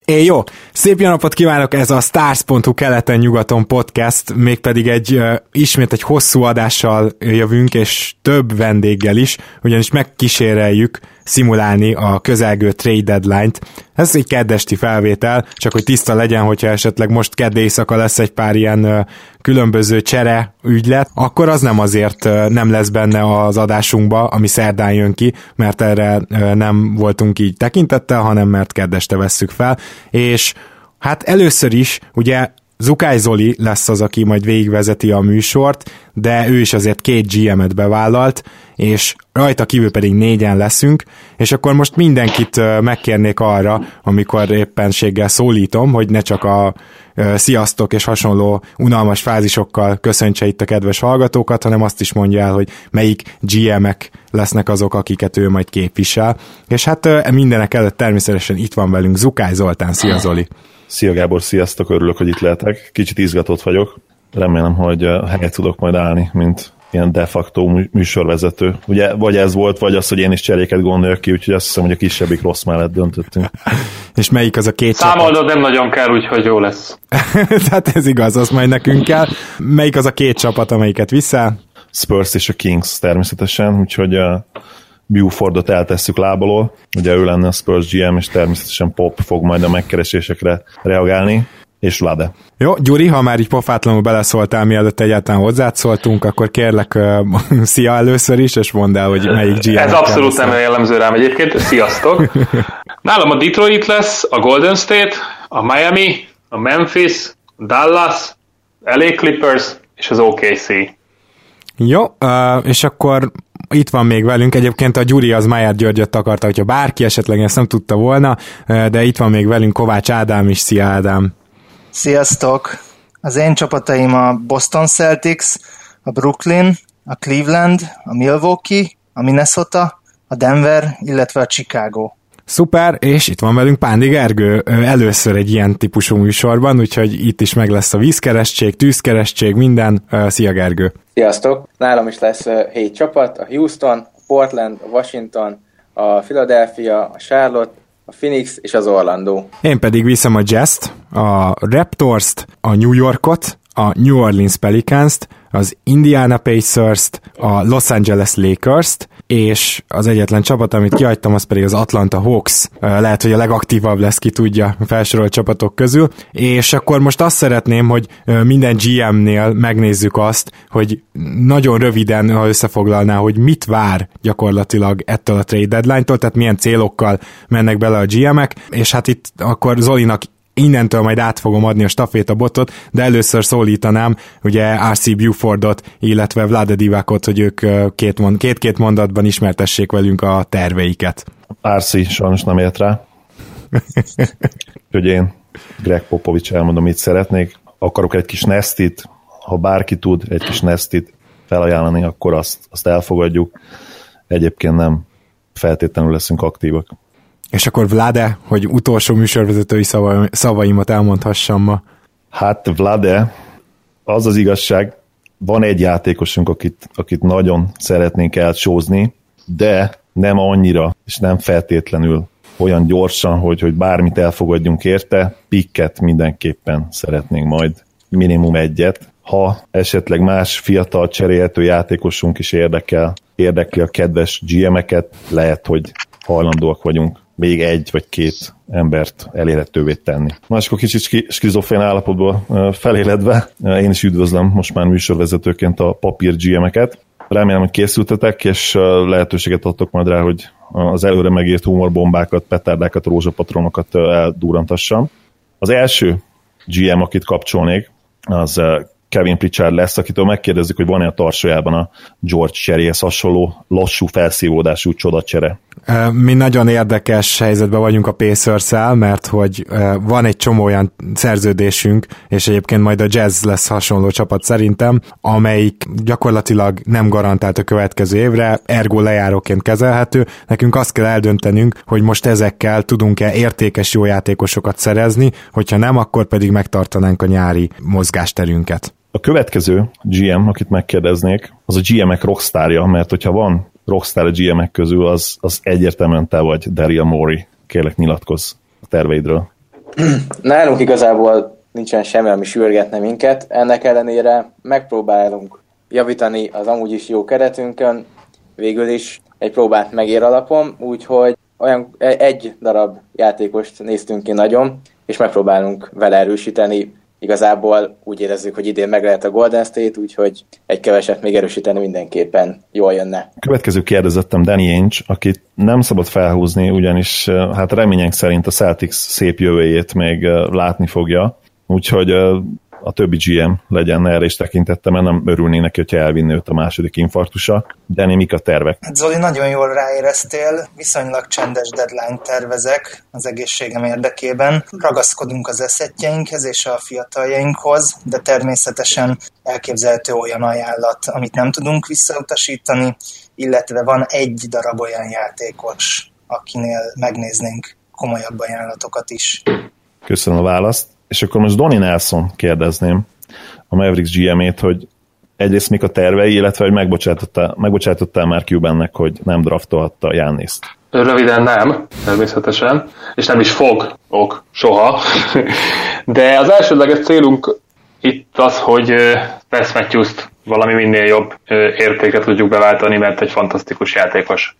Jó, szép jó napot kívánok, ez a Stars.hu keleten-nyugaton podcast, mégpedig ismét egy hosszú adással jövünk, és több vendéggel is, ugyanis megkíséreljük szimulálni a közelgő trade deadline-t. Ez egy keddesti felvétel, csak hogy tiszta legyen, hogyha esetleg most kedd éjszaka lesz egy pár ilyen különböző csere ügylet, akkor az nem azért nem lesz benne az adásunkba, ami szerdán jön ki, mert erre nem voltunk így tekintettel, hanem mert keddeste vesszük fel, és hát először is ugye Zukály Zoli lesz az, aki majd végigvezeti a műsort, de ő is azért 2 GM-et bevállalt, és rajta kívül pedig 4-en leszünk, és akkor most mindenkit megkérnék arra, amikor éppenséggel szólítom, hogy ne csak a sziasztok és hasonló unalmas fázisokkal köszöntse itt a kedves hallgatókat, hanem azt is mondja el, hogy melyik GM-ek lesznek azok, akiket ő majd képvisel. És hát mindenek előtt természetesen itt van velünk Zukály Zoltán. Szia Zoli! Szia Gábor, sziasztok, örülök, hogy itt lehetek. Kicsit izgatott vagyok. Remélem, hogy helyet tudok majd állni, mint ilyen de facto műsorvezető. Ugye vagy ez volt, vagy az, hogy én is cseréket gondoljak ki, úgyhogy azt hiszem, hogy a kisebbik rossz mellett döntöttünk. És melyik az a 2 Számolnod nem nagyon kell, úgyhogy jó lesz. Tehát ez igaz, az majd nekünk kell. Melyik az a 2 csapat, amelyiket viszel? Spurs és a Kings természetesen, úgyhogy Bufordot eltesszük lábalól. Ugye ő lenne a Spurs GM, és természetesen Pop fog majd a megkeresésekre reagálni, és Vlade. Jó, Gyuri, ha már így pofátlanul beleszóltál, mielőtt egyáltalán hozzád szóltunk, akkor kérlek, szia először is, és mondd el, hogy melyik GM. Ez abszolút nem jellemző rám egyébként, sziasztok! Nálam a Detroit lesz, a Golden State, a Miami, a Memphis, a Dallas, LA Clippers és az OKC. Jó, és akkor itt van még velünk, egyébként a Gyuri az Májár Györgyöt akarta, hogyha bárki esetleg ezt nem tudta volna, de itt van még velünk Kovács Ádám is. Szia Ádám! Sziasztok! Az én csapataim a Boston Celtics, a Brooklyn, a Cleveland, a Milwaukee, a Minnesota, a Denver, illetve a Chicago. Szuper, és itt van velünk Pándi Gergő, először egy ilyen típusú műsorban, úgyhogy itt is meg lesz a vízkeresztség, tűzkeresztség, minden. Szia Gergő! Sziasztok! Nálam is lesz 7 csapat, a Houston, a Portland, a Washington, a Philadelphia, a Charlotte, a Phoenix és az Orlando. Én pedig viszem a Jazz-t, a Raptors-t, a New Yorkot, a New Orleans Pelicans-t, az Indiana Pacers-t, a Los Angeles Lakers-t, és az egyetlen csapat, amit kihagytam, az pedig az Atlanta Hawks. Lehet, hogy a legaktívabb lesz, ki tudja, felsorolt csapatok közül. És akkor most azt szeretném, hogy minden GM-nél megnézzük azt, hogy nagyon röviden, ha összefoglalná, hogy mit vár gyakorlatilag ettől a trade deadline-tól, tehát milyen célokkal mennek bele a GM-ek, és hát itt akkor Zolinak innentől majd át fogom adni a stafétabotot, de először szólítanám ugye R.C. Bufordot, illetve Vlade Divakot, hogy ők két mondatban ismertessék velünk a terveiket. R.C. sajnos nem ért rá. Hogy én, Greg Popovich, elmondom, mit szeretnék. Akarok egy kis nestit, ha bárki tud egy kis nestit felajánlani, akkor azt elfogadjuk. Egyébként nem feltétlenül leszünk aktívak. És akkor Vlade, hogy utolsó műsorvezetői szavaimat elmondhassam ma. Hát Vlade, az az igazság, van egy játékosunk, akit nagyon szeretnénk elcsózni, de nem annyira, és nem feltétlenül olyan gyorsan, hogy bármit elfogadjunk érte, pikket mindenképpen szeretnénk majd, minimum 1. Ha esetleg más fiatal cserélhető játékosunk is érdekli a kedves GM-eket, lehet, hogy hajlandóak vagyunk még 1 vagy 2 embert elérhetővé tenni. Máskor kicsit skizofrén állapotból feléledve, én is üdvözlöm most már műsorvezetőként a papír GM-eket. Remélem, hogy készültetek, és lehetőséget adtok majd rá, hogy az előre megírt humorbombákat, petárdákat, rózsapatronokat eldurrantassam. Az első GM, akit kapcsolnék, az Kevin Pritchard lesz, akitől megkérdezzük, hogy van-e a tarsajában a George Cherryhez hasonló lassú felszívódású csodacsere. Mi nagyon érdekes helyzetben vagyunk a Pacers-szel, mert hogy van egy csomó olyan szerződésünk, és egyébként majd a Jazz lesz hasonló csapat szerintem, amelyik gyakorlatilag nem garantált a következő évre, ergo lejáróként kezelhető. Nekünk azt kell eldöntenünk, hogy most ezekkel tudunk-e értékes jó játékosokat szerezni, hogyha nem, akkor pedig megtartanánk a nyári mozgásterünket. A következő GM, akit megkérdeznék, az a GM-ek rockstárja, mert hogyha van rockstar a GM-ek közül, az egyértelműen te vagy, Daryl Morey. Kérlek, nyilatkozz a terveidről. Nálunk igazából nincsen semmi, ami sürgetne minket, ennek ellenére megpróbálunk javítani az amúgy is jó keretünkön, végül is egy próbát megér alapon, úgyhogy olyan egy darab játékost néztünk ki nagyon, és megpróbálunk vele erősíteni. Igazából úgy érezzük, hogy idén meg lehet a Golden State, úgyhogy egy keveset még erősíteni mindenképpen jól jönne. Következő kérdezettem Danny Ainge, akit nem szabad felhúzni, ugyanis hát remények szerint a Celtics szép jövőjét még látni fogja, úgyhogy a többi GM legyen erre is tekintette, mert nem örülnék neki, hogyha elvinni őt a második infarktusa. Danny, mik a tervek? Zoli, nagyon jól ráéreztél, viszonylag csendes deadline tervezek az egészségem érdekében. Ragaszkodunk az eszettjeinkhez és a fiataljainkhoz, de természetesen elképzelhető olyan ajánlat, amit nem tudunk visszautasítani, illetve van egy darab olyan játékos, akinél megnéznénk komolyabb ajánlatokat is. Köszönöm a választ. És akkor most Donnie Nelson kérdezném a Mavericks GM-ét, hogy egyrészt mik a tervei, illetve hogy megbocsátottál már Cubannek, hogy nem draftolhatta Gianniszt. Röviden nem, természetesen, és nem is fogok soha. De az elsődleges célunk itt az, hogy Wes Matthews-t valami minél jobb értékre tudjuk beváltani, mert egy fantasztikus játékos.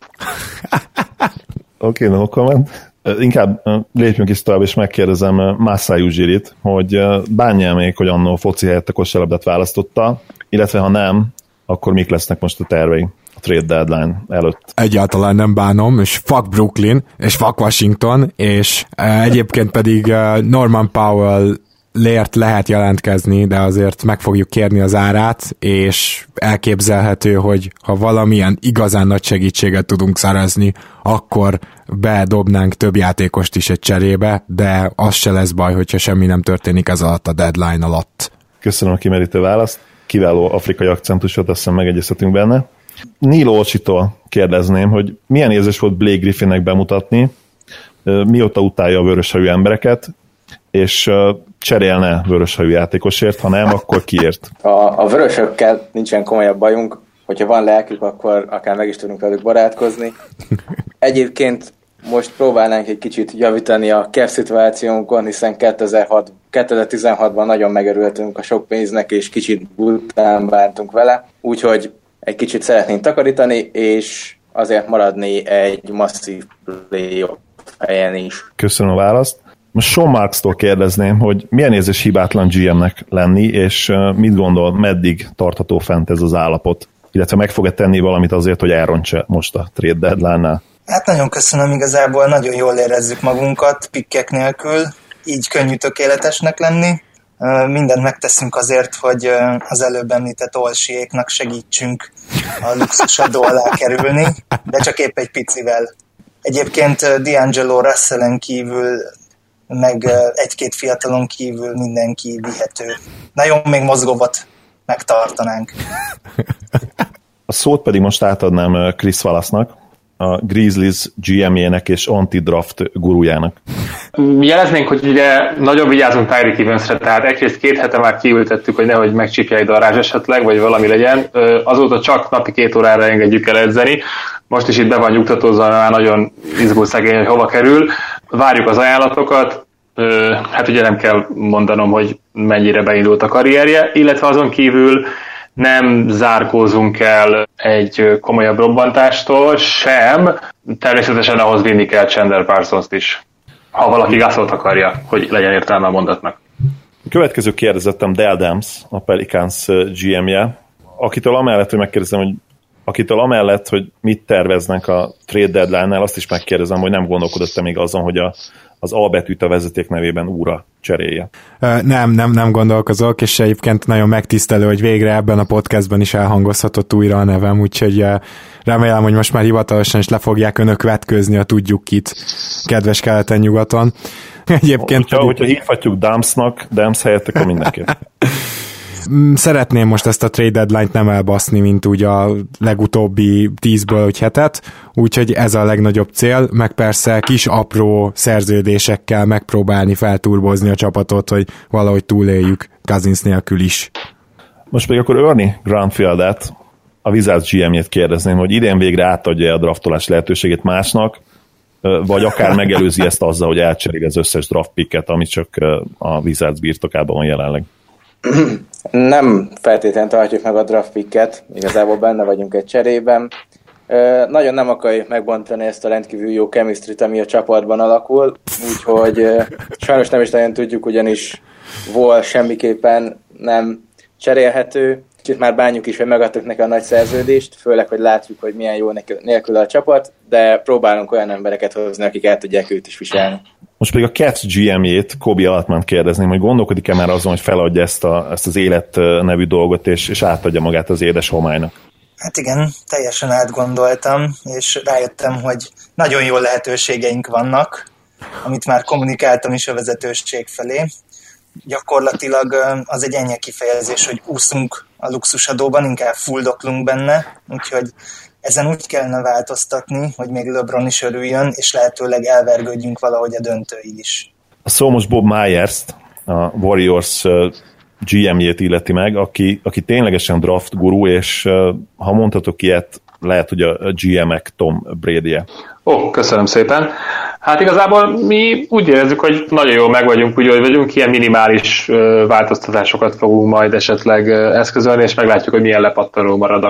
Oké, no comment. Inkább lépjünk is tovább, és megkérdezem Masai Ujjirit, hogy bánja még, hogy annó foci helyett a kosárlabdát választotta, illetve ha nem, akkor mik lesznek most a tervei a trade deadline előtt? Egyáltalán nem bánom, és fuck Brooklyn, és fuck Washington, és egyébként pedig Norman Powell lért lehet jelentkezni, de azért meg fogjuk kérni az árát, és elképzelhető, hogy ha valamilyen igazán nagy segítséget tudunk szerezni, akkor bedobnánk több játékost is egy cserébe, de az se lesz baj, hogyha semmi nem történik ez alatt a deadline alatt. Köszönöm a kimerítő választ. Kiváló afrikai akcentusot, azt hiszem megegyezhetünk benne. Neil Olcsitól kérdezném, hogy milyen érzés volt Blake Griffinnek bemutatni, mióta utálja a vöröshajú embereket, és cserélne vöröshajú játékosért, ha nem, akkor kiért? A vörösökkel nincsen komolyabb bajunk, hogyha van lelkük, akkor akár meg is tudunk velük barátkozni. Egyébként most próbálnánk egy kicsit javítani a cap szituációnkon, hiszen 2016-ban nagyon megörültünk a sok pénznek, és kicsit után bántunk vele, úgyhogy egy kicsit szeretnénk takarítani, és azért maradni egy masszív playoff helyen is. Köszönöm a választ. Most Sean Marks-tól kérdezném, hogy milyen érzés hibátlan GM-nek lenni, és mit gondol, meddig tartható fent ez az állapot? Illetve meg fog-e tenni valamit azért, hogy elrontsa most a trade deadline-nál? Hát nagyon köszönöm, igazából nagyon jól érezzük magunkat pikkek nélkül, így könnyű tökéletesnek lenni. Mindent megteszünk azért, hogy az előbb említett Olsiéknak segítsünk a luxusadó alá kerülni, de csak épp egy picivel. Egyébként D'Angelo Russellen kívül, meg egy-két fiatalon kívül mindenki vihető. Nagyon még mozgóbbat megtartanánk. A szót pedig most átadnám Chris Wallace-nak, a Grizzlies GM-jének és anti-draft gurujának. Jeleznénk, hogy ugye nagyon vigyázunk Tyreek Evansre, tehát egyrészt 2 hete már kiültettük, hogy nehogy megcsípje egy darázs esetleg, vagy valami legyen. Azóta csak napi 2 órára engedjük el edzeni. Most is itt be van nyugtatózva, már nagyon izgul szegény, hogy hova kerül. Várjuk az ajánlatokat. Hát ugye nem kell mondanom, hogy mennyire beindult a karrierje, illetve azon kívül nem zárkózunk el egy komolyabb robbantástól sem, természetesen ahhoz vinni kell Chandler Parsons-t is, ha valaki Gasolt akarja, hogy legyen értelme a mondatnak. A következő kérdezettem Dell Demps, a Pelicans GM-je, akitől amellett, hogy mit terveznek a trade deadline-nál, azt is megkérdezem, hogy nem gondolkodott-e még azon, hogy az A betűt a vezeték nevében úra cserélje. Nem gondolkozok, és egyébként nagyon megtisztelő, hogy végre ebben a podcastben is elhangozhatott újra a nevem, úgyhogy remélem, hogy most már hivatalosan is le fogják önök vetkőzni a tudjuk kit, kedves keleten-nyugaton. Egyébként hogyha hívhatjuk Demps helyett, akkor mindenképp. Szeretném most ezt a trade deadline-t nem elbaszni, mint úgy a legutóbbi 10-ből 7-et, úgyhogy ez a legnagyobb cél, meg persze kis apró szerződésekkel megpróbálni felturbozni a csapatot, hogy valahogy túléljük Cousins nélkül is. Most pedig akkor Ernie Grunfeld-et, a Wizards GM-jét kérdezném, hogy idén végre átadja a draftolás lehetőségét másnak, vagy akár megelőzi ezt azzal, hogy elcseréli az összes draft picket, ami csak a Wizards birtokában van jelenleg. Nem feltétlenül tartjuk meg a draft picket, igazából benne vagyunk egy cserében. Nagyon nem akarjuk megbontani ezt a rendkívül jó chemistryt, ami a csapatban alakul, úgyhogy sajnos nem is nagyon tudjuk, ugyanis Wall semmiképpen nem cserélhető. Kicsit már bánjuk is, hogy megadtuk neki a nagy szerződést, főleg, hogy látjuk, hogy milyen jó nélkül a csapat, de próbálunk olyan embereket hozni, akik el tudják őt is viselni. Most pedig a Cats GM-jét, Kobi Altmant kérdezném, hogy gondolkodik-e már azon, hogy feladja ezt az élet nevű dolgot, és átadja magát az édes homálynak? Hát igen, teljesen átgondoltam, és rájöttem, hogy nagyon jó lehetőségeink vannak, amit már kommunikáltam is a vezetőség felé. Gyakorlatilag az egy ennyi kifejezés, hogy úszunk a luxusadóban, inkább fuldoklunk benne, úgyhogy ezen úgy kellene változtatni, hogy még LeBron is örüljön, és lehetőleg elvergődjünk valahogy a döntőig is. A szó most Bob Myers, a Warriors GM-jét illeti meg, aki ténylegesen draft guru, és ha mondhatok ilyet, lehet, hogy a GM-ek Tom Brady-je. Köszönöm szépen. Hát igazából mi úgy érezzük, hogy nagyon jól meg vagyunk, úgy, hogy vagyunk, ilyen minimális változtatásokat fogunk majd esetleg eszközölni, és meglátjuk, hogy milyen lepattanó marad,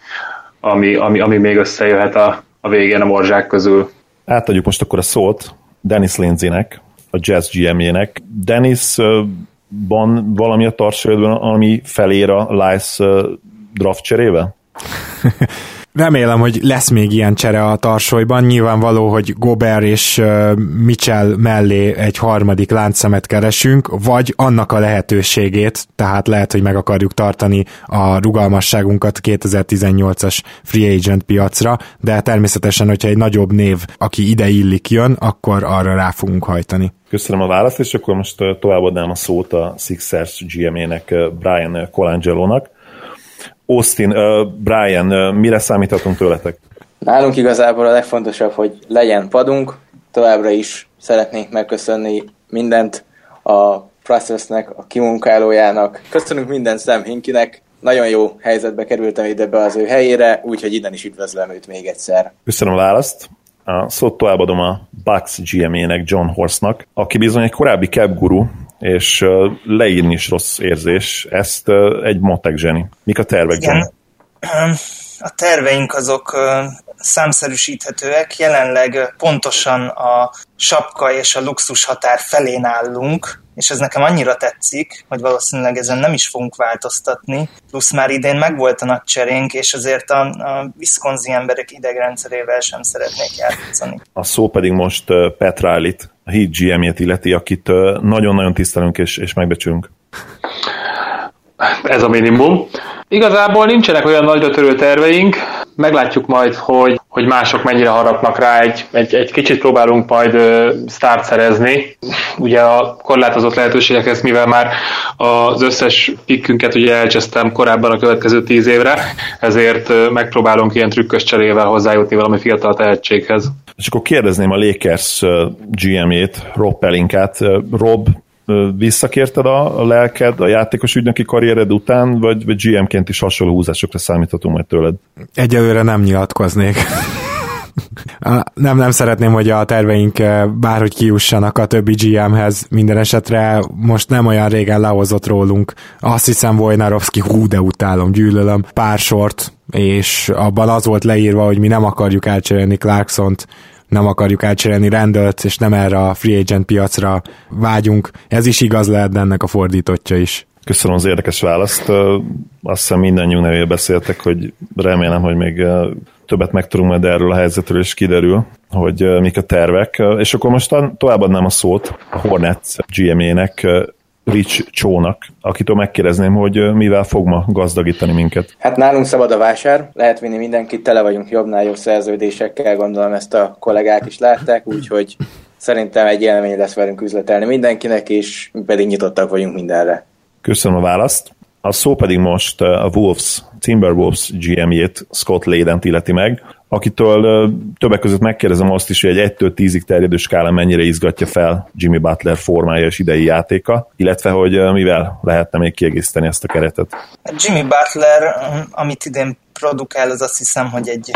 ami még összejöhet a végén a morzsák közül. Átadjuk most akkor a szót Dennis Lindsaynek, a Jazz GM-jének. Dennis, van valami a tartsajodban, ami felér a Lice draft cserével? Remélem, hogy lesz még ilyen csere a tarsolyban. Nyilvánvaló, hogy Gobert és Mitchell mellé egy harmadik láncszemet keresünk, vagy annak a lehetőségét, tehát lehet, hogy meg akarjuk tartani a rugalmasságunkat 2018-as free agent piacra, de természetesen, hogyha egy nagyobb név, aki ide illik jön, akkor arra rá fogunk hajtani. Köszönöm a választ, és akkor most továbbadnám a szót a Sixers GM-ének, Brian Colangelo-nak. Austin, Brian, mire számíthatunk tőletek? Nálunk igazából a legfontosabb, hogy legyen padunk. Továbbra is szeretnénk megköszönni mindent a Processnek, a kimunkálójának. Köszönünk mindent Sam Hinkinek. Nagyon jó helyzetbe kerültem ide be az ő helyére, úgyhogy innen is üdvözlöm őt még egyszer. Köszönöm a választ. A szót továbbadom a Bucks GM-ének, John Horstnak, aki bizony egy korábbi cap guru, és leírni is rossz érzés. Ezt egy matek zseni. Mik a tervek, John? A terveink azok számszerűsíthetőek. Jelenleg pontosan a sapka és a luxus határ felén állunk, és ez nekem annyira tetszik, hogy valószínűleg ezen nem is fogunk változtatni. Plusz már idén megvolt a nagy cserénk, és azért a Wisconsin emberek idegrendszerével sem szeretnék játszani. A szó pedig most Pat Riley-t, a Heat GM-jét illeti, akit nagyon-nagyon tisztelünk és megbecsülünk. Ez a minimum. Igazából nincsenek olyan nagyra törő terveink, meglátjuk majd, hogy mások mennyire harapnak rá, egy kicsit próbálunk majd sztárt szerezni. Ugye a korlátozott lehetőségekhez, mivel már az összes pikkünket ugye elcsesztem korábban a következő 10 évre, ezért megpróbálunk ilyen trükkös cserével hozzájutni valami fiatal tehetséghez. És akkor kérdezném a Lakers GM-ét, Rob Pelinkát. Rob, visszakérted a lelked a játékos ügynöki karriered után, vagy GM-ként is hasonló húzásokra számíthatunk majd tőled? Egyelőre nem nyilatkoznék. Nem szeretném, hogy a terveink bárhogy kijussanak a többi GM-hez. Minden esetre most nem olyan régen lehozott rólunk. Azt hiszem Wojnarowski, de utálom, gyűlölöm, pár sort, és abban az volt leírva, hogy mi nem akarjuk elcserélni Clarksont, nem akarjuk elcserélni Randallt, és nem erre a free agent piacra vágyunk. Ez is igaz lehet, de ennek a fordítottja is. Köszönöm az érdekes választ. Azt hiszem mindannyiunk nevében beszéltek, hogy remélem, hogy még többet megtudunk majd erről a helyzetről, és kiderül, hogy mik a tervek. És akkor most továbbadnám a szót a Hornets GM-ének, Rich Csónak, akitől megkérdezném, hogy mivel fog ma gazdagítani minket. Hát nálunk szabad a vásár, lehet vinni mindenkit, tele vagyunk jobbnál jobb szerződésekkel, gondolom ezt a kollégák is látták, úgyhogy szerintem egy élmény lesz velünk üzletelni mindenkinek, és mi pedig nyitottak vagyunk mindenre. Köszönöm a választ. A szó pedig most a Timberwolves GM-jét, Scott Layden-t illeti meg, akitől többek között megkérdezem azt is, hogy egy 1-től 10-ig terjedő skálán mennyire izgatja fel Jimmy Butler formája és idei játéka, illetve hogy mivel lehetne még kiegészíteni ezt a keretet. Jimmy Butler, amit idén produkál, az azt hiszem, hogy egy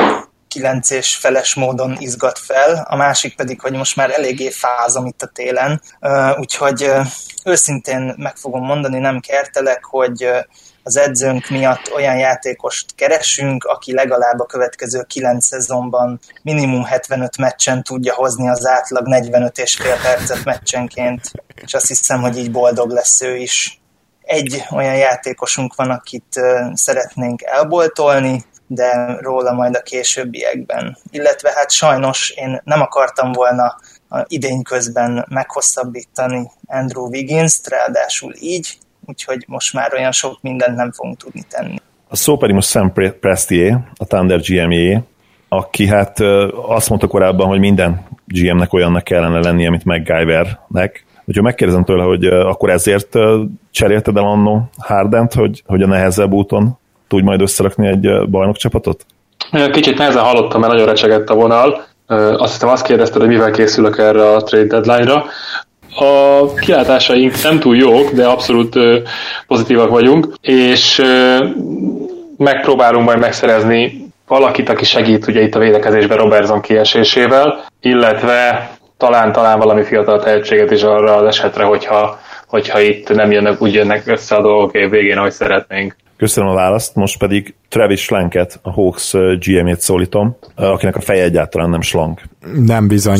9 és feles módon izgat fel, a másik pedig, hogy most már eléggé fázom itt a télen, úgyhogy őszintén meg fogom mondani, nem kertelek, hogy az edzőnk miatt olyan játékost keresünk, aki legalább a következő 9 szezonban minimum 75 meccsen tudja hozni az átlag 45,5 percet meccsenként, és azt hiszem, hogy így boldog lesz ő is. Egy olyan játékosunk van, akit szeretnénk elboltolni, de róla majd a későbbiekben. Illetve hát sajnos én nem akartam volna idény közben meghosszabbítani Andrew Wiggins-t, ráadásul így, úgyhogy most már olyan sok mindent nem fogunk tudni tenni. A szó pedig most Sam Prestier, a Thunder GM-jé, aki hát azt mondta korábban, hogy minden GM-nek olyannak kellene lennie, mint MacGyvernek. Úgyhogy megkérdezem tőle, hogy akkor ezért cserélted el annó Hardent, hogy a nehezebb úton tudj majd összerakni egy bajnokcsapatot? Kicsit nehezen hallottam, mert nagyon recsegett a vonal. Azt hiszem azt kérdezted, hogy mivel készülök erre a trade deadline-ra. A kilátásaink nem túl jók, de abszolút pozitívak vagyunk, és megpróbálunk majd megszerezni valakit, aki segít ugye itt a védekezésben Robertson kiesésével, illetve talán valami fiatal tehetséget is arra az esetre, hogyha itt nem úgy jönnek össze a dolgok év végén, ahogy szeretnénk. Köszönöm a választ, most pedig Travis Schlenket, a Hawks GM-ét szólítom, akinek a feje egyáltalán nem slank. Nem bizony.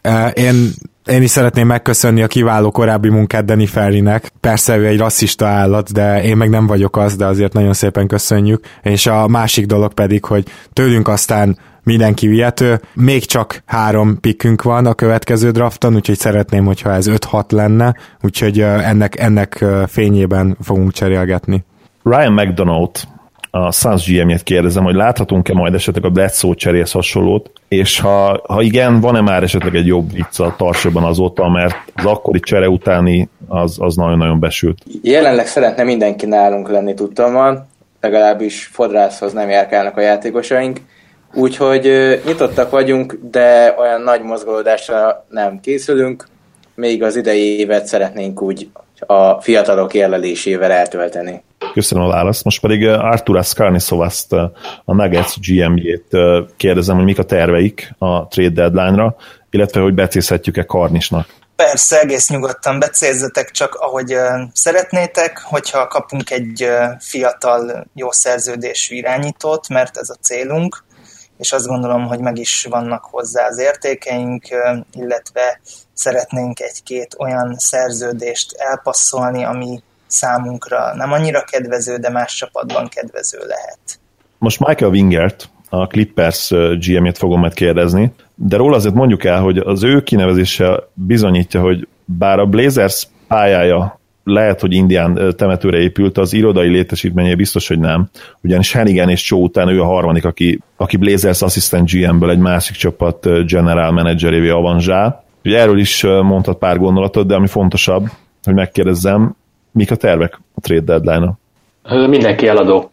Én is szeretném megköszönni a kiváló korábbi munkát Danny Ferrynek. Persze ő egy rasszista állat, de én meg nem vagyok az, de azért nagyon szépen köszönjük. És a másik dolog pedig, hogy tőlünk aztán mindenki vihető. Még csak 3 pickünk van a következő drafton, úgyhogy szeretném, hogyha ez 5-6 lenne, úgyhogy ennek fényében fogunk cserélgetni. Ryan McDonough, a Suns GM-jét kérdezem, hogy láthatunk-e majd esetleg a Bledsoe cseréhez hasonlót, és ha igen, van-e már esetleg egy jobb vicc a Tarsában azóta, mert az akkori csere utáni az nagyon-nagyon besült. Jelenleg szeretne mindenki nálunk lenni tudtommal, legalábbis fodrászhoz nem járkálnak a játékosaink, úgyhogy nyitottak vagyunk, de olyan nagy mozgolódásra nem készülünk, még az idei évet szeretnénk úgy a fiatalok érlelésével eltölteni. Köszönöm a választ. Most pedig Arturas Karnisovaszt, a Nuggets GM-jét kérdezem, hogy mik a terveik a trade deadline-ra, illetve hogy becézhetjük-e Karnisnak. Persze, egész nyugodtan becézzetek csak, ahogy szeretnétek, hogyha kapunk egy fiatal, jó szerződésű irányítót, mert ez a célunk, és azt gondolom, hogy meg is vannak hozzá az értékeink, illetve szeretnénk egy-két olyan szerződést elpasszolni, ami számunkra nem annyira kedvező, de más csapatban kedvező lehet. Most Michael Wingert, a Clippers GM-ét fogom majd kérdezni, de róla azért mondjuk el, hogy az ő kinevezése bizonyítja, hogy bár a Blazers pályája lehet, hogy Indián temetőre épült, az irodai létesítménye biztos, hogy nem. Ugyanis Hennigan és Cho után ő a harmadik, aki Blazers assistant GM-ből egy másik csapat general managerévé avanzsál. Ugye erről is mondhat pár gondolatot, de ami fontosabb, hogy megkérdezzem, mik a tervek a trade deadline-a? Mindenki eladó.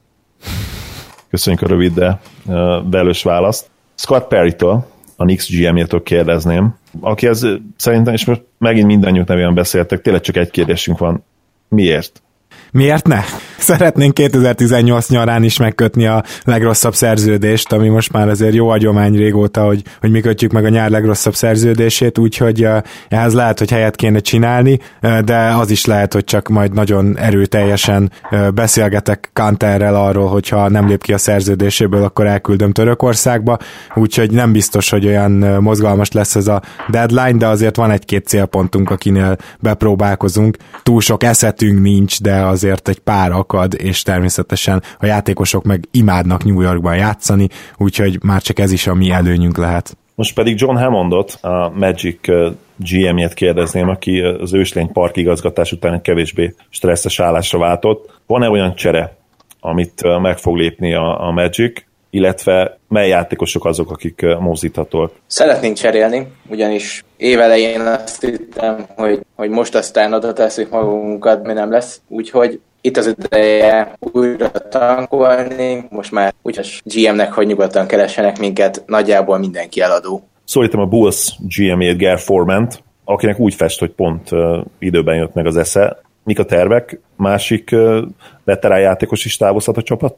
Köszönjük a rövid, de velős választ. Scott Perry-től, a Knicks GM-jétől kérdezném, akihez szerintem, és most megint mindannyiuk nevében beszéltek, tényleg csak egy kérdésünk van. Miért? Miért ne? Szeretnénk 2018 nyarán is megkötni a legrosszabb szerződést, ami most már azért jó agyomány régóta, hogy mi kötjük meg a nyár legrosszabb szerződését, úgyhogy ehhez lehet, hogy helyet kéne csinálni, de az is lehet, hogy csak majd nagyon erőteljesen beszélgetek Kanterrel arról, hogyha nem lép ki a szerződéséből, akkor elküldöm Törökországba, úgyhogy nem biztos, hogy olyan mozgalmas lesz ez a deadline, de azért van egy-két célpontunk, akinél bepróbálkozunk. Túl sok eszetünk nincs, de azért egy pár akad, és természetesen a játékosok meg imádnak New Yorkban játszani, úgyhogy már csak ez is a mi előnyünk lehet. Most pedig John Hammondot, a Magic GM-jét kérdezném, aki az őslény park igazgatás után egy kevésbé stresszes állásra váltott. Van-e olyan csere, amit meg fog lépni a Magic, illetve mely játékosok azok, akik mozdíthatók? Szeretnénk cserélni, ugyanis évelején azt hittem, hogy most aztán oda tesszük magunkat, mi nem lesz, úgyhogy itt az ideje újra tankolni, most már úgyhogy GM-nek, hogy nyugodtan keressenek minket, nagyjából mindenki eladó. Szólítom a Bulls GM-ét, Gary Forman-t, akinek úgy fest, hogy pont időben jött meg az esze. Mik a tervek? Másik veterán játékos is távozhat a csapattól?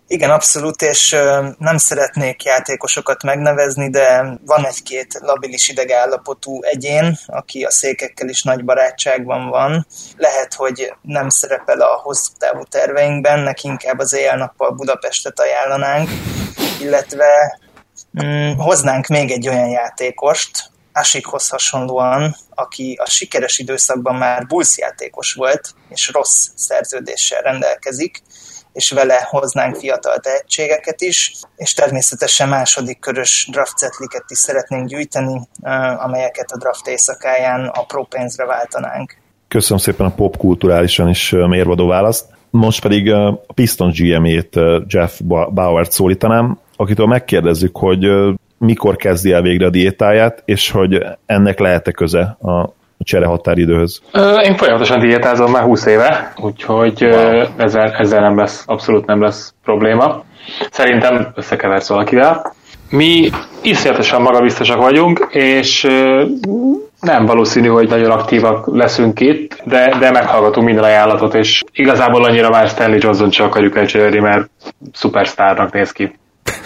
Igen, abszolút, és nem szeretnék játékosokat megnevezni, de van egy-két labilis idegállapotú egyén, aki a székekkel is nagy barátságban van. Lehet, hogy nem szerepel a hosszú távú terveinkben, neki inkább az éjjel-nappal Budapestet ajánlanánk, illetve hoznánk még egy olyan játékost, Asikhoz hasonlóan, aki a sikeres időszakban már Bulls játékos volt, és rossz szerződéssel rendelkezik, és vele hoznánk fiatal tehetségeket is, és természetesen második körös draftcetliket is szeretnénk gyűjteni, amelyeket a draft éjszakáján a pro pénzre váltanánk. Köszönöm szépen a popkulturálisan is mérvadó választ. Most pedig a Pistons GM-ét, Jeff Bauert szólítanám, akitől megkérdezzük, hogy mikor kezdi el végre a diétáját, és hogy ennek lehet-e köze a csere határidőhöz? Én folyamatosan diétázom már 20 éve, úgyhogy ezzel nem lesz, abszolút nem lesz probléma. Szerintem összekeversz valakivel. Mi iszonyatosan magabiztosak vagyunk, és nem valószínű, hogy nagyon aktívak leszünk itt, de meghallgatunk minden ajánlatot, és igazából annyira már Stanley Johnson csak akarjuk elcserélni, mert szupersztárnak néz ki.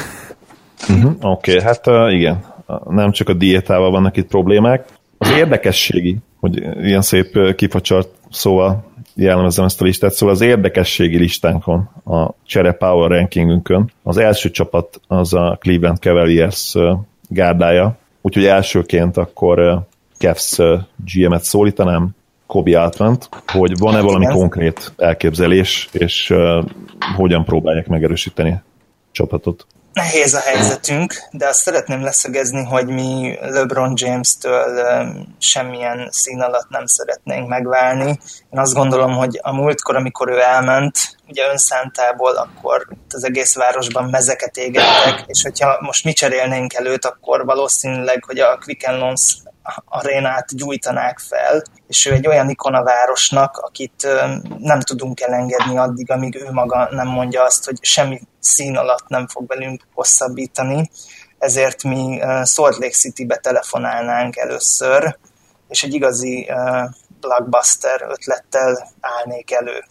Oké, hát igen, nem csak a diétával vannak itt problémák. Az érdekességi, hogy ilyen szép kifacsart szóval jellemezem ezt a listát, szóval az érdekességi listánkon, a csere power rankingünkön az első csapat az a Cleveland Cavaliers gárdája, úgyhogy elsőként akkor Cavs GM-et szólítanám, Kobe Altrant, hogy van-e valami konkrét elképzelés, és hogyan próbálják megerősíteni a csapatot. Nehéz a helyzetünk, de azt szeretném leszögezni, hogy mi LeBron James-től semmilyen szín alatt nem szeretnénk megválni. Én azt gondolom, hogy a múltkor, amikor ő elment, ugye önszántából, akkor az egész városban mezeket égettek, és hogyha most mi cserélnénk előtt, akkor valószínűleg, hogy a Quicken Loans arénát gyújtanák fel, és ő egy olyan ikon a városnak, akit nem tudunk elengedni addig, amíg ő maga nem mondja azt, hogy semmi szín alatt nem fog velünk hosszabbítani, ezért mi Salt Lake City-be telefonálnánk először, és egy igazi blockbuster ötlettel állnék elő.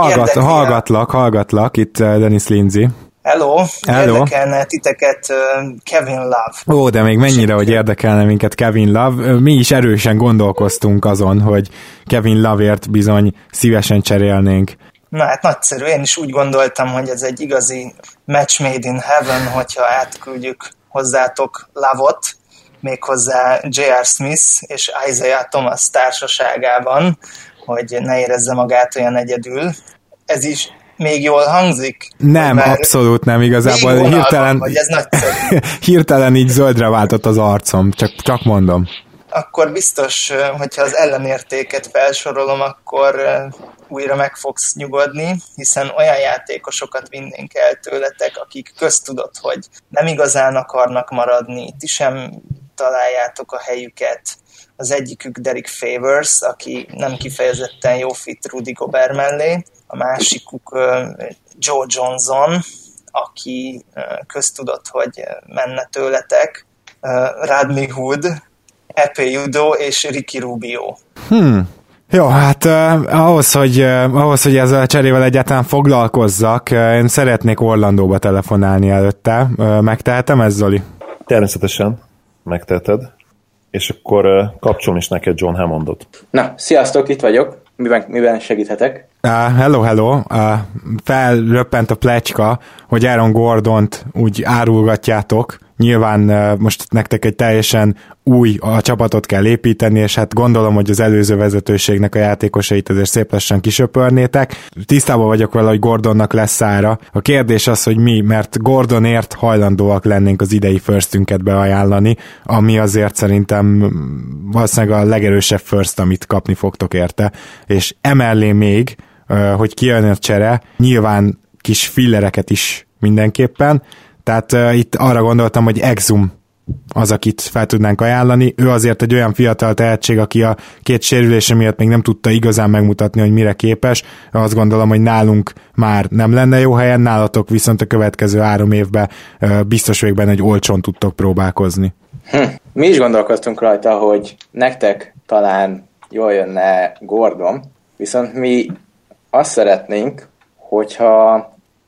Hallgatlak, itt Dennis Lindsay. Hello. Érdekelne titeket Kevin Love. Ó, de még mennyire, hogy érdekelne minket Kevin Love. Mi is erősen gondolkoztunk azon, hogy Kevin Love-ért bizony szívesen cserélnénk. Na hát nagyszerű, én is úgy gondoltam, hogy ez egy igazi match made in heaven, hogyha átküldjük hozzátok Love-ot, méghozzá J.R. Smith és Isaiah Thomas társaságában, hogy ne érezze magát olyan egyedül. Ez is még jól hangzik? Nem, abszolút nem, igazából hirtelen így zöldre váltott az arcom, csak mondom. Akkor biztos, hogyha az ellenértéket felsorolom, akkor újra meg fogsz nyugodni, hiszen olyan játékosokat vinnénk el tőletek, akik köztudott, hogy nem igazán akarnak maradni, ti sem találjátok a helyüket. Az egyikük Derek Favors, aki nem kifejezetten jó fit Rudy Gobert mellé, a másikuk Joe Johnson, aki köztudott, hogy menne tőletek, Rodney Hood, Epe Udo és Ricky Rubio. Jó, hát ahhoz, hogy ezzel a cserével egyáltalán foglalkozzak, én szeretnék Orlandóba telefonálni előtte. Megtehetem ezt, Zoli? Természetesen megteheted, és akkor kapcsolom is neked John Hammondot. Na, sziasztok, itt vagyok. Miben segíthetek? Hello. Felröppent a pletyka, hogy Aaron Gordont úgy árulgatjátok. Nyilván most nektek egy teljesen új csapatot kell építeni, és hát gondolom, hogy az előző vezetőségnek a játékosait azért szép lassan kisöpörnétek. Tisztában vagyok vele, hogy Gordonnak lesz ára. A kérdés az, hogy mi, mert Gordonért hajlandóak lennénk az idei firstünket beajánlani, ami azért szerintem valószínűleg a legerősebb first, amit kapni fogtok érte. És emellé még, hogy kijön a csere, nyilván kis fillereket is mindenképpen, tehát itt arra gondoltam, hogy Exum az, akit fel tudnánk ajánlani. Ő azért egy olyan fiatal tehetség, aki a két sérülése miatt még nem tudta igazán megmutatni, hogy mire képes. Azt gondolom, hogy nálunk már nem lenne jó helyen, nálatok viszont a következő 3 évben biztos vagyok benne, hogy olcsón tudtok próbálkozni. Mi is gondolkoztunk rajta, hogy nektek talán jól jönne Gordon, viszont mi azt szeretnénk, hogyha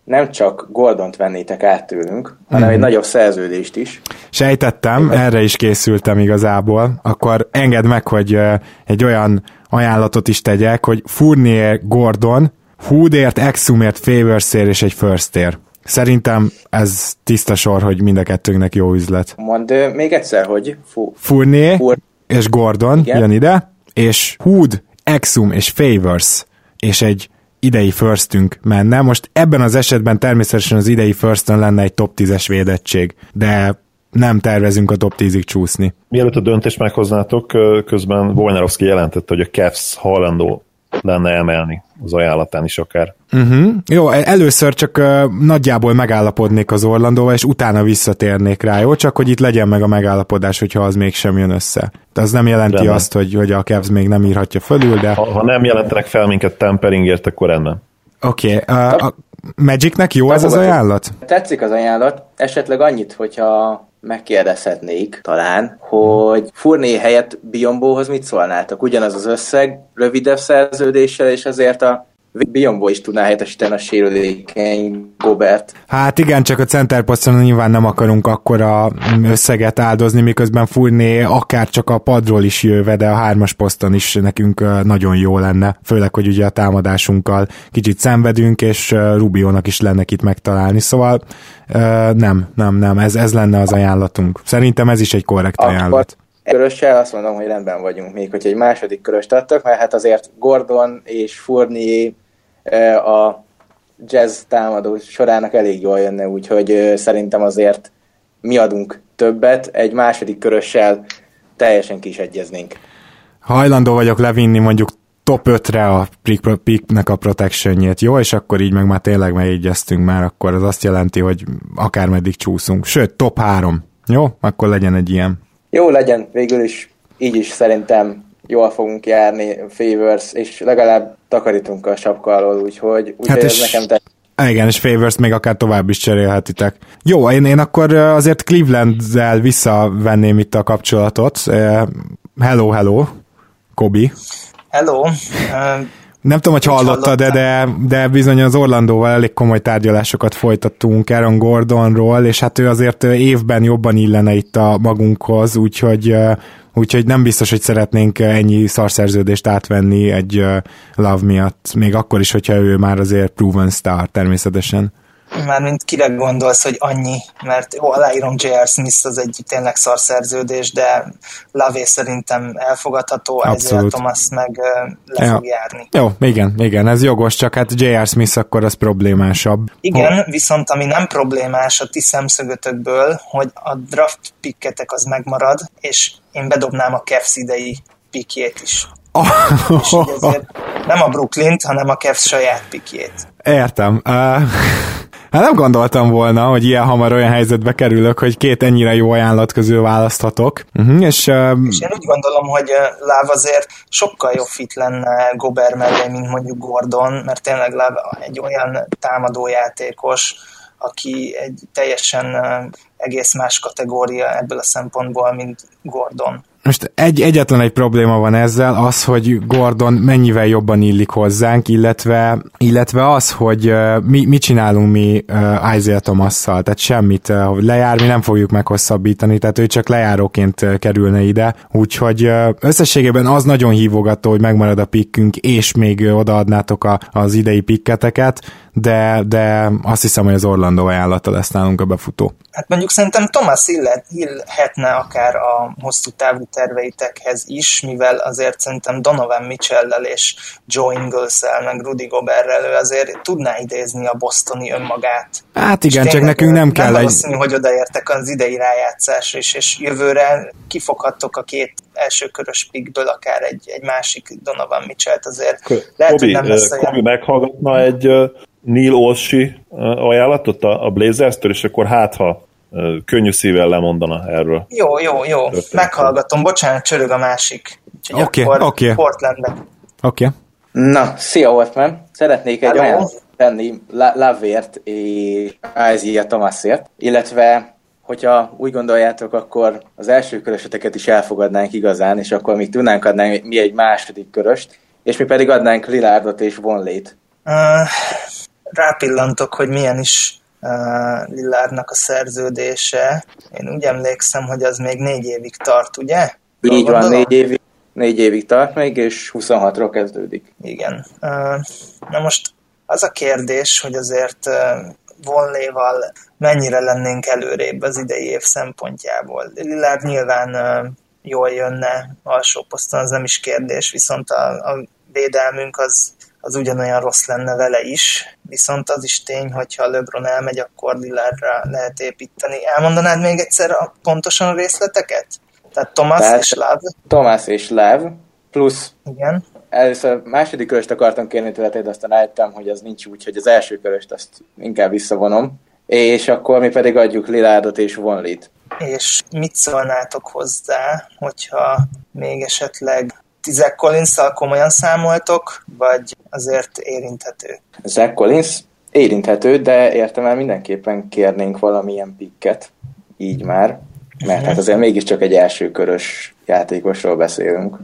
nem csak Gordont vennétek át tőlünk, hanem egy nagyobb szerződést is. Sejtettem, erre is készültem igazából. Akkor engedd meg, hogy egy olyan ajánlatot is tegyek, hogy Fournier, Gordon, Hoodért, Exumért, Favorsért és egy Firstért. Szerintem ez tiszta sor, hogy mind a kettőnknek jó üzlet. Mondd még egyszer, hogy Fournier és Gordon jön ide, és Hood, Exum és Favors és egy idei firstünk menne. Most ebben az esetben természetesen az idei firstön lenne egy top 10-es védettség, de nem tervezünk a top 10-ig csúszni. Mielőtt a döntést meghoznátok, közben Wojnarowski jelentette, hogy a Cavs hajlandó lenne emelni az ajánlatán is akár. Jó, először csak nagyjából megállapodnék az Orlandóval, és utána visszatérnék rá, jó? Csak hogy itt legyen meg a megállapodás, hogyha az mégsem jön össze. De az nem jelenti rendben azt, hogy a Cavs még nem írhatja fölül, de... Ha nem jelentenek fel minket temperingért, akkor rendben. Oké. A Magicnek jó ez az ajánlat? Tetszik az ajánlat. Esetleg annyit, hogyha megkérdezhetnék talán, hogy Fournier helyett Biyombohoz mit szólnátok? Ugyanaz az összeg, rövidebb szerződéssel, és azért a Biyombo is tudná helyettesíteni a sérülékeny Gobert. Hát igen, csak a center poszton nyilván nem akarunk akkora összeget áldozni, miközben Fournier akár csak a padról is jöve, de a 3-as poszton is nekünk nagyon jó lenne, főleg, hogy ugye a támadásunkkal kicsit szenvedünk, és Rubionak is lenne itt megtalálni, szóval nem, ez lenne az ajánlatunk. Szerintem ez is egy korrekt ajánlat. Körössel azt mondom, hogy rendben vagyunk, még hogy egy második köröst adtak, mert hát azért Gordon és Fournier a Jazz támadó sorának elég jól jönne, úgyhogy szerintem azért mi adunk többet, egy második körössel teljesen ki is egyeznénk. Hajlandó vagyok levinni mondjuk top 5-re a picknek a protectionjét, jó? És akkor így meg már tényleg megegyeztünk már, akkor az azt jelenti, hogy akármeddig csúszunk. Sőt, top 3. Jó? Akkor legyen egy ilyen. Jó legyen, végül is így is szerintem jól fogunk járni, Favors, és legalább takarítunk a sapka alól, úgyhogy hát ez nekem tetszik. Igen, és Favors még akár tovább is cserélhetitek. Jó, én akkor azért Cleveland-zel visszavenném itt a kapcsolatot. Hello, Kobi. Hello. Nem tudom, hogy hallottad, de bizony az Orlandóval elég komoly tárgyalásokat folytattunk Aaron Gordonról, és hát ő azért évben jobban illene itt a magunkhoz, úgyhogy nem biztos, hogy szeretnénk ennyi szarszerződést átvenni egy Love miatt, még akkor is, hogyha ő már azért proven star természetesen. Mármint kire gondolsz, hogy annyi, mert jó, aláírom J.R. Smith az egy tényleg szarszerződés, de Love szerintem elfogadható, Isaiah Thomas meg le fog járni. Jó, igen, ez jogos, csak hát J.R. Smith akkor az problémásabb. Igen, viszont ami nem problémás a ti szemszögötökből, hogy a draft picketek az megmarad, és én bedobnám a Cavs idei pickjét is. És ezért nem a Brooklynt, hanem a Cavs saját pickjét. Értem. Hát nem gondoltam volna, hogy ilyen hamar olyan helyzetbe kerülök, hogy két ennyire jó ajánlat közül választhatok. És én úgy gondolom, hogy Love azért sokkal jobb fit lenne Gobert mellé, mint mondjuk Gordon, mert tényleg Love egy olyan támadójátékos, aki egy teljesen egész más kategória ebből a szempontból, mint Gordon. Most egyetlen egy probléma van ezzel, az, hogy Gordon mennyivel jobban illik hozzánk, illetve az, hogy mit csinálunk mi Isaiah Thomasszal, tehát semmit, hogy lejár, mi nem fogjuk meghosszabbítani, tehát ő csak lejáróként kerülne ide, úgyhogy összességében az nagyon hívogató, hogy megmarad a pickünk, és még odaadnátok az idei picketeket, de azt hiszem, hogy az Orlandó ajánlata lesz nálunk a befutó. Hát mondjuk szerintem Thomas illhetne akár a hosszú távú terveitekhez is, mivel azért szerintem Donovan Mitchell-lel és Joe Ingles-el, meg Rudy Goberrel ő azért tudná idézni a bostoni önmagát. Hát igen, csak nekünk nem kell egy... valószínű, hogy odaértek az idei rájátszás, és jövőre kifoghattok a két elsőkörös pickből akár egy másik Donovan Mitchell-t azért. Lehet, hogy nem lesz olyan... Kobi meghallgatna egy Neil Olshey ajánlatot a Blazers-től, és akkor ha könnyű szívvel lemondana erről. Jó. Meghallgatom. Bocsánat, csörög a másik. Oké. Portlandben. Oké. Na, szia Wolfman. Szeretnék egy ajánlatot tenni Love-ért és Isaiah Thomasért, illetve hogyha úgy gondoljátok, akkor az első köröseteket is elfogadnánk igazán, és akkor még tudnánk adni mi egy második köröst, és mi pedig adnánk Lillardot és Vonley-t. rápillantok, hogy milyen is Lillardnak a szerződése. Én úgy emlékszem, hogy az még 4 évig tart, ugye? Így van, 4 évig tart még, és 26-ról kezdődik. Igen. Na most az a kérdés, hogy azért Vonley-val mennyire lennénk előrébb az idei év szempontjából. Lillard nyilván jól jönne alsó poszton, az nem is kérdés, viszont a védelmünk az ugyanolyan rossz lenne vele is, viszont az is tény, hogyha LeBron elmegy, akkor Lillardra lehet építeni. Elmondanád még egyszer pontosan a részleteket? Tehát Thomas és Love? Thomas és Love, plusz igen. Először második köröst akartam kérni tőled, de aztán rájöttem, hogy az nincs úgy, hogy az első köröst azt inkább visszavonom, és akkor mi pedig adjuk Lillardot és Vonley-t. És mit szólnátok hozzá, hogyha még esetleg Zach Collins-szal komolyan számoltok, vagy azért érinthető? Zach Collins érinthető, de értem el mindenképpen kérnénk valamilyen pikket, így már, mert hát azért mégiscsak egy elsőkörös játékosról beszélünk.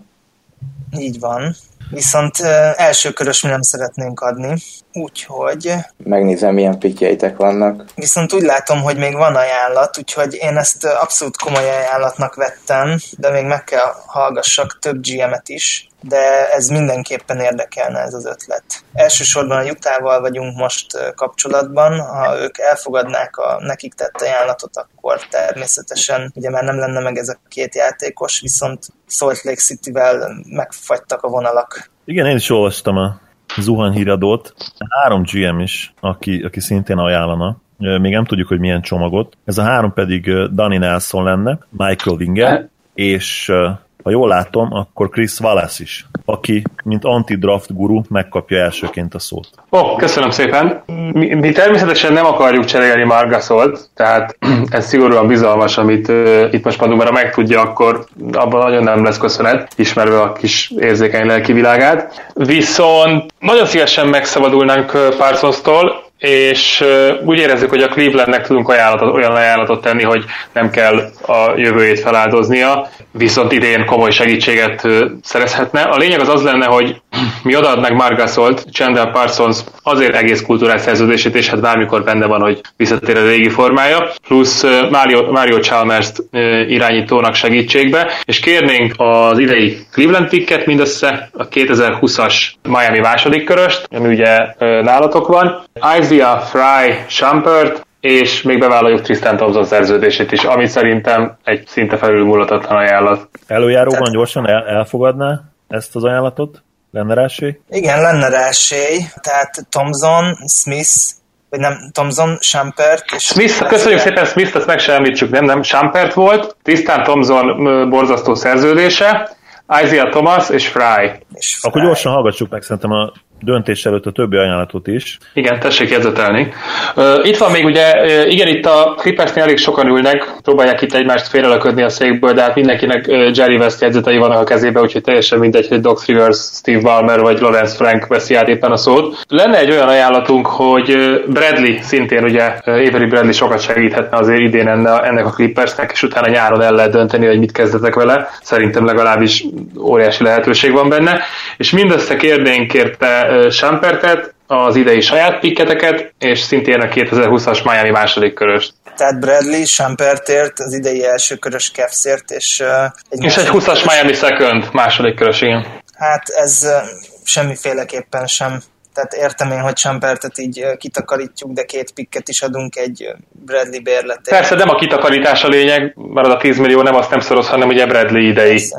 Így van. Viszont elsőkörös mi nem szeretnénk adni, úgyhogy... Megnézem, milyen pikkjeitek vannak. Viszont úgy látom, hogy még van ajánlat, úgyhogy én ezt abszolút komoly ajánlatnak vettem, de még meg kell hallgassak több GM-et is, de ez mindenképpen érdekelne ez az ötlet. Elsősorban a Utahval vagyunk most kapcsolatban, ha ők elfogadnák a nekik tett ajánlatot, akkor természetesen ugye már nem lenne meg ez a 2 játékos, viszont Salt Lake City-vel megfagytak a vonalak. Igen, én is olvastam a zuhanyhíradót. 3 GM is, aki szintén ajánlana. Még nem tudjuk, hogy milyen csomagot. Ez a 3 pedig Danny Nelson lenne, Michael Winger, és ha jól látom, akkor Chris Wallace is, aki, mint anti-draft guru, megkapja elsőként a szót. Köszönöm szépen. Mi természetesen nem akarjuk cserélni Marc Gasolt, tehát ez szigorúan bizalmas, amit itt most mondunk, mert ha megtudja, akkor abban nagyon nem lesz köszönet, ismerve a kis érzékeny lelki világát. Viszont nagyon szívesen megszabadulnánk Parsons-tól, és úgy érezzük, hogy a Clevelandnek tudunk olyan ajánlatot tenni, hogy nem kell a jövőjét feláldoznia, viszont idén komoly segítséget szerezhetne. A lényeg az lenne, hogy mi odaadnánk Marc Gasolt, Chandler Parsons azért egész kulturális szerződését, és hát bármikor benne van, hogy visszatér a régi formája, plusz Mario Chalmers-t irányítónak segítségbe, és kérnénk az idei Cleveland picket mindössze, a 2020-as Miami második köröst, ami ugye nálatok van, Isaiah Fry Shumpert, és még bevállaljuk Tristan Thompson szerződését is, ami szerintem egy szinte felülmúlhatatlan ajánlat. Előjáróban gyorsan elfogadná ezt az ajánlatot? Lenne rá esély? Igen, lenne rá esély. Tehát Thompson, Smith, vagy nem, Thompson, Shumpert és... Smith, köszönjük szépen, Smith-t ezt meg sem említsük, nem Shumpert volt, Tristan Thompson borzasztó szerződése, Isaiah Thomas és Fry. Akkor gyorsan hallgassuk meg szerintem a döntés előtt a többi ajánlatot is. Igen, tessék jegyzetelni. Itt van még ugye, igen, itt a Clippersnél elég sokan ülnek, próbálják itt egymást félrelöködni a székből, de hát mindenkinek Jerry West jegyzetei vannak a kezébe, úgyhogy teljesen mindegy, hogy Doc Rivers, Steve Ballmer vagy Lawrence Frank veszi át éppen a szót. Lenne egy olyan ajánlatunk, hogy Bradley, szintén ugye Avery Bradley sokat segíthetne azért idén ennek a Clippersnek, és utána nyáron el lehet dönteni, hogy mit kezdetek vele. Szerintem legalábbis óriási lehetőség van benne. És mindössze kérnénk érte Shumpertet, az idei saját pikketeket, és szintén a 2020-as Miami második köröst. Tehát Bradley, Shumpertért, az idei első körös Cavsért, és egy 20-as Miami second második körös, igen. Hát ez semmiféleképpen sem. Tehát értem én, hogy Shumpertet így kitakarítjuk, de 2 pikket is adunk egy Bradley bérletért. Persze, nem a kitakarítás a lényeg, mert az a 10 millió nem azt nem szoroz, hanem ugye Bradley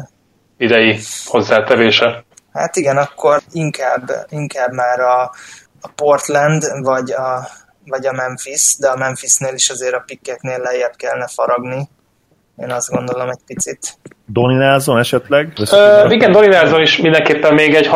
idei hozzátevése. Hát igen, akkor inkább már a Portland vagy a Memphis, de a Memphisnél is azért a pikkeknél lejjebb kellene faragni. Én azt gondolom egy picit. Donnie Nelson esetleg? Igen, Donnie Nelson is mindenképpen még egy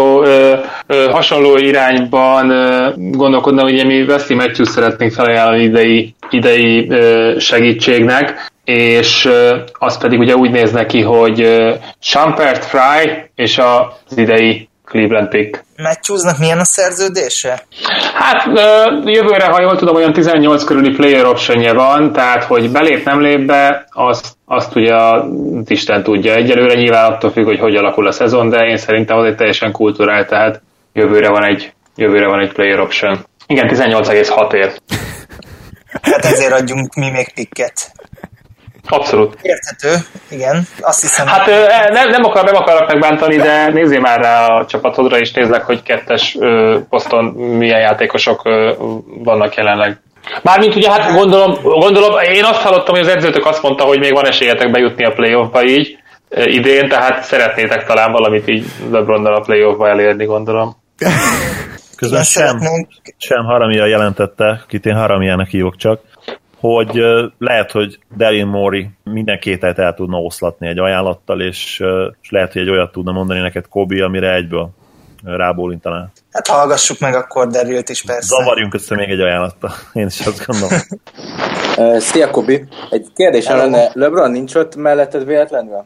hasonló irányban gondolkodna, hogy mi Wesley Matthews szeretnénk felajánlani idei segítségnek, és az pedig ugye úgy néz neki, hogy Shumpert, Fry és az idei Cleveland pick. Matthewsnak milyen a szerződése? Hát jövőre, ha jól tudom, olyan 18 körüli player optionje van, tehát hogy belép, nem lép be, azt ugye Isten tudja. Egyelőre nyilván attól függ, hogy alakul a szezon, de én szerintem az egy teljesen kulturált, tehát jövőre van egy player option. Igen, 18,6-ért. Hát ezért adjunk mi még pikket. Abszolút. Érthető, igen. Azt hiszem... Hát nem akarok megbántani, de nézzél már rá a csapatodra, és nézlek, hogy 2-es poszton milyen játékosok vannak jelenleg. Mármint ugye, hát gondolom, én azt hallottam, hogy az edzőtök azt mondta, hogy még van esélyetek bejutni a playoffba így idén, tehát szeretnétek talán valamit így LeBronnal a playoffba elérni, gondolom. Közben sem Haramia jelentette, akit én Haramiának hívok csak, hogy lehet, hogy Daryl Morey minden kételyt el tudna oszlatni egy ajánlattal, és lehet, hogy egy olyat tudna mondani neked Kobi, amire egyből rábólintanál. Hát hallgassuk meg akkor Darylt is persze. Zavarjunk össze még egy ajánlattal. Én is azt gondolom. Szia Kobi! Egy kérdésem lenne, LeBron nincs ott melletted véletlenül?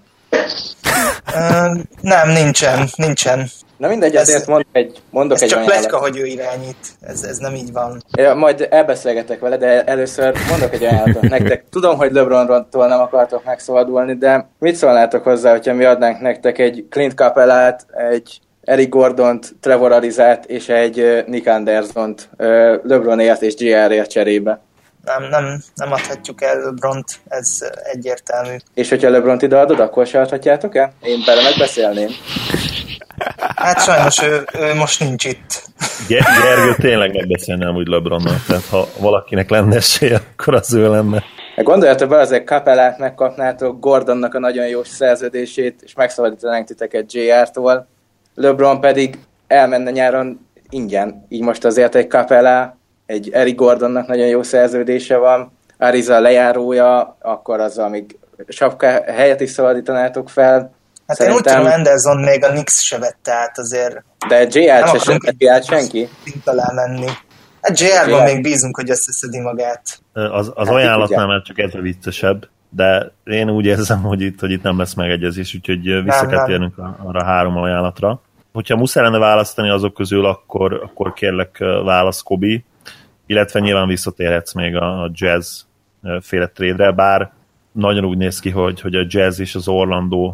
Nem, nincsen. Na mindegy, azért mondok egy csak ajánlatot. pletyka, hogy ő irányít. Ez nem így van. Ja, majd elbeszélgetek vele, de először mondok egy ajánlatot nektek. Tudom, hogy LeBrontól nem akartok megszabadulni, de mit szólnátok hozzá, hogyha mi adnánk nektek egy Clint Capellát, egy Eric Gordont, Trevor Arizát és egy Nick Andersont LeBronért és JR-ért cserébe? Nem adhatjuk el LeBront, ez egyértelmű. És hogyha LeBront ideadod, akkor se adhatjátok el? Én vele megbeszélném. Hát sajnos ő most nincs itt. Gergő tényleg megbeszélne úgy LeBronnal, tehát ha valakinek lenne esélye, akkor az ő lenne. Gondoljatok be, azért Capellát megkapnátok, Gordonnak a nagyon jó szerződését, és megszabadítanánk titeket JR-tól. LeBron pedig elmenne nyáron ingyen. Így most azért egy Capella, egy Eric Gordonnak nagyon jó szerződése van, Ariza lejárója, akkor azzal még sapka helyet is szabadítanátok fel. Hát szerintem... én úgy tudom, Anderson még a Knicks se vette át azért. De JR-t se vette át senki? Alá menni. Hát JR-ban még bízunk, hogy összeszedi magát. Az ajánlatnál már csak ez a viccesebb, de én úgy érzem, hogy itt nem lesz megegyezés, úgyhogy vissza kell térnünk arra 3 ajánlatra. Hogyha muszáj lenne választani azok közül, akkor kérlek válasz Kobi, illetve nyilván visszatérhetsz még a Jazz féle trade-re, bár nagyon úgy néz ki, hogy a Jazz és az Orlando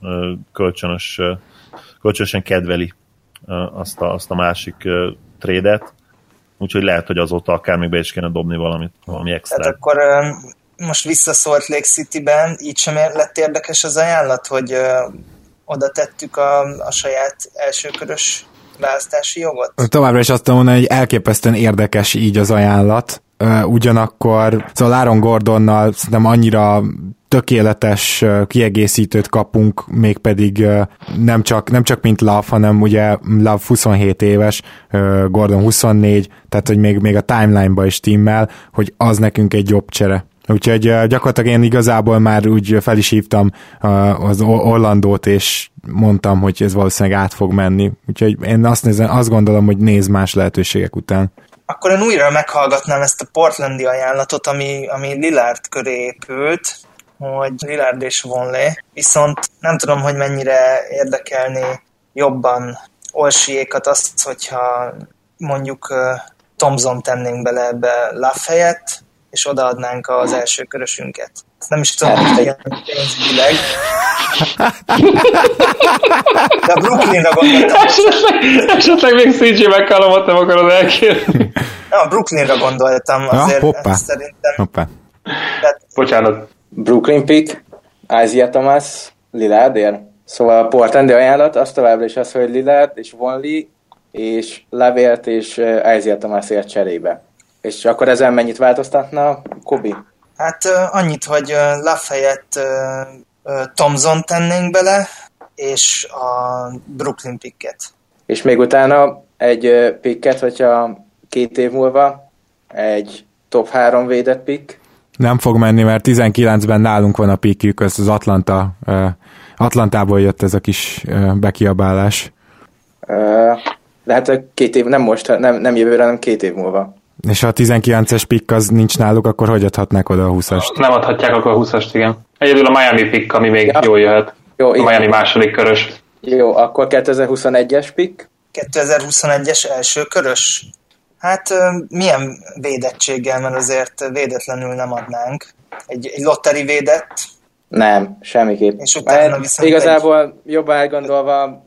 kölcsönösen kedveli azt a másik trade-et, úgyhogy lehet, hogy azóta akár még be is kéne dobni valami extra. Tehát akkor most vissza Salt Lake City-ben, így sem lett érdekes az ajánlat, hogy oda tettük a saját elsőkörös választási jogot? Továbbra is azt tudom mondani, hogy elképesztően érdekes így az ajánlat. Ugyanakkor szóval Aaron Gordonnal szerintem annyira tökéletes kiegészítőt kapunk, mégpedig nem csak mint Love, hanem ugye Love 27 éves, Gordon 24, tehát hogy még a timeline-ba is timmel, hogy az nekünk egy jobb csere. Úgyhogy gyakorlatilag én igazából már úgy fel is hívtam az Orlandót, és mondtam, hogy ez valószínűleg át fog menni. Úgyhogy én azt gondolom, hogy nézd más lehetőségek után. Akkor én újra meghallgatnám ezt a portlandi ajánlatot, ami Lillard köré épült, hogy Lillard és Vonleh, viszont nem tudom, hogy mennyire érdekelné jobban Olsiékat azt, hogyha mondjuk Thompson tennénk bele ebbe Love helyett, és odaadnánk az első körösünket. Nem is tudom, hogy ilyen pénzügyileg. De a Brooklynra gondoltam. Esetleg még CJ McCollumot nem akarod elkérni. Nem, a Brooklynra gondoltam, azért szerintem. Bocsánat. Brooklyn pick, Isaiah Thomas, Lillardért. Szóval a portlandi ajánlat, az továbbra is az, hogy Lillard és Vonleh és Lavert és Isaiah Thomasért cserébe. És akkor ezen mennyit változtatna Kobi? Hát annyit, hogy Love helyett Thompson tennénk bele, és a Brooklyn picket. És még utána egy picket, hogyha 2 év múlva egy top 3 védett pick. Nem fog menni, mert 19-ben nálunk van a pickjük, ez az Atlantából jött ez a kis bekiabálás. De hát 2 év, nem most, nem jövőre, hanem 2 év múlva. És ha a 19-es pick az nincs náluk, akkor hogy adhatnák oda a 20-ast? Nem adhatják akkor a 20-ast, igen. Egyedül a Miami pick, ami még jól jöhet. Jó, a Miami második körös. Jó, akkor 2021-es pick? 2021-es első körös? Hát milyen védettséggel, mert azért védetlenül nem adnánk. Egy lotteri védett? Nem, semmiképp. És utána viszont igazából jobban elgondolva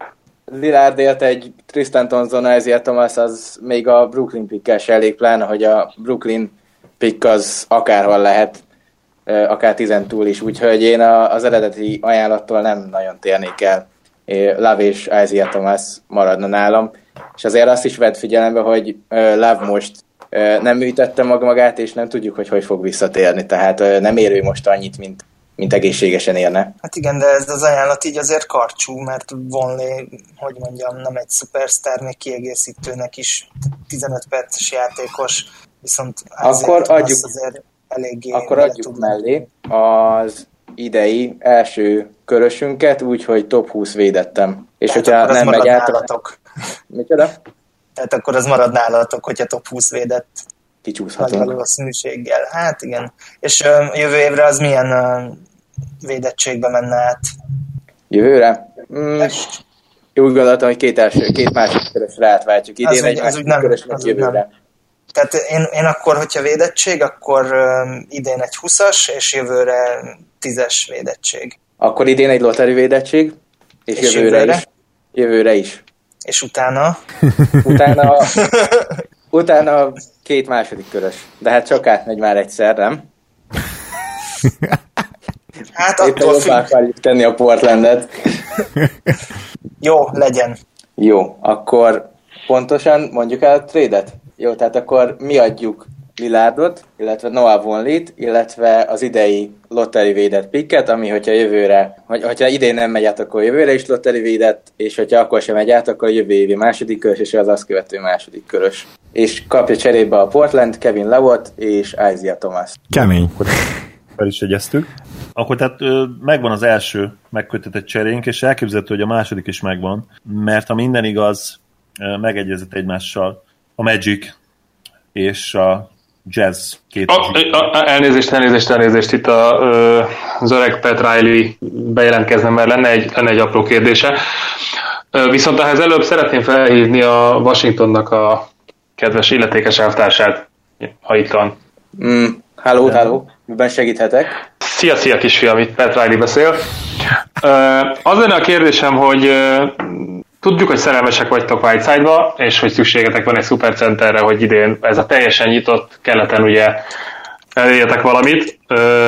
Lillard élt egy Tristan Thompson, Isaiah Thomas, az még a Brooklyn pickkel se elég, pláne, hogy a Brooklyn pick az akárhol lehet, akár 10 túl is, úgyhogy én az eredeti ajánlattól nem nagyon térnék el. Love és Isaiah Thomas maradna nálam, és azért azt is vett figyelembe, hogy Love most nem műtette magát, és nem tudjuk, hogy fog visszatérni, tehát nem ér ő most annyit, mint egészségesen érne. Hát igen, de ez az ajánlat így azért karcsú, mert Vonley, hogy mondjam, nem egy szupersztár, még kiegészítőnek is 15 perces játékos, viszont akkor adjuk, azért eléggé... Akkor adjuk mellé az idei első körösünket, úgyhogy top 20 védettem. És tehát hogyha nem megy át... Micsoda? Tehát akkor az marad nálatok, hogyha top 20 védett. Kicsúszhatunk. Nagy valószínűséggel. Hát igen. És jövő évre az milyen védettségbe menne át? Jövőre? Úgy gondoltam, hogy két másodkörösre átváltjuk. Idén egy másodkörösnek jövőre. Tehát én akkor, hogyha védettség, akkor idén egy 20-as, és jövőre 10-es védettség. Akkor idén egy lottery védettség, és jövőre is. És utána? Utána 2 második körös. De hát csak átmegy már egyszer, nem? Hát éppen attól függ. Akarjuk tenni a Portlandet. Jó, legyen. Jó, akkor pontosan mondjuk el a trade-et? Jó, tehát akkor mi adjuk Lillardot, illetve Noah Vonley-t, illetve az idei lottery védett picket, ami hogyha jövőre, hogyha idén nem megy át, akkor jövőre is lottery védett, és hogyha akkor sem megy át, akkor a jövő évi második körös, és az azt követő második körös. És kapja cserébe a Portland, Kevin Love-ot és Isaiah Thomas. Kemény. Fel is jegyeztük. Akkor tehát megvan az első megkötetett cserénk, és elképzelhető, hogy a második is megvan, mert ha minden igaz, megegyezett egymással a Magic és a Jazz két. Elnézést, itt az öreg Pat Riley bejelentkezne, mert lenne egy apró kérdése. Viszont ehhez előbb szeretném felhívni a Washingtonnak a kedves illetékes elvtársát, ha itt van. Halló, miben segíthetek? Szia kisfiam, itt Pat Riley beszél. Az lenne a kérdésem, hogy tudjuk, hogy szerelmesek vagytok Whiteside-ba, és hogy szükségetek van egy szupercenterre, hogy idén ez a teljesen nyitott keleten ugye elérjetek valamit,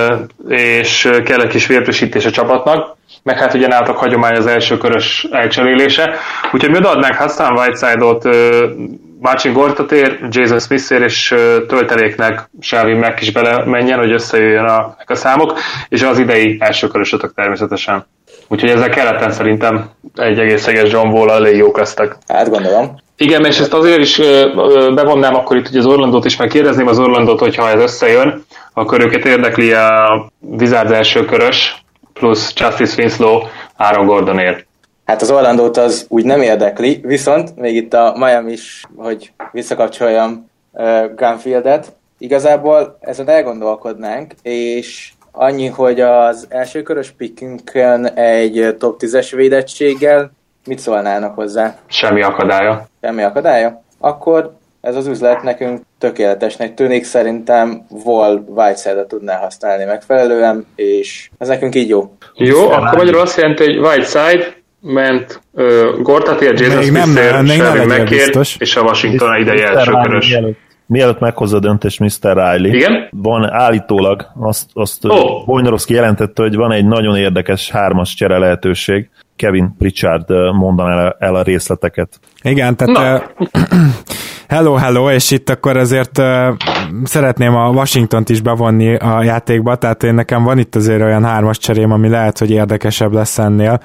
és kell egy kis vérfrissítés a csapatnak, meg hát ugye nálatok hagyomány az első körös elcserélése. Úgyhogy mi odaadnánk Hassan Whiteside-ot Marcin Gortatér, Jason Smithért és tölteléknek Shelvin Mack is belemenjen, hogy összejöjjön a számok, és az idei első körösötök természetesen. Úgyhogy ezzel keleten szerintem egy egészséges John Wall-al elég jók lesztek. Hát gondolom. Igen, és ezt azért is bevonnám akkor itt, hogy az Orlandót is megkérdezném az Orlandót, hogyha ez összejön, akkor őket érdekli a Wizards első körös, plusz Justice Winslow Aaron Gordonért. Hát az Orlandót az úgy nem érdekli, viszont még itt a Miami is, hogy visszakapcsoljam Gunfieldet, igazából ezen elgondolkodnánk, és annyi, hogy az első körös pickünkön egy top 10-es védettséggel mit szólnának hozzá? Semmi akadálya. Semmi akadálya? Akkor ez az üzlet nekünk tökéletesnek tűnik, szerintem Wall Whiteside-et tudná használni megfelelően, és ez nekünk így jó. Jó, akkor magyarul azt jelenti, hogy Whiteside ment Gortatér, Jason Smith-ér, Shelvin Mackért, és a Washington idei első körös. Mielőtt meghozza a döntést Mr. Riley, igen? Van állítólag, azt Wojnarowski jelentette, hogy van egy nagyon érdekes 3-as csere lehetőség. Kevin Pritchard mondaná el a részleteket. Igen, tehát hello, és itt akkor azért szeretném a Washingtont is bevonni a játékba, tehát nekem van itt azért olyan 3-as cserém, ami lehet, hogy érdekesebb lesz ennél,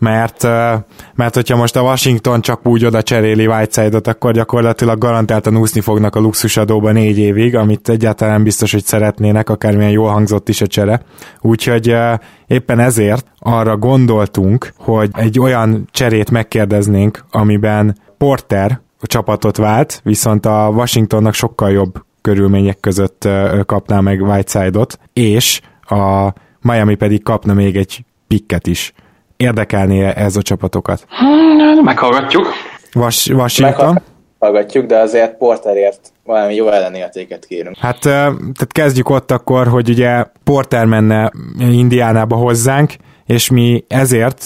mert hogyha most a Washington csak úgy oda cseréli Whiteside-ot, akkor gyakorlatilag garantáltan úszni fognak a luxusadóba 4 évig, amit egyáltalán biztos, hogy szeretnének, akármilyen jól hangzott is a csere. Úgyhogy éppen ezért arra gondoltunk, hogy egy olyan cserét megkérdeznénk, amiben Porter a csapatot vált, viszont a Washingtonnak sokkal jobb körülmények között kapná meg Whiteside-ot, és a Miami pedig kapna még egy picket is. Érdekelné ez a csapatokat? Meghallgatjuk. Washington? Meghallgatjuk, de azért Porterért valami jó ellenértéket kérünk. Hát tehát kezdjük ott akkor, hogy ugye Porter menne Indiánába hozzánk, és mi ezért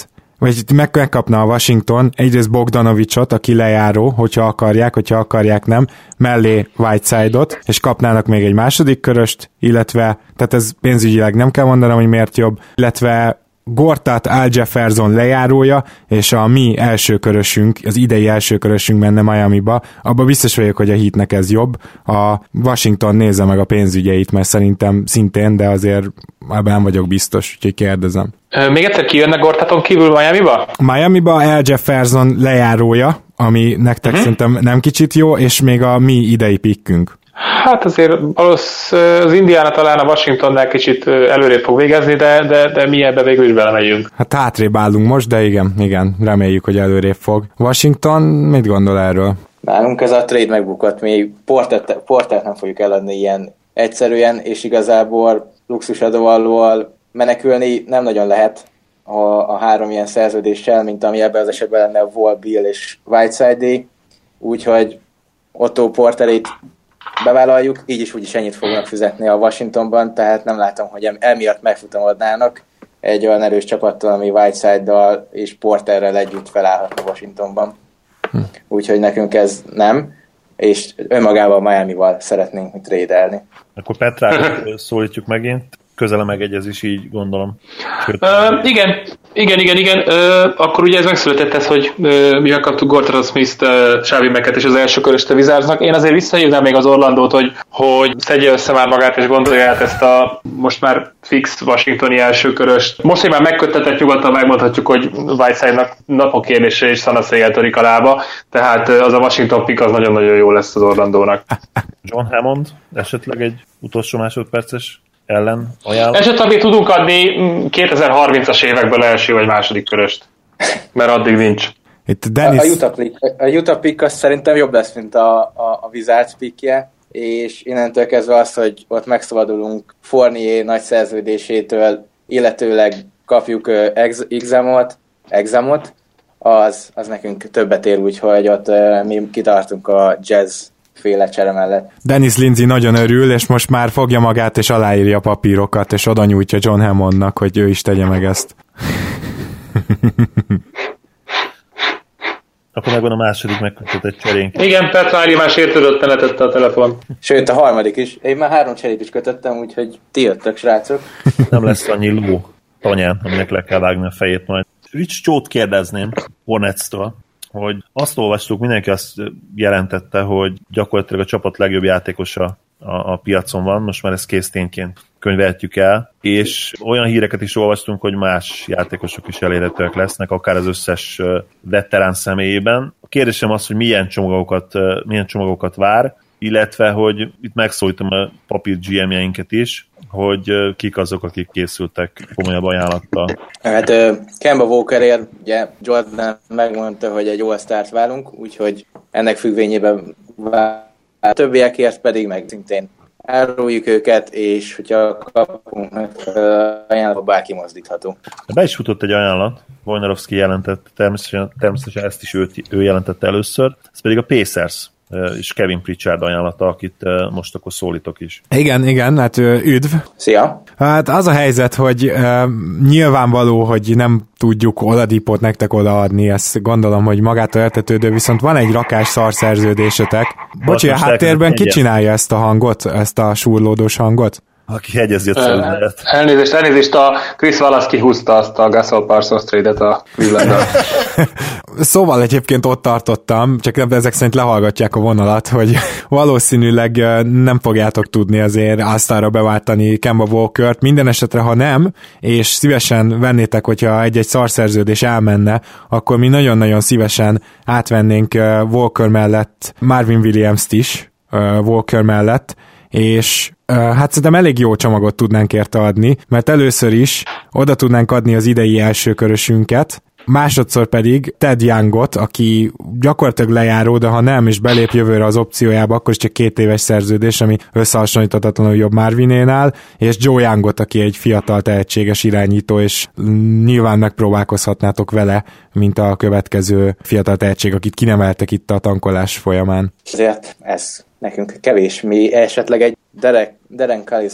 vagy megkapna a Washington egyrészt Bogdanovicsot, aki lejáró, hogyha akarják nem, mellé Whiteside-ot, és kapnának még egy második köröst, illetve, tehát ez pénzügyileg nem kell mondanom, hogy miért jobb, illetve Gortat, Al Jefferson lejárója, és a mi elsőkörösünk, az idei elsőkörösünk menne Miamiba, abban biztos vagyok, hogy a Heatnek ez jobb. A Washington nézze meg a pénzügyeit, mert szerintem szintén, de azért ebben nem vagyok biztos, úgyhogy kérdezem. Még egyszer kijönnek Gortaton kívül Miamiba? Miamiba Al Jefferson lejárója, ami nektek szerintem nem kicsit jó, és még a mi idei pickünk. Hát azért az Indiana talán a Washingtonnál kicsit előrébb fog végezni, de mi ebbe végül is belemegyünk. Hát hátrébb állunk most, de igen, reméljük, hogy előrébb fog. Washington mit gondol erről? Nálunk ez a trade megbukott, mi Portert nem fogjuk eladni ilyen egyszerűen, és igazából luxusadó alól menekülni nem nagyon lehet a három ilyen szerződéssel, mint ami ebben az esetben lenne a Wall, Bill és Whiteside-é, úgyhogy Otto Porterét bevállaljuk, így is úgyis ennyit fognak fizetni a Washingtonban, tehát nem látom, hogy emiatt megfutamodnának egy olyan erős csapattól, ami Whiteside-dal és Porterrel együtt felállhatna Washingtonban. Úgyhogy nekünk ez nem, és önmagában Miami-val szeretnénk trade-elni. Akkor Petrát szólítjuk megint, közel a megegyezés, így gondolom. Igen. Akkor ugye ez megszületett ez, hogy mi megkaptuk Gortat Smith-t, Xavi Macket és az első köröst a Wizardsnak. Én azért visszahívnám még az Orlandót, hogy szedje össze már magát és gondolja át ezt a most már fix washingtoni első köröst. Most, hogy már megköttetett nyugodtan, megmondhatjuk, hogy Whiteside-nak napok kérdése és Szanaszéjjel törik a lába, tehát az a Washington pick az nagyon-nagyon jó lesz az Orlandónak. John Hammond, esetleg egy utolsó másodperces ellen ajánlom. Esetleg tudunk adni 2030-as évekből első vagy második köröst, mert addig nincs. Itt Dennis... A Utah pick az szerintem jobb lesz, mint a Wizards pickje, és innentől kezdve az, hogy ott megszabadulunk Fournier nagy szerződésétől, illetőleg kapjuk Examot, az nekünk többet ér, úgyhogy ott mi kitartunk a Jazz féle csere mellett. Dennis Lindsay nagyon örül, és most már fogja magát, és aláírja a papírokat, és oda nyújtja John Hammondnak, hogy ő is tegye meg ezt. Akkor megvan a második megkötött cserénk. Igen, Petrári már sértődött, letette a telefon. Sőt, a harmadik is. Én már 3 cserét is kötöttem, úgyhogy ti jöttök, srácok. Nem lesz annyi ló tanyán, aminek le kell vágni a fejét majd. Rich Csót kérdezném Hornets-től, hogy azt olvastuk, mindenki azt jelentette, hogy gyakorlatilag a csapat legjobb játékosa a piacon van, most már ezt kész tényként könyvelhetjük el, és olyan híreket is olvastunk, hogy más játékosok is elérhetőek lesznek, akár az összes veterán személyében. A kérdésem az, hogy milyen csomagokat vár, illetve, hogy itt megszólítom a papír GM-jeinket is, hogy kik azok, akik készültek komolyabb ajánlattal. Hát Kemba Walkerért, ugye Jordan megmondta, hogy egy All-Start válunk, úgyhogy ennek függvényében a többiekért pedig meg szintén elróljuk őket, és hogyha kapunk ajánlatot, bárki mozdítható. Be is futott egy ajánlat, Wojnarowski jelentett, természetesen ezt is ő jelentette először, ez pedig a Pacers és Kevin Pritchard ajánlata, akit most akkor szólítok is. Igen, hát üdv. Szia! Hát az a helyzet, hogy nyilvánvaló, hogy nem tudjuk Oladipot nektek odaadni, ezt gondolom, hogy magától értetődő, viszont van egy rakás szarszerződésetek. Bocsi, a háttérben ki csinálja ezt a hangot, ezt a súrlódós hangot? Aki hegyezi a szerződést. Elnézést, a Chris Wallace kihúzta azt a Gasol Parsons trade-et a Cleveland-dal. Szóval egyébként ott tartottam, csak ezek szerint lehallgatják a vonalat, hogy valószínűleg nem fogjátok tudni azért All-Starra beváltani Kemba Walkert, minden esetre ha nem, és szívesen vennétek, hogyha egy-egy szarszerződés elmenne, akkor mi nagyon-nagyon szívesen átvennénk Walker mellett Marvin Williams-t is, Walker mellett, és hát szerintem elég jó csomagot tudnánk érte adni, mert először is oda tudnánk adni az idei elsőkörösünket, másodszor pedig Ted Youngot, aki gyakorlatilag lejáró, de ha nem, és belép jövőre az opciójába, akkor is csak 2 éves szerződés, ami összehasonlíthatatlanul jobb Marvinénál, és Joe Youngot, aki egy fiatal tehetséges irányító, és nyilván megpróbálkozhatnátok vele, mint a következő fiatal tehetség, akit kinemeltek itt a tankolás folyamán. Ezért ez nekünk kevés. Mi esetleg egy Darren Collison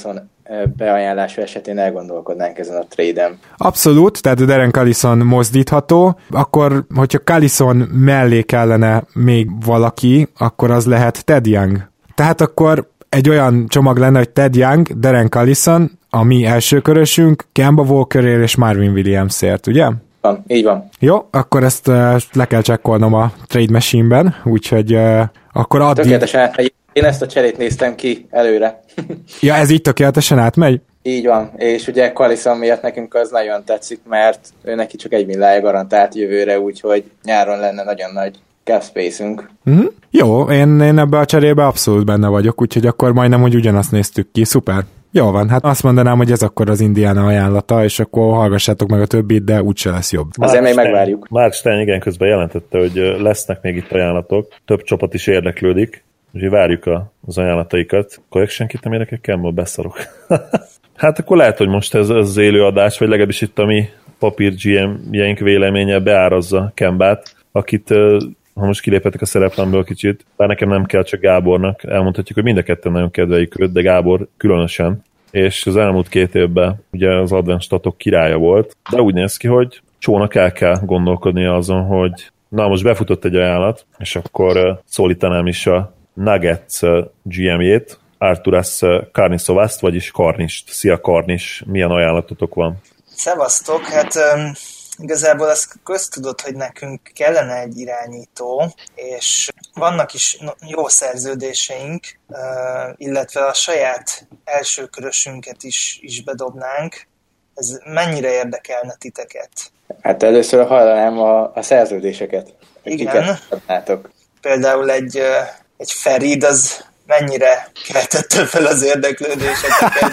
beajánlása esetén elgondolkodnánk ezen a trade-en. Abszolút, tehát Darren Collison mozdítható, akkor, hogyha Collison mellé kellene még valaki, akkor az lehet Ted Young. Tehát akkor egy olyan csomag lenne, hogy Ted Young, Darren Collison, a mi elsőkörösünk, Kemba Walkerért és Marvin Williamsért, ugye? Van, így van. Jó, akkor ezt le kell csekkolnom a Trade Machine-ben, úgyhogy akkor addig... Tökéletesen átmegy. Én ezt a cserét néztem ki előre. Ja, ez így tökéletesen átmegy? Így van, és ugye Collison miatt nekünk az nagyon tetszik, mert ő neki csak 1 milliárd garantált jövőre, úgyhogy nyáron lenne nagyon nagy cap space-ünk. Mm-hmm. Jó, én ebbe a cserébe abszolút benne vagyok, úgyhogy akkor majdnem, hogy ugyanazt néztük ki, szuper. Jó van, hát azt mondanám, hogy ez akkor az Indiana ajánlata, és akkor hallgassátok meg a többit, de úgyse lesz jobb. Azért még megvárjuk. Mark Stein igen közben jelentette, hogy lesznek még itt ajánlatok, több csapat is érdeklődik, úgyhogy várjuk az ajánlataikat. Akkor senkit nem érdekel, Kemba, beszarok. Hát akkor lehet, hogy most ez az élő adás, vagy legalábbis itt a mi papír GM-jeink véleménye beárazza Kembát, akit, ha most kiléphetek a szereplemből kicsit, bár nekem nem kell, csak Gábornak, elmondhatjuk, hogy mind a ketten nagyon kedveljük őt, de Gábor különösen, és az elmúlt 2 évben ugye az advanced statok királya volt, de úgy néz ki, hogy Csónak el kell gondolkodnia azon, hogy na most befutott egy ajánlat, és akkor szólítanám is a Nuggets GM-jét, Arturas Karnisovaszt, vagyis Karnist. Szia Karnis, milyen ajánlatotok van? Szevasztok, hát igazából azt köztudod, hogy nekünk kellene egy irányító, és vannak is jó szerződéseink, illetve a saját elsőkörösünket is bedobnánk. Ez mennyire érdekelne titeket? Hát először hallanám a szerződéseket. Igen. Például egy Ferid, az mennyire keltette fel az érdeklődéseteket?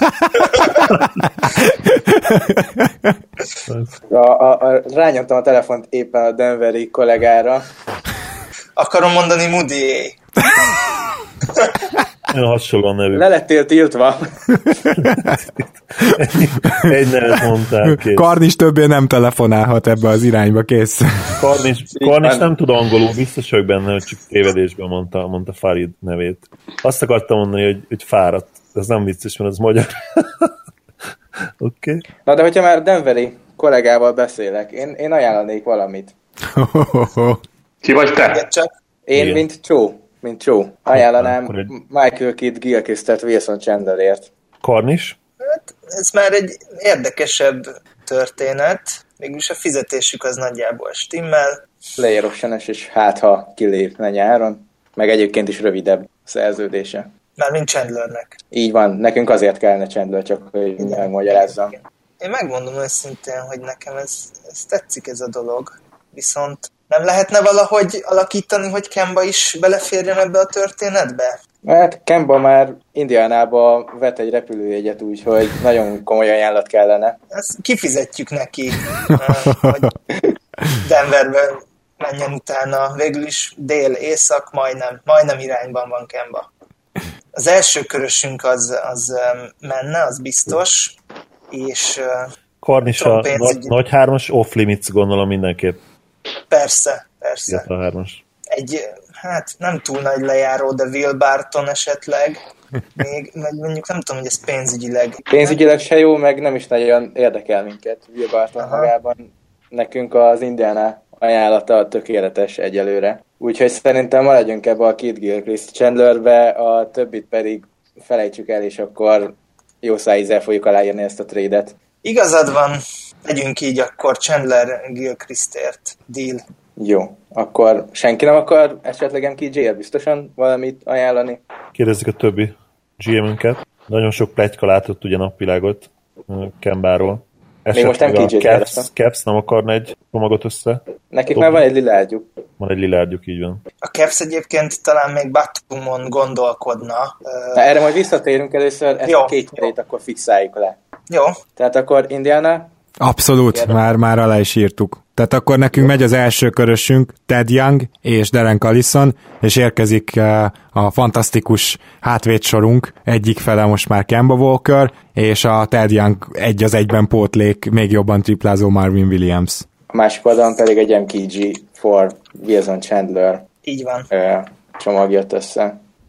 Rányomtam a telefont éppen a Denveri kollégára. Akarom mondani Moody. Nagyon hasonló nevű. Le lettél tiltva. Egy nevet mondtál, kész. Karnis többé nem telefonálhat ebbe az irányba, kész. Karnis nem tud angolul, biztos vagyok benne, hogy csak tévedésben mondta Farid nevét. Azt akartam mondani, hogy fáradt. Ez nem vicces, mert ez magyar. Oké. Na de hogyha már Denveri kollégával beszélek, én ajánlanék valamit. Ki vagy te? Én, igen. mint Joe. Ajánlanám Michael Kidd Gilchrist-et Wilson Chandlerért. Karnis? Hát, ez már egy érdekesebb történet. Mégis a fizetésük az nagyjából stimmel. Player option-es, és hát ha kilépne nyáron, meg egyébként is rövidebb szerződése. Mármint Chandlernek. Így van, nekünk azért kellene Chandler, csak hogy megmagyarázzam. Én megmondom őszintén, hogy nekem ez tetszik ez a dolog. Viszont nem lehetne valahogy alakítani, hogy Kemba is beleférjen ebbe a történetbe? Hát Kemba már Indianába vett egy repülőjegyet, úgyhogy nagyon komoly ajánlat kellene. Ezt kifizetjük neki, hogy Denverben menjen utána. Végül is dél-észak, majdnem irányban van Kemba. Az első körösünk az menne, az biztos, és Karnis a nagy 3-as off-limits, gondolom mindenképp. Persze. A 3-as. Egy, hát nem túl nagy lejáró, de Will Barton esetleg. Még mondjuk nem tudom, hogy ez pénzügyileg se jó, meg nem is nagyon érdekel minket Will Barton magában. Nekünk az Indiana ajánlata tökéletes egyelőre. Úgyhogy szerintem maradjunk ebbe a Kidd Gilchrist Chandlerbe, a többit pedig felejtsük el, és akkor jó szájízzel fogjuk aláírni ezt a trade-et. Igazad van, legyünk így akkor Chandler Gilchristért. Deal. Jó, akkor senki nem akar esetleg MKJ-ért biztosan valamit ajánlani? Kérdezzük a többi GM-ünket. Nagyon sok pletyka látott ugye napvilágot Kembáról. Még most nem KJ-t Caps nem akarna egy csomagot össze? Nekik már van egy Lillardjuk. Van egy Lillardjuk, így van. A Caps egyébként talán még Batumon gondolkodna. Na, erre majd visszatérünk először, ezt a két cserét akkor fixáljuk le. Jó. Tehát akkor Indiana? Abszolút, már alá is írtuk. Tehát akkor nekünk megy az első körösünk, Ted Young és Darren Collison, és érkezik a fantasztikus hátvédsorunk, egyik fele most már Kemba Walker, és a Ted Young 1-1 pótlék, még jobban triplázó Marvin Williams. A másik oldalon pedig egy MKG for Wilson Chandler. Így van. Csomag jött össze.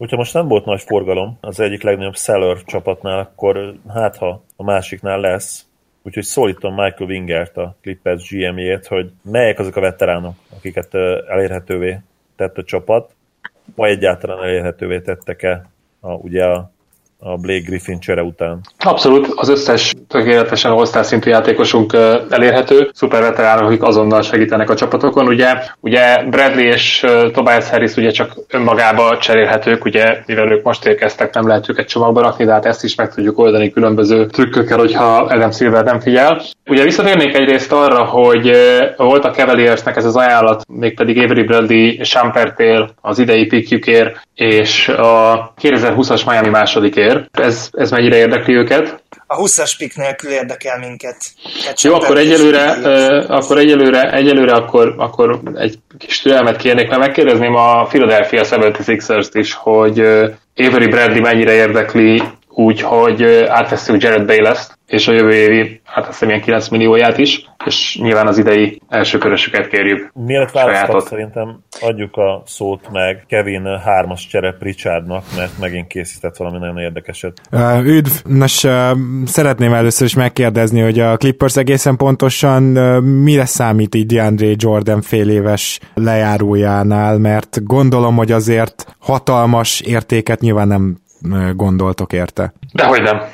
Hogyha most nem volt nagy forgalom az egyik legnagyobb seller csapatnál, akkor hát ha a másiknál lesz. Úgyhogy szólítom Michael Wingert, a Clippers GM-jét, hogy melyek azok a veteránok, akiket elérhetővé tett a csapat, vagy egyáltalán elérhetővé tettek-e ugye a Blake Griffin csere után. Abszolút, az összes tökéletesen all-star szintű játékosunk elérhető, szuperveteránok, akik azonnal segítenek a csapatokon. Ugye Bradley és Tobias Harris ugye csak önmagába cserélhetők, ugye mivel ők most érkeztek, nem lehet őket csomagba rakni, de hát ezt is meg tudjuk oldani különböző trükkökkel, hogyha Adam Silver nem figyel. Ugye visszatérnék egyrészt arra, hogy volt a Cavaliersnek ez az ajánlat, mégpedig Avery Bradley, Shumpertél az idei pickjükért, és a 2020-as Miami másodikért. Ez mennyire érdekli őket? A 20-as pick nélkül érdekel minket. Jó, akkor egyelőre akkor egy kis türelmet kérnék, mert megkérdezném a Philadelphia 76ers-t is, hogy Avery Bradley mennyire érdekli úgy, hogy átvesszük Jared Bayless-t, és a jövő évi, hát azt hiszem ilyen 9 millióját is, és nyilván az idei első körösöket kérjük. Mielőtt választok, szerintem adjuk a szót meg Kevin 3-as csere Pritchardnak, mert megint készített valami nagyon érdekeset. Üdv! Nos, szeretném először is megkérdezni, hogy a Clippers egészen pontosan mire számít így DeAndre Jordan féléves lejárójánál, mert gondolom, hogy azért hatalmas értéket nyilván nem gondoltok érte. Dehogy nem.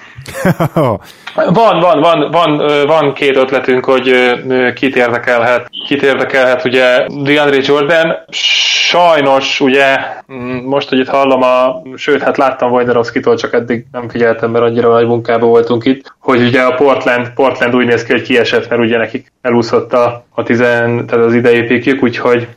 Van két ötletünk, hogy kit érdekelhet ugye DeAndre Jordan. Sajnos ugye, most, hogy itt hallom, sőt, hát láttam Wojnarowskitól, csak eddig nem figyeltem, mert annyira nagy munkában voltunk itt, hogy ugye a Portland úgy néz ki, hogy kiesett, mert ugye nekik elúszott tehát az idei pickjük, úgyhogy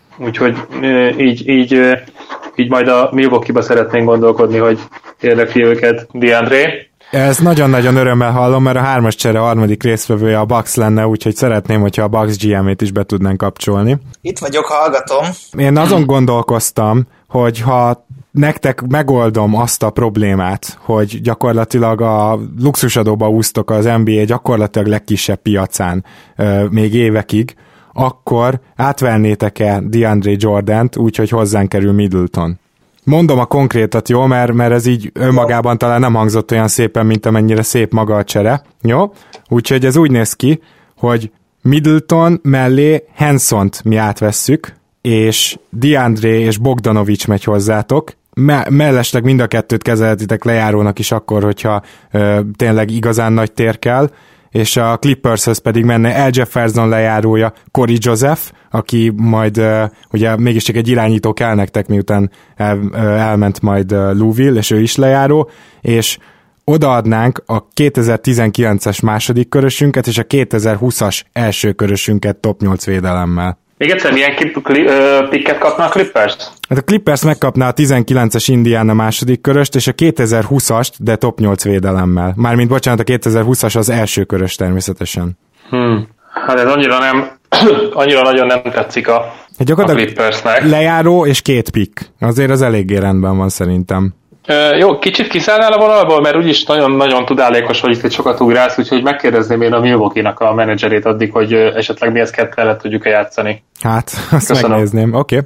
így majd a Milwaukee-ba szeretnénk gondolkodni, hogy érdekli őket DeAndre. Ez nagyon-nagyon örömmel hallom, mert a 3-as csere harmadik résztvevője a Bucks lenne, úgyhogy szeretném, hogyha a Bucks GM-ét is be tudnánk kapcsolni. Itt vagyok, hallgatom. Én azon gondolkoztam, hogy ha nektek megoldom azt a problémát, hogy gyakorlatilag a luxusadóba úsztok az NBA gyakorlatilag legkisebb piacán még évekig, akkor átvennétek-e DeAndre Jordant úgy, hogy hozzánk kerül Middleton? Mondom a konkrétat, jó, mert ez így önmagában talán nem hangzott olyan szépen, mint amennyire szép maga a csere, jó? Úgyhogy ez úgy néz ki, hogy Middleton mellé Hansont mi átvesszük, és DeAndre és Bogdanovics megy hozzátok, mellesleg mind a kettőt kezelhetitek lejárónak is akkor, hogyha tényleg igazán nagy tér kell, és a Clippershez pedig menne Al Jefferson lejárója Corey Joseph, aki majd ugye mégiscsak egy irányító kell nektek, miután elment majd Louisville, és ő is lejáró, és odaadnánk a 2019-es második körösünket, és a 2020-as első körösünket top 8 védelemmel. Még egyszer, milyen picket kapna a Clippers? Hát a Clippers megkapná a 19-es Indiana második köröst, és a 2020-ast, de top 8 védelemmel. Mármint, bocsánat, a 2020-as az első körös természetesen. Hát ez annyira nagyon nem tetszik a Clippersnek. Lejáró és 2 pick. Azért az eléggé rendben van szerintem. Jó, kicsit kiszállnál a vonalból, mert úgyis nagyon tudálékos, hogy itt sokat ugrálsz, úgyhogy megkérdezném én a Milwaukee-nak a menedzserét addig, hogy esetleg mi ezt kettővel tudjuk-e játszani. Hát, azt köszönöm. Megnézném, oké.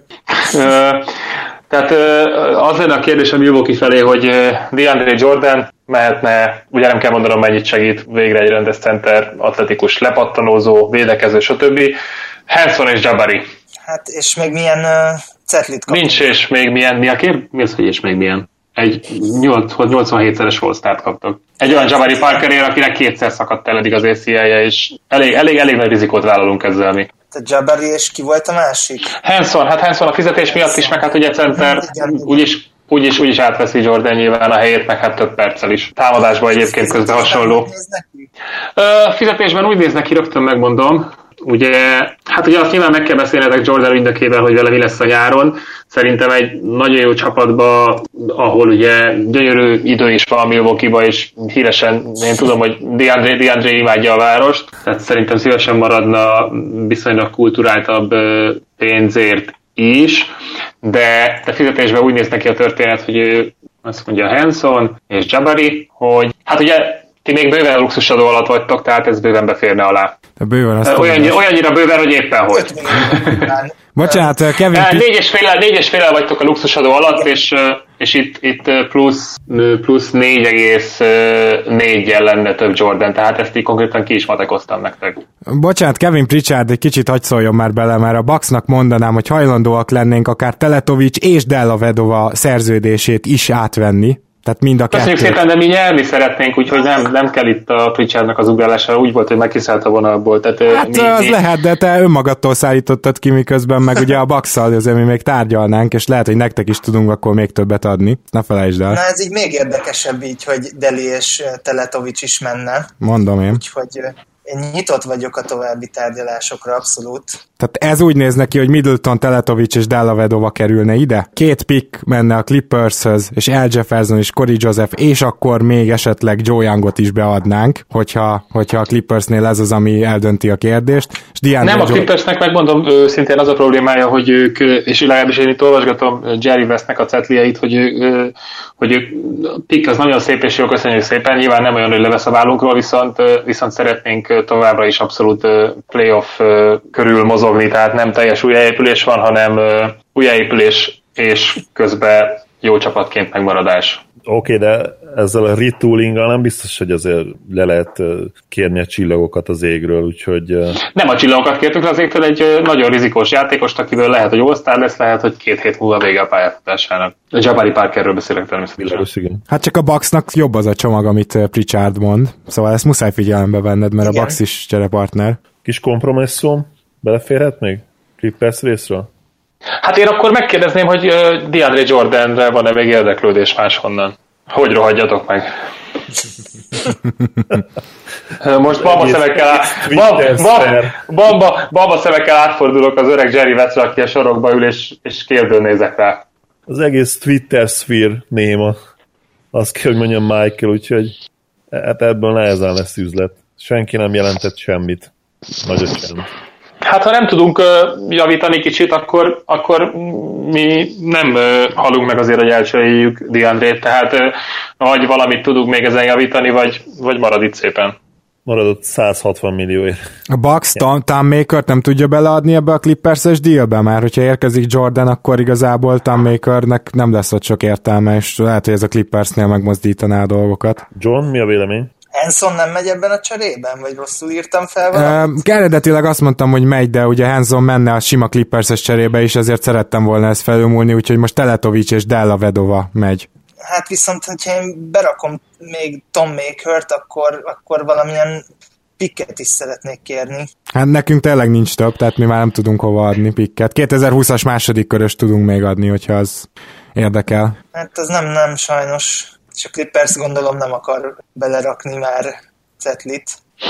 Tehát az lenne a kérdés a Milwaukee felé, hogy DeAndre Jordan mehetne, ugye nem kell mondanom mennyit segít, végre egy rendes center, atletikus, lepattanózó, védekező, stb. Hanson és Jabari. Hát és még milyen cetlit kapunk? Nincs és még milyen, mi az, hogy és még milyen? Egy 87-szeres All-Start kaptak. Egy olyan Jabari Parkerért, akinek 2-szer szakadt el eddig az ACL-je, és elég nagy rizikót vállalunk ezzel mi. Tehát Jabari és ki volt a másik? Hanson a fizetés miatt is, meg hát ugye center úgyis átveszi Jordan nyilván a helyét, meg hát több perccel is. Támadásban egyébként közben hasonló. Fizetésben úgy néznek ki, rögtön megmondom. Ugye azt nyilván meg kell beszélnetek Jordan ügynökével, hogy vele mi lesz a nyáron. Szerintem egy nagyon jó csapatba, ahol ugye gyönyörű idő is van Milwaukee-ba, és híresen én tudom, hogy DeAndre imádja a várost, tehát szerintem szívesen maradna viszonylag kulturáltabb pénzért is, de fizetésben úgy néz neki a történet, hogy ő azt mondja Hanson és Jabari, hogy hát ugye ti még bőven a luxusadó alatt vagytok, tehát ez bőven beférne alá. Bőven azt olyannyira bőven, hogy éppen hogy. Bocsánat, Kevin... 4,5-el vagytok a luxusadó alatt, és itt plusz 4,4-jel lenne több Jordan, tehát ezt így konkrétan ki is matekoztam nektek. Bocsánat, Kevin Pritchard egy kicsit hagy szóljon már bele, mert a Bucksnak mondanám, hogy hajlandóak lennénk akár Teletovic és Della Vedova szerződését is átvenni. Tehát mind a Köszönjük szépen, de mi nyerni szeretnénk, úgyhogy nem kell itt a Pritchardnak az ugrálása, úgy volt, hogy megkiszállt a vonalból. Tehát, hát az lehet, de te önmagadtól szállítottad ki, miközben meg ugye a Buckszal azért mi még tárgyalnánk, és lehet, hogy nektek is tudunk akkor még többet adni. Ne felejtsd el. Na ez így még érdekesebb így, hogy Deli és Teletovic is menne. Mondom én. Úgyhogy én nyitott vagyok a további tárgyalásokra, abszolút. Tehát ez úgy néz neki, hogy Middleton, Teletovic és Della Vedova kerülne ide. 2 pick menne a Clippershöz, és Al Jefferson és Corey Joseph, és akkor még esetleg Joe Youngot is beadnánk, hogyha a Clippersnél ez az, ami eldönti a kérdést. És nem, a Clippersnek megmondom őszintén az a problémája, hogy ők, és legalábbis én itt olvasgatom Jerry Westnek a cetlieit, hogy ők pick az nagyon szép és jó, köszönjük szépen, nyilván nem olyan, hogy levesz a vállunkról, viszont szeretnénk továbbra is abszolút playoff körül mozogni, tehát nem teljes újjáépülés van, hanem újjáépülés és közben jó csapatként megmaradás. Oké, de ezzel a retooling-gal nem biztos, hogy azért le lehet kérni a csillagokat az égről, úgyhogy... Nem a csillagokat kértünk az égtől, egy nagyon rizikós játékost, akiből lehet, hogy All-Star lesz, lehet, hogy 2 hét múlva vége a pályafutásának. Jabari Parkerről beszélek természetesen. Hát csak a Bucksnak jobb az a csomag, amit Pritchard mond, szóval ezt muszáj figyelembe venned, mert igen. A Bucks is cserepartner. Kis kompromisszum beleférhet még Clippers részről? Hát én akkor megkérdezném, hogy DeAndre Jordanre van-e még érdeklődés máshonnan. Hogy rohadjatok meg? Most bamba szemekkel átfordulok az öreg Jerry Westre, aki a sorokba ül, és kérdőn nézek rá. Az egész Twitter szfér néma. Azt kell, hogy mondjam Michael, úgyhogy hát ebből nehezen lesz üzlet. Senki nem jelentett semmit. Nagyot sem. Hát ha nem tudunk javítani kicsit, akkor mi nem halunk meg azért, hogy elcseréljük DeAndre-t, tehát vagy valamit tudunk még ezen javítani, vagy marad itt szépen. Maradott 160 millióért. A Bucks Tom Makert nem tudja beleadni ebbe a Clippers-es dealbe, mert hogyha érkezik Jordan, akkor igazából Tom Makernek nem lesz ott sok értelme, és lehet, hogy ez a Clippersnél megmozdítaná a dolgokat. John, mi a vélemény? Hanson nem megy ebben a cserében? Vagy rosszul írtam fel valamit? Eredetileg azt mondtam, hogy megy, de ugye Hanson menne a sima Clippers-es cserébe is, ezért szerettem volna ezt felülmúlni, úgyhogy most Teletovic és Della Vedova megy. Hát viszont, hogyha én berakom még Tom Makert, akkor valamilyen pikket is szeretnék kérni. Hát nekünk tényleg nincs több, tehát mi már nem tudunk hova adni pikket. 2020-as második körös tudunk még adni, hogyha az érdekel. Hát az nem sajnos. És a Clippers gondolom nem akar belerakni már cetlit.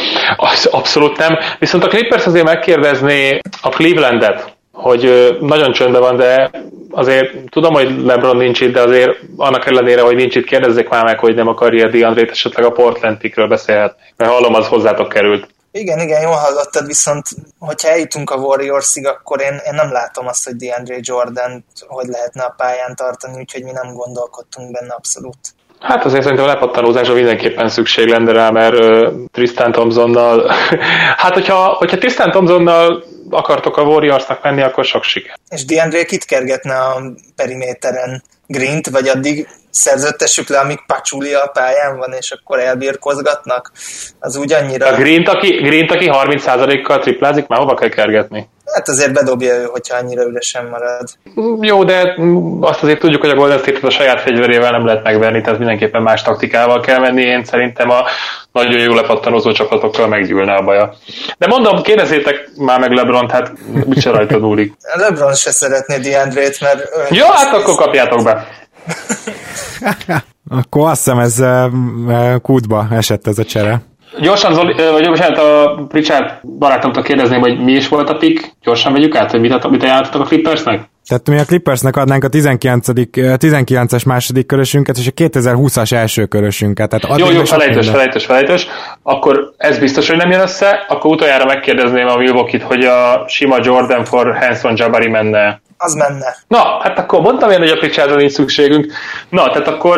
Abszolút nem. Viszont a Clippers azért megkérdezné a Clevelandet, hogy nagyon csöndben van, de azért tudom, hogy LeBron nincs itt, de azért annak ellenére, hogy nincs itt, kérdezzék már meg, hogy nem akarja DeAndre-t, esetleg a Portland pickről beszélhetnék, mert hallom, az hozzátok került. Igen, jól hallottad, viszont hogyha eljutunk a Warriorsig, akkor én nem látom azt, hogy DeAndre Jordan hogy lehetne a pályán tartani, úgyhogy mi nem gondolkodtunk benne abszolút. Hát azért szerintem a lepattanózásra mindenképpen szükség lenne rá, mert Tristan Thompsonnal, hát hogyha Tristan Thompsonnal akartok a Warriorsnak menni, akkor sok siker. És DeAndre kit kergetne a periméteren? Green-t, vagy addig szerződtessük le, amíg Pachulia a pályán van, és akkor elbírkozgatnak? Az úgy annyira... A Green-t, aki 30%-kal triplázik, már hova kell kergetni? Hát azért bedobja ő, hogyha annyira üresen marad. Jó, de azt azért tudjuk, hogy a Golden State-et a saját fegyverével nem lehet megverni, tehát mindenképpen más taktikával kell menni. Én szerintem a nagyon jó lepattanozó csapatokkal meggyűlne a baja. De mondom, kérdezzétek már meg LeBron-t, hát úgyse rajta múlik. LeBron se szeretné DeAndre-t, mert... Jó, hát akkor kapjátok be. Akkor azt hiszem ez kútba esett ez a csere. Gyorsan, Zoli, vagy bocsánat, a Richard barátomtól kérdezném, hogy mi is volt a pick? Gyorsan vegyük át, hogy mit ajánlottatok a Clippersnek? Tehát mi a Clippersnek adnánk a 19-es második körösünket, és a 2020-as első körösünket. Tehát jó, felejtős. Akkor ez biztos, hogy nem jön össze, akkor utoljára megkérdezném a Milwaukee-t, hogy a sima Jordan for Hanson Jabari menne. Az menne. Na, hát akkor mondtam én, hogy a Pritchardra nincs szükségünk. Na, tehát akkor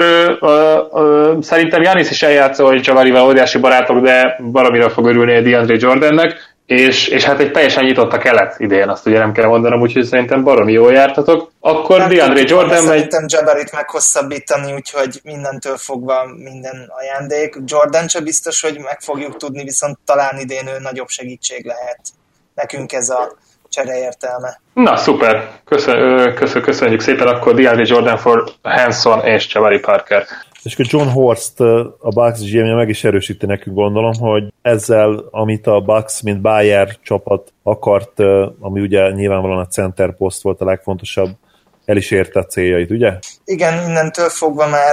szerintem Giannis is eljátsza, hogy Jabarival óriási barátok, de valamire fog örülni a DeAndre Jordannek, és hát egy teljesen nyitott a kelet idén, azt ugye nem kell mondanom, úgyhogy szerintem baromi jól jártatok. Akkor nem DeAndre Jordan megy... Szerintem Jabarit meghosszabbítani, úgyhogy mindentől fogva minden ajándék. Jordan sem biztos, hogy meg fogjuk tudni, viszont talán idén ő nagyobb segítség lehet. Nekünk ez a csere értelme. Na, szuper. Köszönjük szépen, akkor DeAndre Jordan for Hanson és Jabari Parker. És akkor John Horst, a Bucks GM-je meg is erősíti nekünk, gondolom, hogy ezzel, amit a Bucks, mint Bayer csapat akart, ami ugye nyilvánvalóan a center poszt volt a legfontosabb, el is érte a céljait, ugye? Igen, innentől fogva már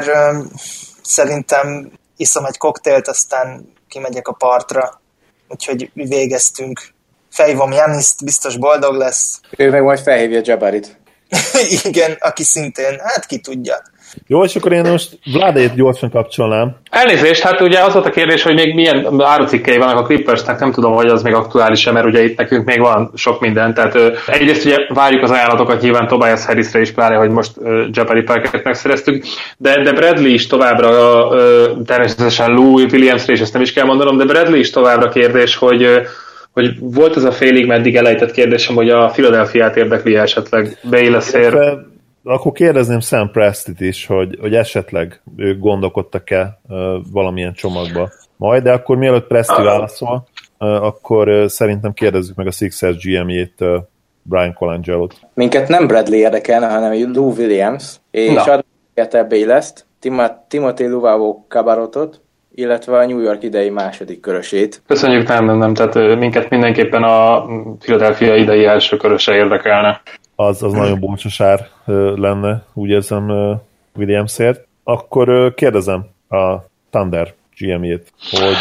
szerintem iszom egy koktélt, aztán kimegyek a partra, úgyhogy végeztünk. Fejvom Gianniszt, biztos boldog lesz. Ő meg majd felhívja Jabarit. Igen, aki szintén, hát ki tudja. Jó, és akkor én most Vladét gyorsan kapcsolnám. Elnézést, hát ugye az volt a kérdés, hogy még milyen árucikkei vannak a Clippersnek, nem tudom, hogy az még aktuális-e, mert ugye itt nekünk még van sok minden, tehát egyrészt ugye várjuk az ajánlatokat nyilván Tobias Harrisre is, pláne, hogy most Jabari Parkert megszereztük, de Bradley is továbbra, természetesen Lou Williamsre is, ezt nem is kell mondanom, de Bradley is továbbra kérdés, hogy volt ez a félig meddig elejtett kérdésem, hogy a Philadelphiát érdekli esetleg beilleszér. Akkor kérdezném Sam Prestit is, hogy esetleg ők gondolkodtak-e valamilyen csomagba majd, de akkor mielőtt Presti válaszol, akkor szerintem kérdezzük meg a Sixers GM-jét, Brian Colangelo-t. Minket nem Bradley érdekelne, hanem Lou Williams, és adott Bayless-t, Timothy Luvavo-Cabarotot, illetve a New York idei második körösét. Köszönjük, nem, tehát minket mindenképpen a Philadelphia idei első köröse érdekelne. Az nagyon búcsosár lenne, úgy érzem Williamsért. Akkor kérdezem a Thunder GM-jét, hogy...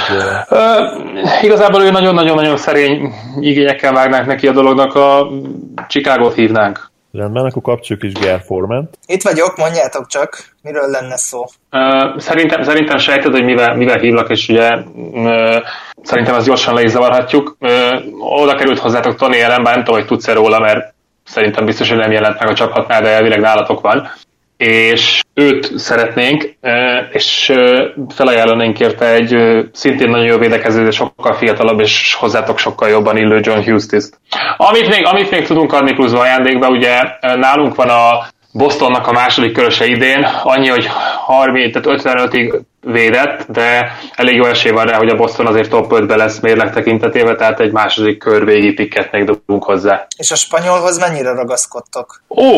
Igazából ő nagyon-nagyon szerény igényekkel vágnánk neki a dolognak, a Chicago-t hívnánk. Rendben, akkor kapcsoljuk is Ger Forman-t. Itt vagyok, mondjátok csak, miről lenne szó. Szerintem sejted, hogy mivel hívlak, és ugye szerintem azt gyorsan le is zavarhatjuk. Oda került hozzátok Tony Allen, bár nem tudom, hogy tudsz-e róla, mert szerintem biztos, hogy nem jelent meg a csapatnál, de elvileg nálatok van. És őt szeretnénk, és felajánlanénk érte egy szintén nagyon jó védekező, de sokkal fiatalabb, és hozzátok sokkal jobban illő John Hustis-t. Amit még tudunk adni pluszba ajándékba, ugye nálunk van a Bostonnak a második köröse idén, annyi, hogy 55-ig védett, de elég jó esély van rá, hogy a Boston azért top 5-be lesz mérleg tekintetében, tehát egy második kör végi pikket még dobunk hozzá. És a spanyolhoz mennyire ragaszkodtok?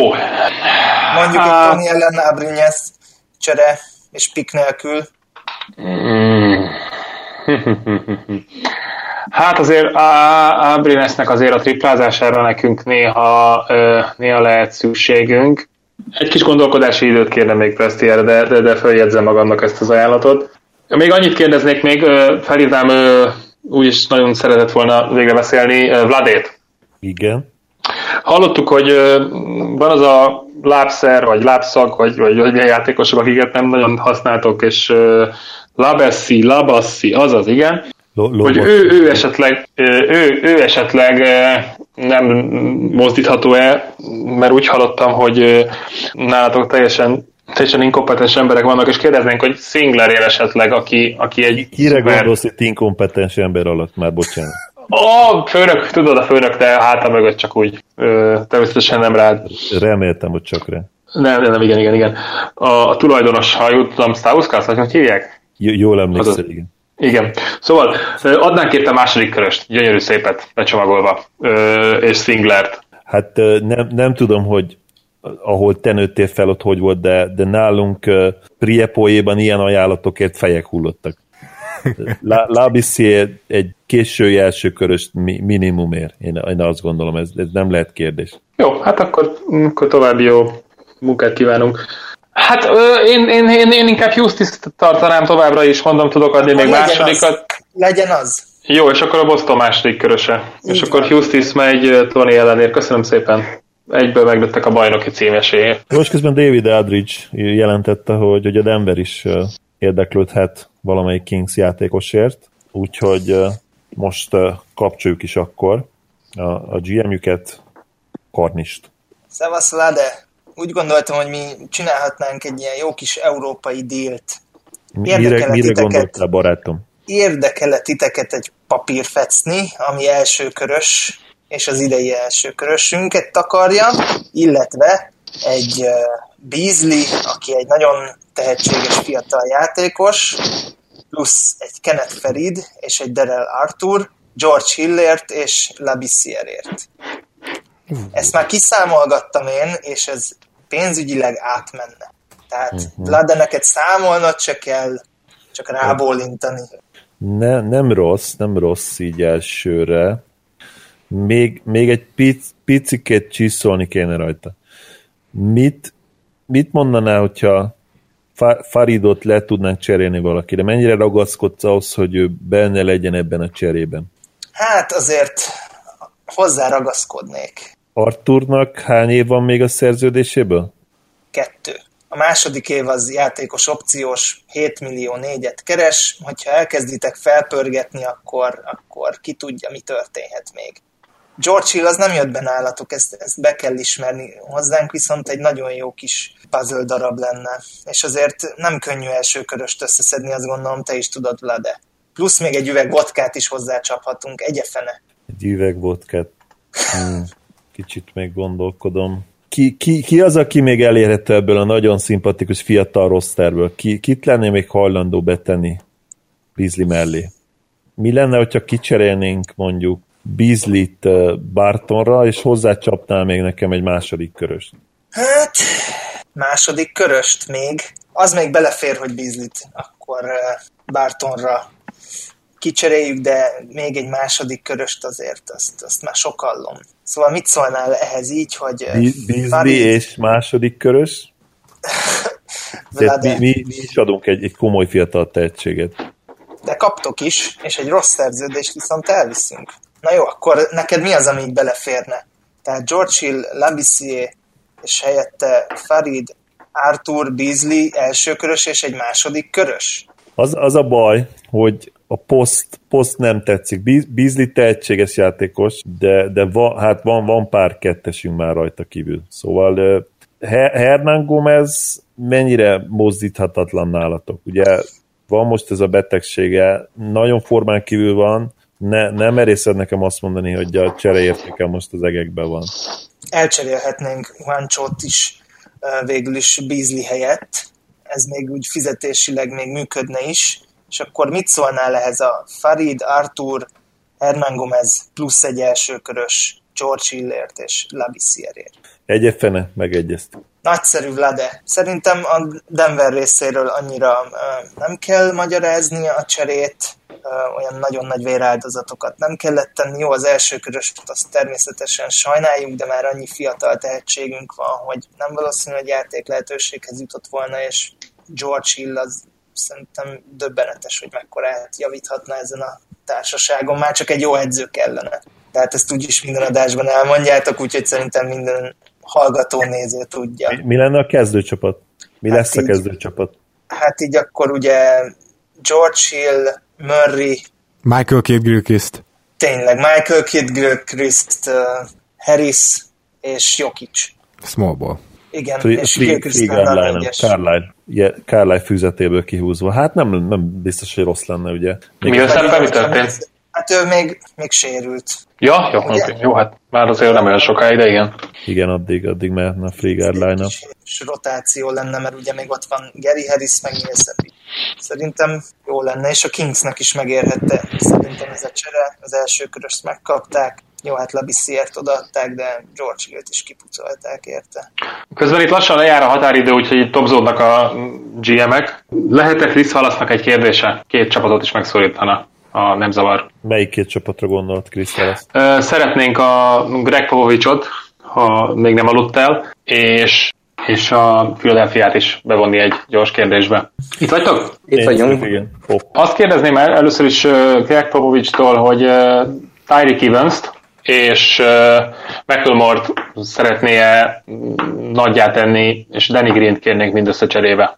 Mondjuk egy Tony Allen, Abrines csere és pik nélkül. Hát azért Abrinesnek azért a triplázására nekünk néha lehet szükségünk. Egy kis gondolkodási időt kérne még Presti erre, de feljegyzem magamnak ezt az ajánlatot. Még annyit kérdeznék, még felhívnám, úgyis nagyon szeretett volna végre beszélni, Vladét. Igen. Hallottuk, hogy van az a lábszer, vagy lábszag, vagy milyen játékosok, akiket nem nagyon használtok, és Labassi, azaz, igen. Hogy ő esetleg nem mozdítható-e, mert úgy hallottam, hogy nálatok teljesen inkompetens emberek vannak, és kérdeznénk, hogy Singler esetleg, aki egy... Kire gondolsz itt inkompetens ember alatt? Már bocsánat. Főnök, tudod, a főnök, te háta mögött csak úgy. Természetesen nem rád. Reméltem, hogy csak rá. Nem, igen. A tulajdonos, ha jól tudom, Stauskas, vagy hogy hívják? Jól emlékszel, igen. Igen. Szóval adnánk éppen második köröst, gyönyörű szépet becsomagolva, és Singlert. Hát nem tudom, hogy ahol te nőttél fel, ott hogy volt, de nálunk Priepójéban ilyen ajánlatokért fejek hullottak. Labissi egy késői első körös minimumért. Én azt gondolom, ez nem lehet kérdés. Jó, hát akkor további jó munkát kívánunk. Hát én inkább Hustis-t tartanám továbbra is, mondom, tudok adni még másodikat. Legyen az. Jó, és akkor a Boston második köröse. És akkor Hustis megy Tony ellenér. Köszönöm szépen. egyből megdöttek a bajnoki címeséért. Most közben David Aldridge jelentette, hogy a Denver is érdeklődhet valamelyik Kings játékosért, úgyhogy most kapcsoljuk is akkor a GM-jüket, Karnist. Szevasz, Lade! Úgy gondoltam, hogy mi csinálhatnánk egy ilyen jó kis európai dílt. Mire gondoltál, barátom? Érdekel titeket egy papírfecni, ami elsőkörös, és az idei elsőkörösünket takarja, illetve egy Beasley, aki egy nagyon tehetséges fiatal játékos, plusz egy Kenneth Faried és egy Darrell Arthur, George Hillért és Labissierért. Ezt már kiszámolgattam én, és ez pénzügyileg átmenne. Tehát Vlade, neked számolnod se kell, csak rábólintani. Nem rossz így elsőre. Még egy picikét csiszolni kéne rajta. Mit mondanál, hogyha Faridot le tudnánk cserélni valakire? Mennyire ragaszkodsz ahhoz, hogy ő benne legyen ebben a cserében? Hát azért hozzá ragaszkodnék. Arthurnak hány év van még a szerződéséből? 2. A második év az játékos opciós, 7 millió 4-et keres, hogyha elkezditek felpörgetni, akkor ki tudja, mi történhet még. George Hill az nem jött be nálatok, ezt be kell ismerni. Hozzánk viszont egy nagyon jó kis puzzle darab lenne. És azért nem könnyű elsőköröst összeszedni, azt gondolom, te is tudod, Vlade. Plusz még egy üveg vodkát is hozzácsaphatunk, egyefene. Egy üveg vodkát. Kicsit még gondolkodom. Ki az, aki még elérhető ebből a nagyon szimpatikus fiatal rosterből? Kit lenne még hajlandó betenni Beasley mellé? Mi lenne, hogyha kicserélnénk mondjuk Beasley-t Bartonra, és hozzácsapnál még nekem egy második köröst? Hát, második köröst még. Az még belefér, hogy Beasley-t akkor Bartonra kicseréljük, de még egy második köröst azért, azt már sokallom. Szóval mit szólnál ehhez így, hogy... Beasley és második körös? mi is adunk egy komoly fiatal tehetséget. De kaptok is, és egy rossz szerződést viszont elviszünk. Na jó, akkor neked mi az, ami így beleférne? Tehát George Hill, Labissiere, és helyette Faried, Arthur, Beasley elsőkörös és egy második körös? Az a baj, hogy a poszt nem tetszik. Beasley tehetséges játékos, de van pár kettesünk már rajta kívül. Szóval Hernán Gómez mennyire mozdíthatatlan nálatok? Ugye van most ez a betegsége, nagyon formán kívül van, nem merészed nekem azt mondani, hogy a csereértéke most az egekben van. Elcserélhetnénk Juanchót is végül is Beasley helyett, ez még úgy fizetésileg még működne is, és akkor mit szólnál ehhez a Faried, Arthur, Hernán Gómez plusz egy elsőkörös George Hillért és Labissierért? Egyefene megegyeztük. Nagyszerű, Vlade. Szerintem a Denver részéről annyira nem kell magyarázni a cserét, olyan nagyon nagy véráldozatokat nem kellett tenni. Jó, az elsőköröst azt természetesen sajnáljuk, de már annyi fiatal tehetségünk van, hogy nem valószínű, hogy játék lehetőséghez jutott volna, és George Hill az szerintem döbbenetes, hogy mekkorát javíthatna ezen a társaságon. Már csak egy jó edző kellene. Tehát ezt úgyis minden adásban elmondjátok, úgyhogy szerintem minden hallgató, néző tudja. Mi lenne a kezdőcsapat? Lesz a kezdőcsapat? Hát így akkor ugye George Hill, Murray, Michael Kidd-Gilchrist. Tényleg, Michael Kidd-Gilchrist, Harris és Jokic. Small ball. Igen, és Gilchrist Carlisle füzetéből kihúzva. Hát nem biztos, hogy rossz lenne, ugye. Mi összeppen mi történt? Hát ő még sérült. Ja, jó, okay. Jó, hát már azért nem olyan sokáig, de igen. Igen, addig mehetne a Free Guard line-up. És rotáció lenne, mert ugye még ott van Gary Harris, meg Millsapi. Szerintem jó lenne, és a Kingsnek is megérhette. Szerintem ez a csere, az első köröst megkapták. Jó, hát Labissiert odaadták, de George Hill-t is kipucolták érte. Közben itt lassan lejár a határidő, úgyhogy itt topzódnak a GM-ek. Lehet-e Chris Wallace-nak egy kérdése? 2 csapatot is megszólítana, ha nem zavar. Melyik 2 csapatra gondolt Chris Wallace? Szeretnénk a Greg Popovichot, ha még nem aludt el, és a Philadelphiát is bevonni egy gyors kérdésbe. Itt vagytok? Itt vagyunk. Igen. Azt kérdezném először is Greg Popovichtól, hogy Tyreek Evans-t és McLemore-t szeretné nagyját tenni, és Danny Green-t kérnénk mindössze cserébe.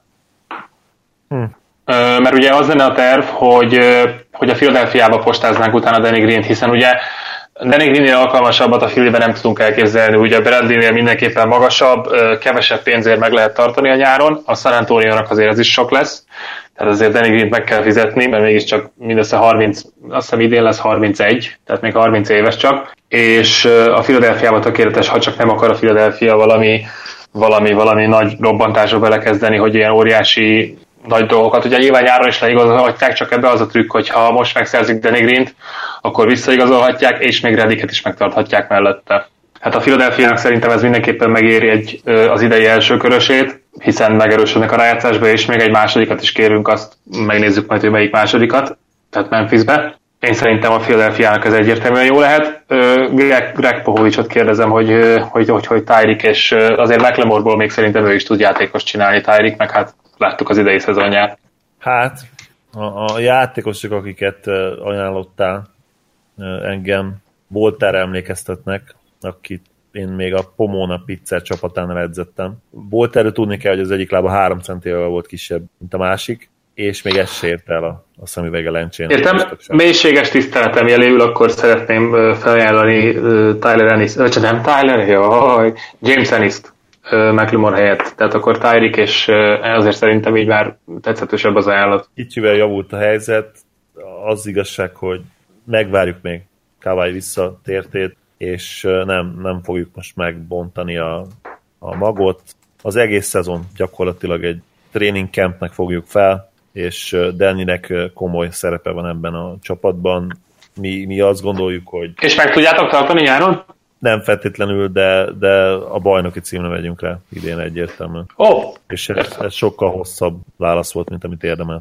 Mert ugye az lenne a terv, hogy a Philadelphiába postáznánk utána Danny Green-t, hiszen ugye Danny Green-nél alkalmasabbat a Phillyben nem tudunk elképzelni, ugye a Bradley-nél mindenképpen magasabb, kevesebb pénzért meg lehet tartani a nyáron, a San Antonio-nak azért ez is sok lesz, tehát azért Danny Green-t meg kell fizetni, mert mégiscsak mindössze 30, azt hiszem idén lesz 31, tehát még 30 éves csak, és a Philadelphiába tökéletes, ha csak nem akar a Philadelphia valami nagy robbantásba belekezdeni, hogy ilyen óriási nagy dolgokat. Ugye nyilván nyáron is leigazolhatják, csak ebbe az a trükk, hogy ha most megszerzik Danny Green-t, akkor visszaigazolhatják, és még Redicket is megtarthatják mellette. Hát a Philadelphia-nak szerintem ez mindenképpen megéri az idei első körösét, hiszen megerősödnek a rájátszásba, és még egy másodikat is kérünk, azt megnézzük majd, hogy melyik másodikat, tehát Memphisbe. Én szerintem a Philadelphia-nak ez egyértelműen jó lehet. Greg Popovicsot kérdezem, hogy Tyreek, és azért McLemore-ból még szerintem ő is tud játékos csinálni, Tyreek, meg hát láttuk az idei szezonját. Hát, a játékosok, akiket ajánlottál, engem Voltára emlékeztetnek, akit én még a Pomona Pizza csapatánál edzettem. Voltára tudni kell, hogy az egyik lába 3 centivel volt kisebb, mint a másik, és még ez se ért el a szemüvege lencsén. Értem, mélységes tiszteletem jeléül, akkor szeretném felajánlani James Ennis-t McLemore helyett. Tehát akkor Tyreek, és azért szerintem így már tetszetősebb az ajánlat. Kicsivel javult a helyzet, az igazság, hogy megvárjuk még Kawhi visszatértét, és nem fogjuk most megbontani a magot. Az egész szezon gyakorlatilag egy training campnek fogjuk fel, és Dannynek komoly szerepe van ebben a csapatban. Mi azt gondoljuk, hogy... És meg tudjátok tartani nyáron? Nem feltétlenül, de a bajnoki címre megyünk rá idén egyértelműen. Oh. És ez sokkal hosszabb válasz volt, mint amit érdemelt.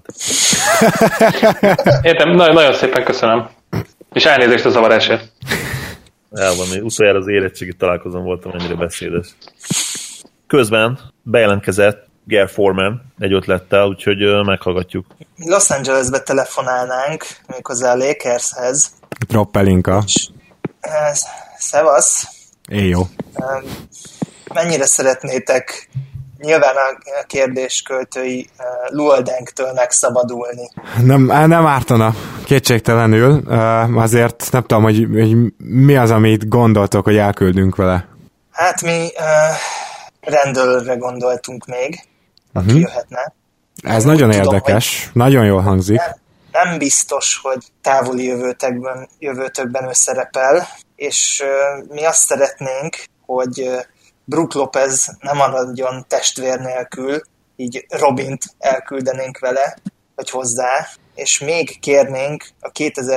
Értem, nagyon szépen köszönöm. És elnézést a zavarásért. Elvan, utoljára az érettségi találkozón voltam ennyire beszédes. Közben bejelentkezett Gare Foreman egy ötlettel, úgyhogy meghallgatjuk. Los Angelesbe telefonálnánk, méghozzá a Lakershez. Droppelinka. Szevasz. Jó. Mennyire szeretnétek nyilván a kérdés költői Luol Dengtől megszabadulni? Nem ártana, kétségtelenül. Azért nem tudom, hogy mi az, amit gondoltok, hogy elküldünk vele. Hát mi Randallre gondoltunk még, aki jöhetne. Ez nagyon érdekes, nagyon jól hangzik. Nem biztos, hogy távoli jövőtökben ő szerepel, és mi azt szeretnénk, hogy Brook Lopez nem maradjon testvér nélkül, így Robint elküldenénk vele, vagy hozzá, és még kérnénk a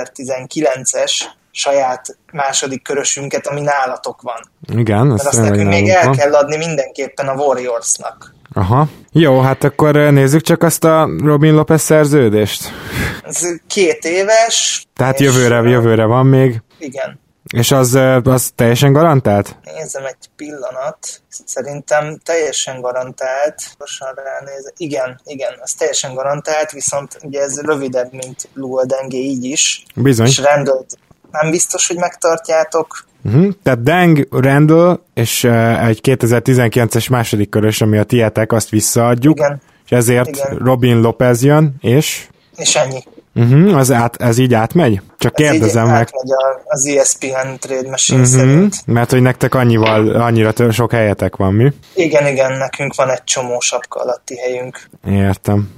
2019-es saját második körösünket, ami nálatok van. Igen, mert azt nekünk még el kell adni mindenképpen a Warriorsnak. Aha. Jó, hát akkor nézzük csak azt a Robin Lopez szerződést. Ez 2 éves. Tehát jövőre van még. Igen. És az teljesen garantált? Nézzem egy pillanat. Szerintem teljesen garantált. Gyorsan ránézek. Igen, az teljesen garantált, viszont ugye ez rövidebb, mint Luol Dengé így is. Bizony. És Randall nem biztos, hogy megtartjátok. Tehát Deng, Randall és egy 2019-es második körös, ami a tietek, azt visszaadjuk. Igen. És ezért Robin Lopez jön, és ennyi. Ez így átmegy? Csak ez kérdezem meg. Átmegy az ESPN Trade Machine szerint. Mert hogy nektek annyira sok helyetek van, mi? Igen, nekünk van egy csomó sapka alatti helyünk. Értem.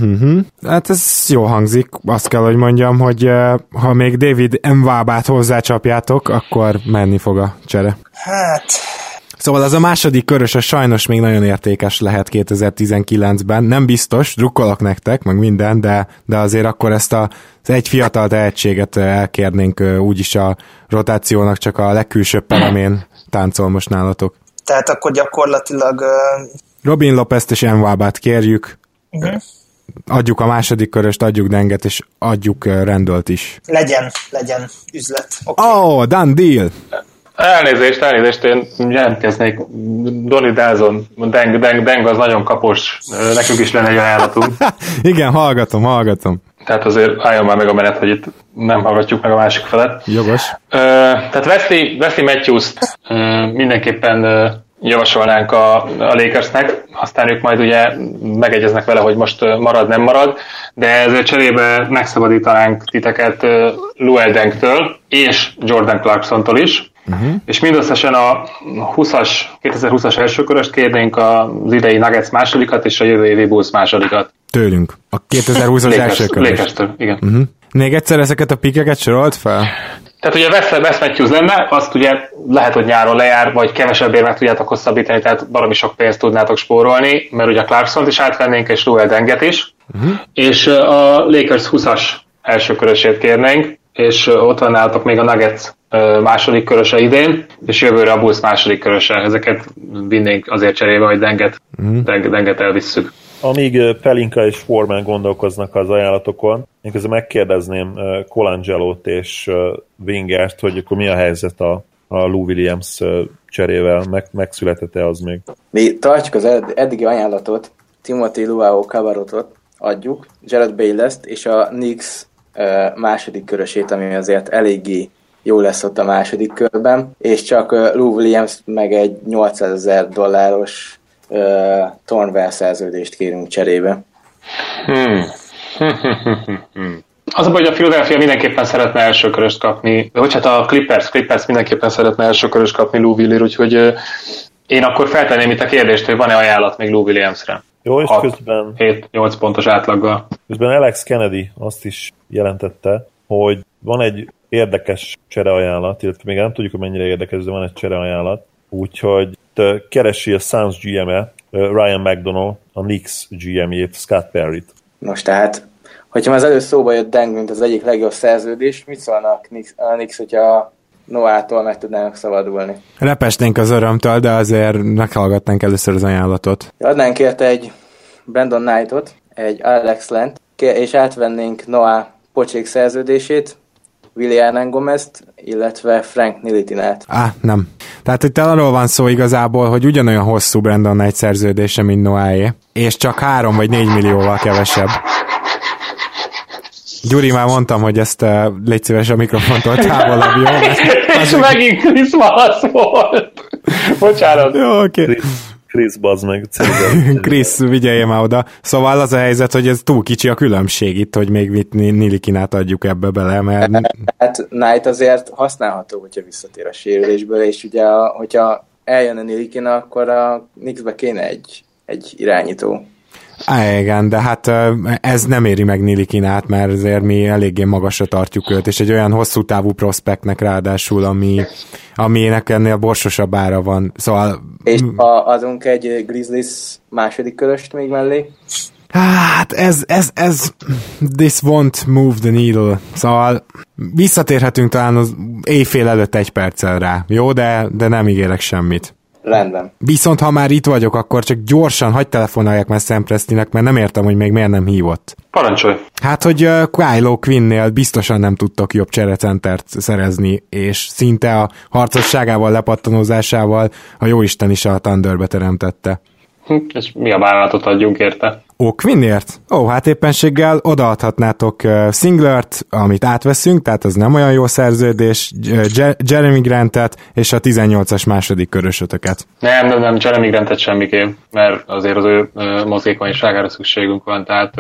Hát ez jó hangzik. Azt kell, hogy mondjam, hogy ha még David Mvábát hozzácsapjátok, akkor menni fog a csere. Hát... Szóval az a második körös, az sajnos még nagyon értékes lehet 2019-ben. Nem biztos, drukkolok nektek, meg minden, de azért akkor ezt az egy fiatal tehetséget elkérnénk úgyis a rotációnak, csak a legkülsőbb pelemén táncol most nálatok. Tehát akkor gyakorlatilag... Robin Lopez-t és Mvábát kérjük. Adjuk a második köröst, adjuk Denget, és adjuk Randallt is. Legyen üzlet. Okay. Done deal! Elnézést, én jelentkeznék. Donny Dazon, Deng az nagyon kapos, nekünk is lenne egy ajánlatunk. Igen, hallgatom. Tehát azért álljon már meg a menet, hogy itt nem hallgatjuk meg a másik felet. Jogos. Tehát Wesley Matthews-t mindenképpen javasolnánk a Lakersnek, aztán ők majd ugye megegyeznek vele, hogy most marad, nem marad, de ezért cserébe megszabadítanánk titeket Luol Deng-től és Jordan Clarksontól is, és mindösszesen a 2020-as elsőköröst kérnénk az idei Nuggets másodikat és a jövő évi Bulls másodikat. Tőlünk. A 2020-as elsőköröst. Lakers-től, igen. Még egyszer ezeket a pikeket sorolt fel? Tehát ugye Wes Matthews lenne, azt ugye lehet, hogy nyáron lejár, vagy kevesebbért meg tudjátok hosszabbítani, tehát baromi sok pénzt tudnátok spórolni, mert ugye a Clarksont is átvennénk, és Luol Denget is, és a Lakers 20-as első körösét kérnénk, és ott van nálatok még a Nuggets második köröse idén, és jövőre a Bulls második köröse. Ezeket vinnénk azért cserébe, hogy Denget elvisszük. Amíg Pelinka és Foreman gondolkoznak az ajánlatokon, én közben megkérdezném Colangelót és Wingert, hogy akkor mi a helyzet a Lou Williams cserével, megszületett-e az még? Mi tartjuk az eddigi ajánlatot, Timothy Luwawu-Cabarrotot adjuk, Jared Bayless-t és a Knicks második körösét, ami azért eléggé jó lesz ott a második körben, és csak Lou Williams meg egy $800,000 Thornwell szerződést kérünk cserébe. Az a baj, hogy a Philadelphia mindenképpen szeretne elsőköröst kapni, vagy hát a Clippers mindenképpen szeretne elsőköröst kapni Lou Willier, úgyhogy én akkor feltenném itt a kérdést, hogy van-e ajánlat még Lou Williamsre. Jó, és közben 7-8 pontos átlaggal. Közben Alex Kennedy azt is jelentette, hogy van egy érdekes csereajánlat, illetve még nem tudjuk, hogy mennyire érdekes, de van egy csereajánlat, úgyhogy keresi a Suns GM-e, Ryan McDonald, a Knicks GM-jét, Scott Perryt. Nos, tehát, hogyha már az előtt szóba jött Deng, mint az egyik legjobb szerződés, mit szólna a Knicks, hogyha Noától meg tudnának szabadulni? Repesnénk az örömtől, de azért meghallgatnánk először az ajánlatot. Adnánk érte egy Brandon Knightot, egy Alex Lent, és átvennénk Noah pocsék szerződését, Willian Gomez-t, illetve Frank Nilitinát. Nem. Tehát itt arról van szó igazából, hogy ugyanolyan hosszú Brandon Knight szerződése, mint Noáé, és csak 3 vagy 4 millióval kevesebb. Gyuri, már mondtam, hogy ezt légy szíves a mikrofontól távolabb, jó? És megint Chris Wallace volt. Bocsánat. Jó, oké. Chris, bazd meg. Chris, vigyelje már oda. Szóval az a helyzet, hogy ez túl kicsi a különbség itt, hogy még Nilikinát adjuk ebbe bele, mert... Hát Knight azért használható, hogyha visszatér a sérülésből, és ugye, hogyha eljön a Nilikina, akkor a Knicksbe kéne egy irányító. Igen, de hát ez nem éri meg Nilikinát, mert azért mi eléggé magasra tartjuk őt, és egy olyan hosszú távú prospektnek ráadásul, aminek ennél borsosabb ára van. Szóval... És ha adunk egy Grizzlies második köröst még mellé? Hát ez this won't move the needle. Szóval visszatérhetünk talán az éjfél előtt 1 perccel rá. Jó, de nem ígérek semmit. Rendben. Viszont ha már itt vagyok, akkor csak gyorsan hagyj telefonálják már Sam Prestinek, mert nem értem, hogy még miért nem hívott. Parancsolj! Hát, hogy Kylo Quinn-nél biztosan nem tudtok jobb cserecentert szerezni, és szinte a harcosságával, lepattanózásával a jóisten is a Thunderbe teremtette. És mi a bánatot adjunk érte? Quinnért? Hát éppenséggel odaadhatnátok Singlert, amit átveszünk, tehát az nem olyan jó szerződés, Jeremy Grantet és a 18-as második körösötöket. Nem, Jeremy Grantet semmiképp, mert azért az ő mozgékonyságára szükségünk van, tehát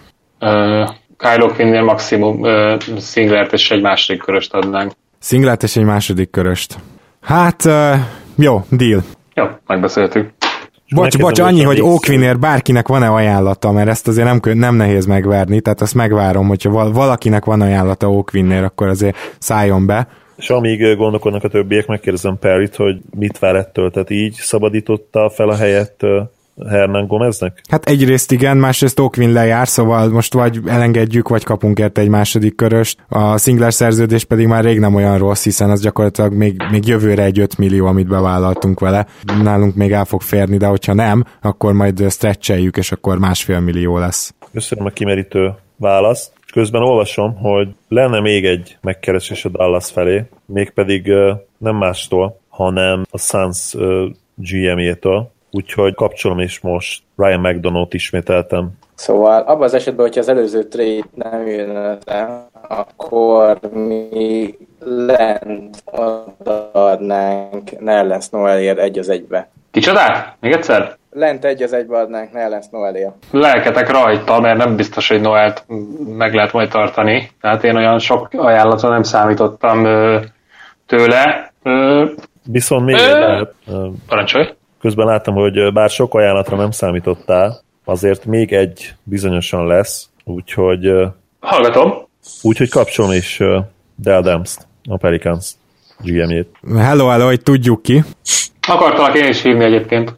Kylo Quinnnél maximum Singlert és egy második köröst adnánk. Singlert és egy második köröst. Hát, jó, deal. Jó, megbeszéltük. Bocs, annyi, hogy O'Quinnért bárkinek van-e ajánlata, mert ezt azért nem nehéz megverni, tehát azt megvárom, hogyha valakinek van ajánlata O'Quinnért, akkor azért szálljon be. És amíg gondolkodnak a többiek, megkérdezem Perryt, hogy mit vár ettől, tehát így szabadította fel a helyet Hernán Gomeznek? Hát egyrészt igen, másrészt O'Quinn lejár, szóval most vagy elengedjük, vagy kapunk érte egy második köröst. A Singler szerződés pedig már rég nem olyan rossz, hiszen az gyakorlatilag még jövőre egy 5 millió, amit bevállaltunk vele. Nálunk még el fog férni, de hogyha nem, akkor majd stretcheljük, és akkor 1,5 millió lesz. Köszönöm a kimerítő választ. Közben olvasom, hogy lenne még egy megkeresés a Dallas felé, mégpedig nem mástól, hanem a Suns GM-jétől, úgyhogy kapcsolom is most Ryan McDonough-t ismételtem. Szóval abban az esetben, hogyha az előző trade nem jön el, akkor mi lent odaadnánk Nerlens Noelért 1-1-be. Kicsodát? Még egyszer? Lent 1-1-be adnánk Nerlens Noelért. Lelketek rajta, mert nem biztos, hogy Noelt meg lehet majd tartani. Tehát én olyan sok ajánlatra nem számítottam tőle. Viszont még lehet. Parancsolj. Közben láttam, hogy bár sok ajánlatra nem számítottál, azért még egy bizonyosan lesz, úgyhogy... Hallgatom. Úgyhogy kapcsolom is Dell Demst, a Pelicans GM-jét. Hello, hogy tudjuk ki. Akartalak én is hívni egyébként.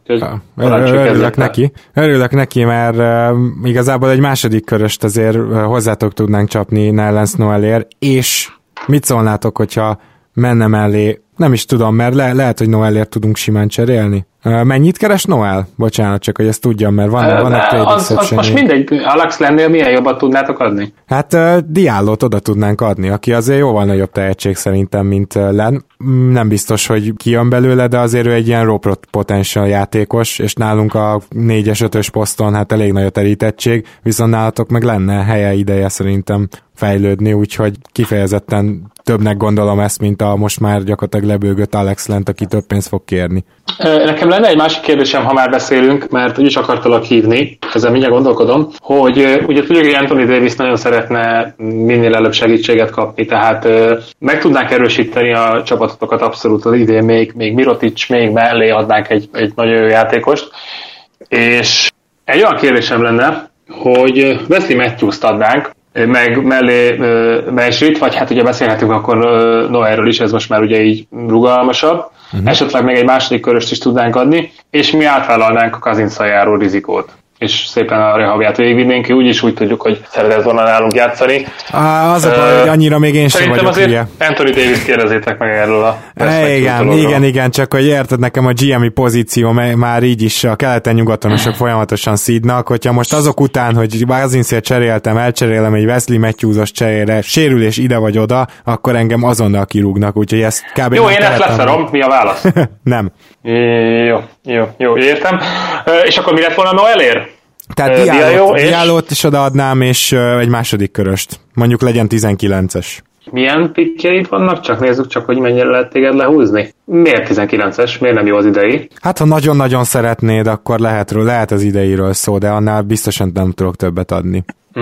Örülök neki, mert igazából egy második köröst azért hozzátok tudnánk csapni Nerlens Noelért, és mit szólnátok, hogyha menne mellé, nem is tudom, mert lehet, hogy Noelért tudunk simán cserélni. Mennyit keres Noel? Bocsánat, csak hogy ezt tudjam, mert van egy trade exception. Most mindegy, Alex lennél milyen jobbat tudnátok adni? Hát Diallót oda tudnánk adni, aki azért jóval nagyobb tehetség szerintem, mint Len. Nem biztos, hogy kijön belőle, de azért ő egy ilyen raw potential játékos, és nálunk a 4-es, 5-ös poszton hát elég nagy a terítettség, viszont nálatok meg lenne helye, ideje szerintem fejlődni, úgyhogy kifejezetten többnek gondolom ezt, mint a most már gyakorlatilag lebőgött Alex Lent, aki több pénzt fog kérni. Nekem lenne egy másik kérdésem, ha már beszélünk, mert úgyis akartalak hívni, ezen mindjárt gondolkodom, hogy ugye tudjuk, hogy Anthony Davis nagyon szeretne minél előbb segítséget kapni, tehát meg tudnánk erősíteni a csapatokat abszolút az idén, még Mirotic, még mellé adnánk egy nagyon jó játékost, és egy olyan kérdésem lenne, hogy Wesley Matthews-t adnánk, meg mellé Mesrit, vagy hát ugye beszélhetünk akkor Noelről is, ez most már ugye így rugalmasabb, esetleg még egy második köröst is tudnánk adni, és mi átvállalnánk a Cousinszal járó rizikót, és szépen a rehabját végigvinnénk, úgyis úgy tudjuk, hogy szeretett volna nálunk játszani. Az a baj, hogy annyira még én sem vagyok azért hülye. Anthony Davis kérdezzétek meg erről a igen, csak hogy érted, nekem a GM-i pozíció már így is a keleten-nyugatonosok folyamatosan szídnak, hogyha most azok után, hogy Cousinsért elcserélem egy Wesley Matthews-os cserére, sérülés ide vagy oda, akkor engem azonnal kirúgnak, úgyhogy ezt kb. Jó, én ezt leszarom, mi a válasz? Nem. Jó, értem. És akkor mi lett volna Noelér? Tehát Diallót is odaadnám, és egy második köröst. Mondjuk legyen 19-es. Milyen pikkjeid vannak? Csak nézzük csak, hogy mennyire lehet téged lehúzni. Miért 19-es? Miért nem jó az idei? Hát, ha nagyon-nagyon szeretnéd, akkor lehet az ideiről szó, de annál biztosan nem tudok többet adni.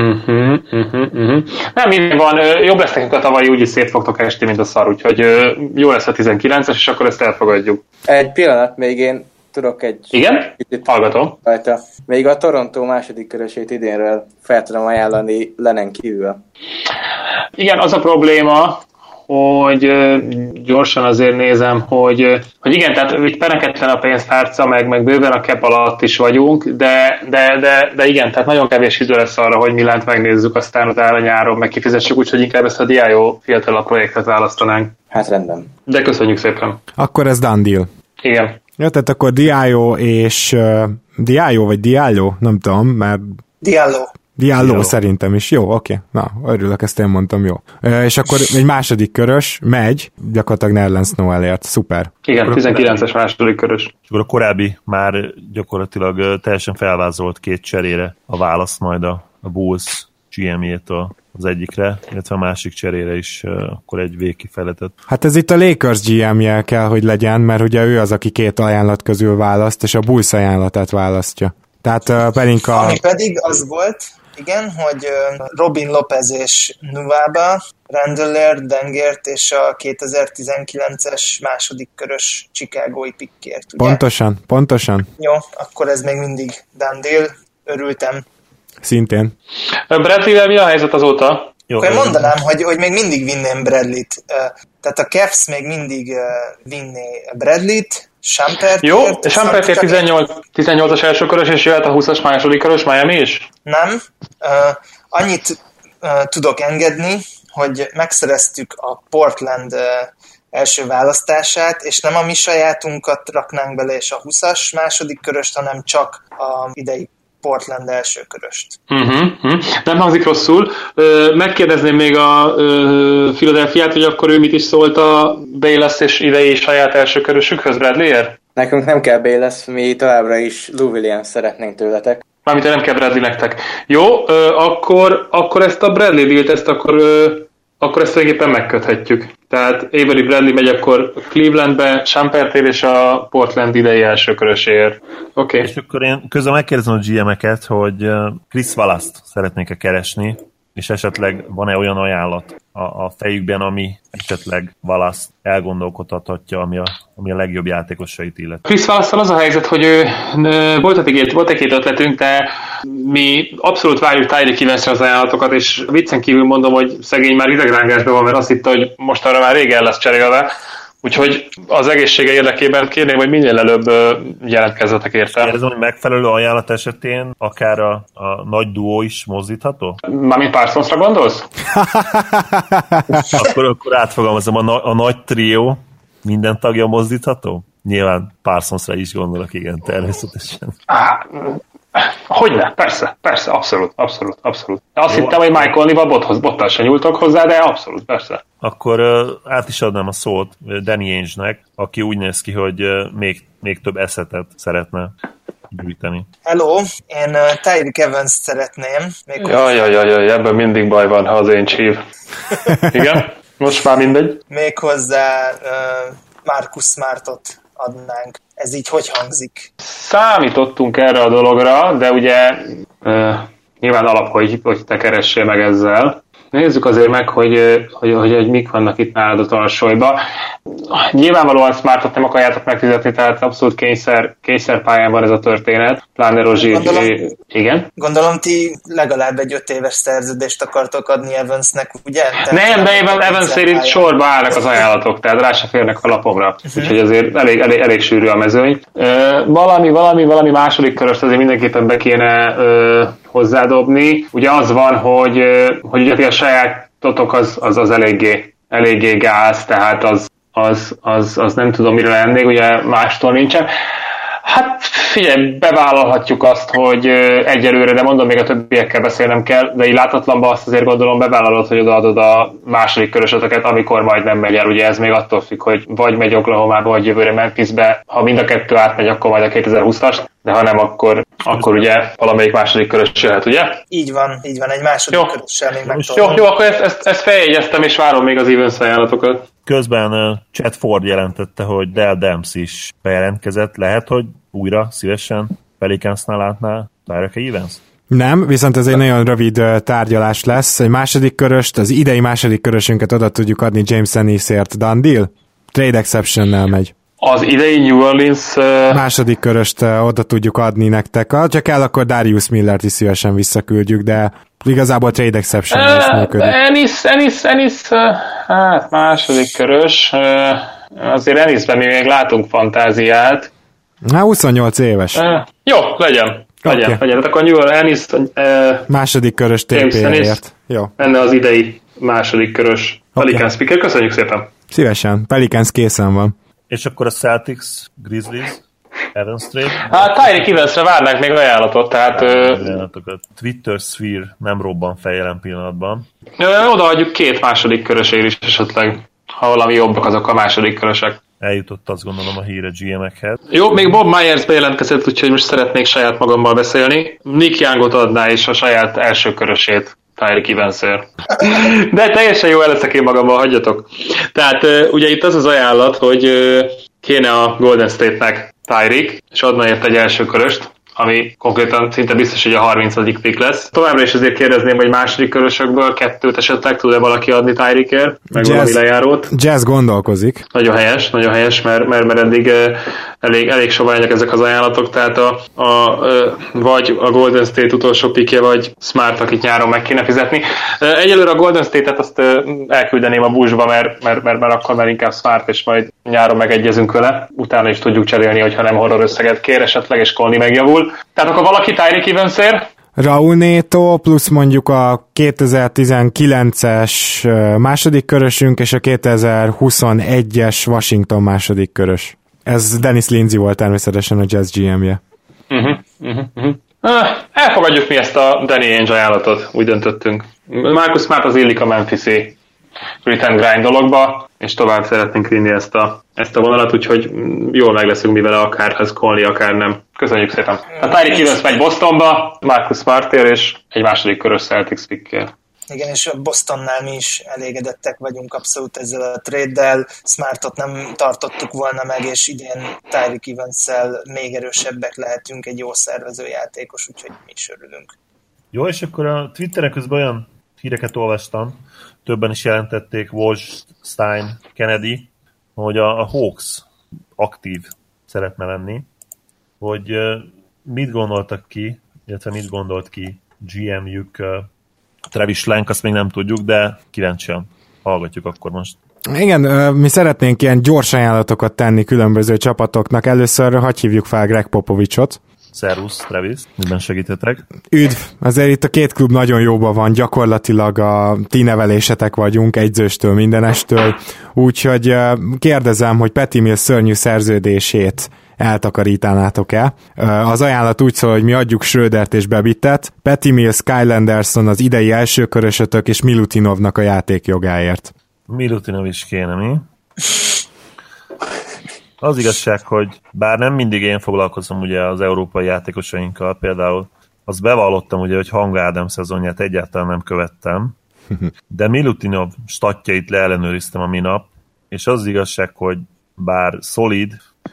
Nem, minden van. Jobb lesz nekünk a tavalyi, úgyis szét fogtok esni, mint a szar, úgyhogy jó lesz a 19-es, és akkor ezt elfogadjuk. Egy pillanat, még én tudok egy... Igen? Hallgatom. Rajta. Még a Toronto második körösét idénről fel tudom ajánlani Lenen kívül. Igen, az a probléma, hogy gyorsan azért nézem, hogy igen, tehát itt peneketlen a pénztárca, meg bőven a cap alatt is vagyunk, de igen, tehát nagyon kevés idő lesz arra, hogy Milánt megnézzük, aztán utána nyáron meg kifizessük, úgyhogy inkább ezt a Diallo fiatalabb projektet választanánk. Hát rendben. De köszönjük szépen. Akkor ez done deal. Igen. Ja, tehát akkor Diallo és Diallo vagy Diallo? Nem tudom, mert... Diallo szerintem is. Jó, oké. Na, örülök, ezt én mondtam, jó. És akkor egy második körös megy, gyakorlatilag Nerlens Noelért. Szuper. Igen, 19-es második körös. És akkor a korábbi már gyakorlatilag teljesen felvázolt két cserére a válasz majd a Bulls GM-jétől az egyikre, illetve a másik cserére is akkor egy végkifejletet. Hát ez itt a Lakers GM-je kell, hogy legyen, mert ugye ő az, aki két ajánlat közül választ, és a Bulls ajánlatát választja. Tehát Pelinka... Ami pedig az volt, igen, hogy Robin Lopez és Nuvába, Randallért, Dengert és a 2019-es második körös Chicagói pickért, ugye? Pontosan. Jó, akkor ez még mindig done deal. Örültem. Szintén. Bradley-vel mi a helyzet azóta? Jó, akkor mondanám, hogy még mindig vinném Bradley-t. Tehát a Cavs még mindig vinné Bradley-t, Shumpertért. Jó, Shumpertért 18-as első körös, és jöhet a 20-as második körös, Miami is? Nem. Annyit tudok engedni, hogy megszereztük a Portland első választását, és nem a mi sajátunkat raknánk bele, és a 20-as második köröst, hanem csak a idei Portland első köröst. Nem hangzik rosszul. Megkérdezném még a Philadelphiát, hogy akkor ő mit is szólt a Bayless és idei saját első körösükhöz, Bradleyért? Nekünk nem kell Bayless, mi továbbra is Lou Williams szeretnénk tőletek. Mármint nem kell Bradley nektek. Jó, akkor ezt a Bradley dealt, akkor ezt tulajdonképpen megköthetjük. Tehát Avery Bradley megy akkor Clevelandbe, Champertér és a Portland idei első köröséért. Oké. És akkor én közben megkérdezem a GM-eket, hogy Chris Wallace-t szeretnék-e keresni, és esetleg van-e olyan ajánlat a fejükben, ami esetleg Wallace elgondolkodhatja, ami a legjobb játékosait illet. Chris Wallace-szal az a helyzet, hogy volt egy két ötletünk, de mi abszolút várjuk Tyreek Evans-re az ajánlatokat, és viccen kívül mondom, hogy szegény már idegrángásban van, mert azt hitte, hogy most arra már régen lesz cserélve. Úgyhogy az egészsége érdekében kérném, hogy minél előbb jelentkezzetek érte. Kérdezem, hogy megfelelő ajánlat esetén akár a nagy duó is mozdítható? Mármint Parsonsra gondolsz? akkor átfogalmazom, a nagy trió minden tagja mozdítható? Nyilván Parsonsra is gondolok, igen, természetesen. Hogyne, persze, abszolút. Azt hittem, hogy Mike Olney-val bottal se nyúltok hozzá, de abszolút, persze. Akkor át is adnám a szót Danny Ainge-nek, aki úgy néz ki, hogy még több eszetet szeretne gyűjteni. Hello, én Tyreek Evans-t szeretném. Jaj, ebben mindig baj van, ha az Ainge hív. Igen, most már mindegy. Méghozzá Marcus Smartot adnánk. Ez így hogy hangzik? Számítottunk erre a dologra, de ugye nyilván alap, hogy te keressél meg ezzel. Nézzük azért meg, hogy mik vannak itt nálad a tarsolyba. Nyilvánvalóan Smartot nem akarjátok megfizetni, tehát abszolút kényszerpályán van ez a történet. Pláne Rozsi. Igen? Gondolom, ti legalább egy 5 éves szerződést akartok adni Evansnek, ugye? Nem, de Evans szerint sorba állnak az ajánlatok, tehát rá se férnek a lapomra. Úgyhogy azért elég sűrű a mezőny. Valami második köröst azért mindenképpen be kéne hozzádobni. Ugye az van, hogy ugye a sajátotok az eléggé gáz, tehát az nem tudom, mire lennék, ugye mástól nincsen. Hát figyelj, bevállalhatjuk azt, hogy egyelőre, de mondom, még a többiekkel beszélnem kell, de így látatlanban azt azért gondolom bevállalod, hogy odaadod a második körösötöket, amikor majd nem megy el. Ugye ez még attól függ, hogy vagy megy Oklahomába, vagy jövőre Memphisbe. Ha mind a kettő átmegy, akkor majd a 2020-as, de ha nem, akkor ugye valamelyik második körös jöhet, ugye? Így van, egy második körössel még Jó, akkor ezt feljegyeztem, és várom még az Evans ajánlatokat. Közben Chad Ford jelentette, hogy Dell Demps is bejelentkezett. Lehet, hogy újra szívesen Pelicansnál látná Tyreek Evans? Nem, viszont ez egy nagyon rövid tárgyalás lesz. Egy második köröst, az idei második körösünket oda tudjuk adni James Ennisért. Done deal? Trade exceptionnel megy. Az idei New Orleans... Második köröst oda tudjuk adni nektek. Ha csak kell, akkor Darius Millert is szívesen visszaküldjük, de igazából trade exception is működik. Ennis, hát második körös. Azért Ennisben mi még látunk fantáziát. 28 éves. Jó, legyen. Hát akkor New Orleans... második körös TP-ért. Jó. Enne az idei második körös. Pelicans picker, köszönjük szépen. Szívesen, Pelicans készen van. És akkor a Celtics, Grizzlies, Evans trade. Hát Tyreek Evansre várnánk még ajánlatot, tehát... Twitter Sphere nem robban fel jelen pillanatban. Odaadjuk 2 második körösért is esetleg, ha valami jobbak azok a második körösek. Eljutott azt gondolom a híre GM-ekhez. Jó, még Bob Myers bejelentkezett, úgyhogy most szeretnék saját magammal beszélni. Nick Youngot adná és a saját első körösét Tyreek Evansért. De teljesen jó, eleszek én magammal, hagyjatok. Tehát ugye itt az ajánlat, hogy kéne a Golden State-nek Tyreek, és adna ért egy első köröst, ami konkrétan szinte biztos, hogy a 30. pick lesz. Továbbra is azért kérdezném, hogy második körösökből 2 esetleg tud-e valaki adni Tyreekért, meg valami lejárót. Jazz gondolkozik. Nagyon helyes, mert eddig elég soványak ezek az ajánlatok, tehát vagy a Golden State utolsó pickje, vagy Smart, akit nyáron meg kéne fizetni. Egyelőre a Golden State-et azt elküldeném a buszba, mert akkor már inkább Smart, és majd nyáron megegyezünk vele. Utána is tudjuk cserélni, hogyha nem horror összeget kér esetleg, és Conley megjavul. Tehát akkor valaki Tyreek Evansért? Raul Neto plusz mondjuk a 2019-es második körösünk és a 2021-es Washington második körös. Ez Dennis Lindsay volt természetesen a Jazz GM-je. Elfogadjuk mi ezt a Danny Ainge ajánlatot, úgy döntöttünk. Marcus Smart az illik a Memphis-é. grit and grind dologba, és tovább szeretnénk vinni ezt a vonalat, úgyhogy jól meg leszünk mivel akár ez Conley, akár nem. Köszönjük szépen. A Tyreek Evans megy Bostonba, Marcus Smartért és egy második körös Celtics pickkel. Igen, és a Bostonnál mi is elégedettek vagyunk abszolút ezzel a trade-del. Smartot nem tartottuk volna meg, és idén Tyreek Evans-szel még erősebbek lehetünk, egy jó szervező játékos, úgyhogy mi is örülünk. Jó, és akkor a Twitteren közben olyan híreket olvastam, többen is jelentették, Walsh, Stein, Kennedy, hogy a Hawks aktív szeretne lenni, hogy mit gondoltak ki, illetve mit gondolt ki GM-jük Travis Lank, azt még nem tudjuk, de kíváncsian hallgatjuk akkor most. Igen, mi szeretnénk ilyen gyors ajánlatokat tenni különböző csapatoknak. Először hadd hívjuk fel Greg Popovicsot. Szervusz, Travis, miben segíthetek? Üdv! Azért itt a két klub nagyon jóban van, gyakorlatilag a ti nevelésetek vagyunk, egyzőstől, mindenestől, úgyhogy kérdezem, hogy Patty Mills szörnyű szerződését eltakarítanátok-e. Az ajánlat úgy szól, hogy mi adjuk Schrödert és Babittet, Patty Mills, Kyle Anderson az idei elsőkörösötök és Milutinovnak a játékjogáért. Milutinov is kéne, mi? Az igazság, hogy bár nem mindig én foglalkozom ugye az európai játékosainkkal, például azt bevallottam ugye, hogy Hang Ádám szezonját egyáltalán nem követtem, de Milutinov statjait leellenőriztem a minap, és az igazság, hogy bár szolid,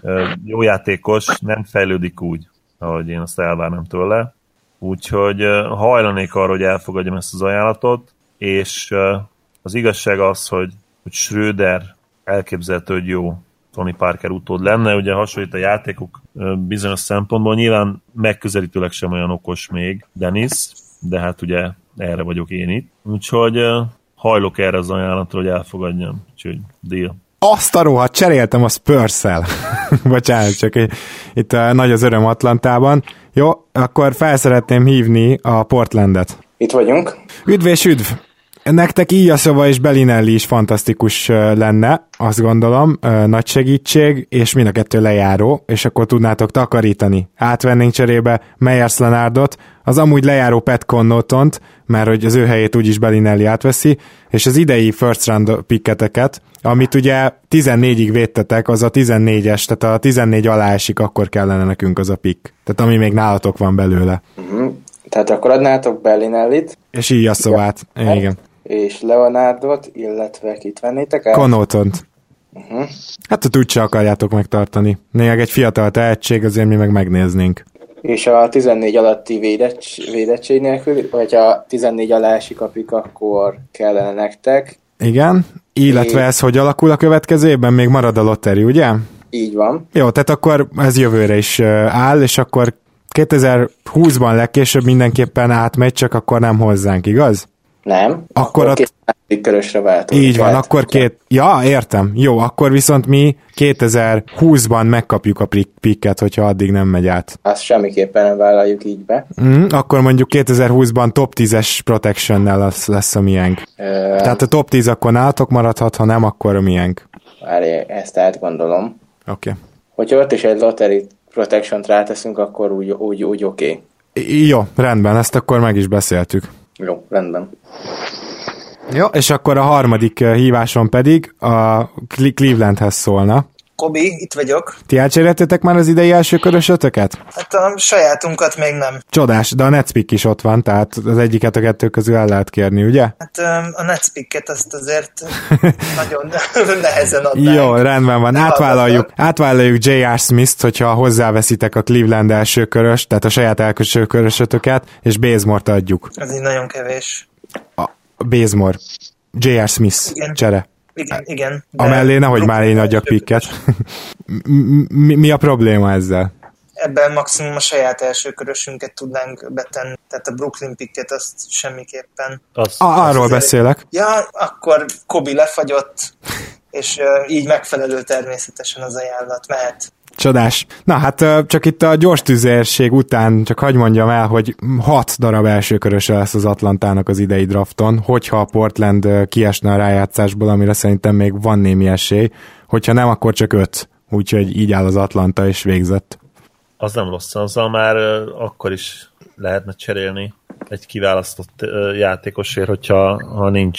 jó játékos, nem fejlődik úgy, ahogy én azt elvárnám tőle. Úgyhogy hajlanék arra, hogy elfogadjam ezt az ajánlatot, és az igazság az, hogy Schröder elképzelhető, hogy jó Tony Parker utód lenne, ugye hasonlít a játékok bizonyos szempontból, nyilván megközelítőleg sem olyan okos még Dennis, de hát ugye erre vagyok én itt. Úgyhogy hajlok erre az ajánlatra, hogy elfogadjam. Úgyhogy deal. Azt a rohadt, cseréltem a Spurs-szel. Bocsánat, csak itt nagy az öröm Atlantában. Jó, akkor fel szeretném hívni a Portlandet. Itt vagyunk. Üdv és üdv! Nektek Ilyaszova és Bellinelli is fantasztikus lenne, azt gondolom, nagy segítség, és mind a kettő lejáró, és akkor tudnátok takarítani. Átvennénk cserébe Meyers Leonardot, az amúgy lejáró Pat Connaughtont, mert hogy az ő helyét úgyis Bellinelli átveszi, és az idei first round picketeket, amit ugye 14-ig védtetek, az a 14-es, tehát a 14 alá esik, akkor kellene nekünk az a pick. Tehát ami még nálatok van belőle. Uh-huh. Tehát akkor adnátok Bellinellit. És Ilyaszovát, igen. És Leonardot, illetve kit vennétek el? Connaughtont. Uh-huh. Hát ott úgyse akarjátok megtartani. Néha egy fiatal tehetség, azért mi meg megnéznénk. És a 14 alatti védettség nélkül, vagy a 14 alá esik a pick, akkor kellene nektek. Igen, illetve ez hogy alakul a következő évben? Még marad a lotteri, ugye? Így van. Jó, tehát akkor ez jövőre is áll, és akkor 2020-ban legkésőbb mindenképpen átmegy, csak akkor nem hozzánk, igaz? Nem. Akkor két körösre váltunk. Így van, akkor Ja, értem. Jó, akkor viszont mi 2020-ban megkapjuk a picket, hogyha addig nem megy át. Azt semmiképpen nem vállaljuk így be. Akkor mondjuk 2020-ban top 10-es protectionnel lesz a miénk. Tehát a top 10 akkor nálatok maradhat, ha nem, akkor a miénk. Várj, ezt átgondolom. Oké. Hogyha ott is egy lottery protection-t ráteszünk, akkor úgy oké. Jó, rendben, ezt akkor meg is beszéltük. Jó, rendben. Jó, és akkor a harmadik híváson pedig a Clevelandhez szólna. Kobi, itt vagyok. Ti elcseréltétek már az idei első körösötöket? Hát a sajátunkat még nem. Csodás, de a Netspick is ott van, tehát az egyiket a kettő közül el lehet kérni, ugye? Hát a Netspicket azt azért nagyon nehezen adnánk. Jó, rendben van, átvállaljuk J.R. Smith-t, hogyha hozzáveszitek a Cleveland első körös, tehát a saját első körösötöket, és Bazemore-t adjuk. Ez így nagyon kevés. Bazemore. J.R. Smith. Igen. Csere. Igen. Amellé nehogy már én adjak picket. Mi a probléma ezzel? Ebben maximum a saját elsőkörösünket tudnánk betenni, tehát a Brooklyn picket azt semmiképpen. Arról beszélek. Ja, akkor Kobi lefagyott, és így megfelelő természetesen az ajánlat mehet. Csodás. Na hát csak itt a gyors tüzérség után csak hadd mondjam el, hogy 6 darab elsőköröse lesz az Atlantának az idei drafton, hogyha a Portland kiesne a rájátszásból, amire szerintem még van némi esély, hogyha nem, akkor csak 5. Úgyhogy így áll az Atlanta, és végzett. Az nem rossz, azzal már akkor is lehetne cserélni egy kiválasztott játékosért, hogyha nincs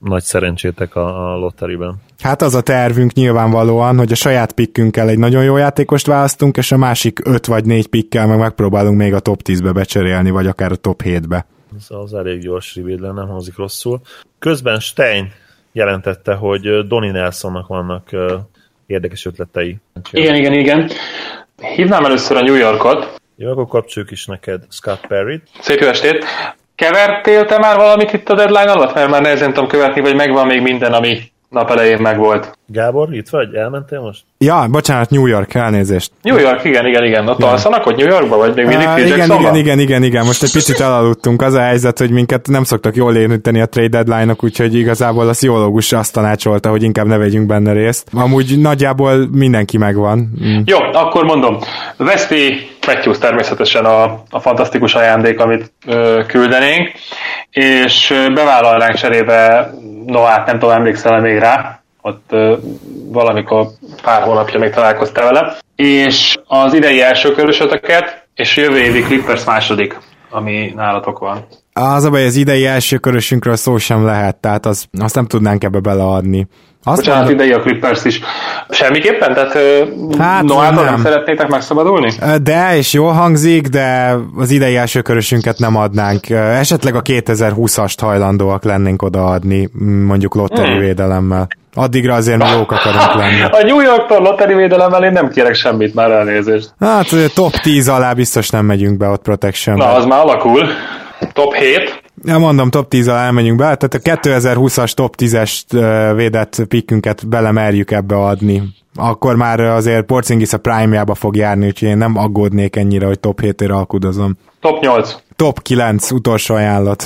nagy szerencsétek a lotteriben. Hát az a tervünk nyilvánvalóan, hogy a saját pikkünkkel egy nagyon jó játékost választunk, és a másik 5 vagy 4 pikkel meg megpróbálunk még a top 10-be becserélni, vagy akár a top 7-be. Ez az elég gyors reveal, nem hangzik rosszul. Közben Stein jelentette, hogy Donnie Nelsonnak vannak érdekes ötletei. Igen. Hívnám először a New Yorkot. Jó, akkor kapcsoljuk is neked Scott Perryt. Szép jó estét! Kevertél te már valamit itt a deadline alatt? Mert már nehezen tudom követni, vagy megvan még minden, ami nap elején megvolt. Gábor, itt vagy? Elmentél most? Ja, bocsánat, New York, elnézést. New York, igen. Ott alszanak ott New Yorkba, vagy még mindig Phil Jacksonban? Igen. Most egy picit elaludtunk. Az a helyzet, hogy minket nem szoktak jól érinteni a trade deadline-ok, úgyhogy igazából a pszichológus azt tanácsolta, hogy inkább ne vegyünk benne részt. Amúgy nagyjából mindenki megvan. Jó, akkor mondom. Westy Matthews természetesen a fantasztikus ajándék, amit küldenénk, és bevállalnánk cserébe Noát, nem tudom, emlékszel még rá, ott valamikor pár hónapja még találkoztál vele, és az idei első körösötöket, és jövő évi Clippers második, ami nálatok van. Az a baj, az idei első körösünkről szó sem lehet, tehát azt nem tudnánk ebbe beleadni. Bocsánat, idei a Clippers is. Semmiképpen? Tehát hát Noától nem szeretnétek megszabadulni? De, és jól hangzik, de az idei első körösünket nem adnánk. Esetleg a 2020-ast hajlandóak lennénk odaadni, mondjuk lotteri védelemmel. Addigra azért mi jók akarunk lenni. A New Yorktól lotteri védelemmel én nem kérek semmit, már elnézést. Hát top 10 alá biztos nem megyünk be ott protection. Na, az már alakul. Top 7. Ja, mondom, top 10 alá elmegyünk be, tehát a 2020-as top 10-es védett pikkünket belemerjük ebbe adni. Akkor már azért Porzingis a prime-jába fog járni, úgyhogy én nem aggódnék ennyire, hogy top 7-ére alkudozom. Top 8. Top 9, utolsó ajánlat.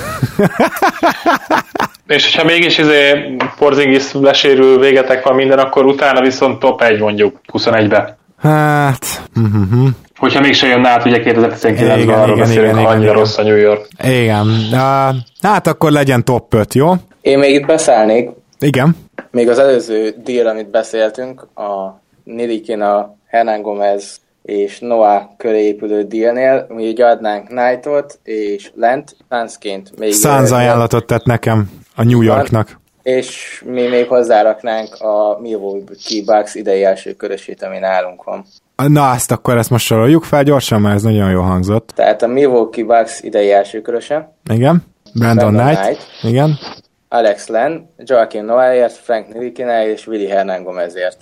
És ha mégis Porzingis lesérül, végetek van minden, akkor utána viszont top 1 mondjuk 21-be. Hát... Hogyha mégse jönne át, ugye 2019-ben arról beszélünk, ha annyira rossz a New York. Igen. Hát akkor legyen top 5, jó? Én még itt beszállnék. Igen. Még az előző deal, amit beszéltünk, a Ntilikina, Hernán Gomez és Noah köré épülő dealnél, mi így adnánk Knightot és Lent Sunsként. Suns ajánlatot tett nekem a New Yorknak. És mi még hozzáraknánk a Milwaukee Bucks idei első körösét, ami nálunk van. Na, ezt most soroljuk fel gyorsan, mert ez nagyon jól hangzott. Tehát a Milwaukee Bucks idei első köröse. Igen. Brandon Knight. Igen. Alex Len, Joakim Noahért, Frank Ntilikina és Willy Hernán Gomezért.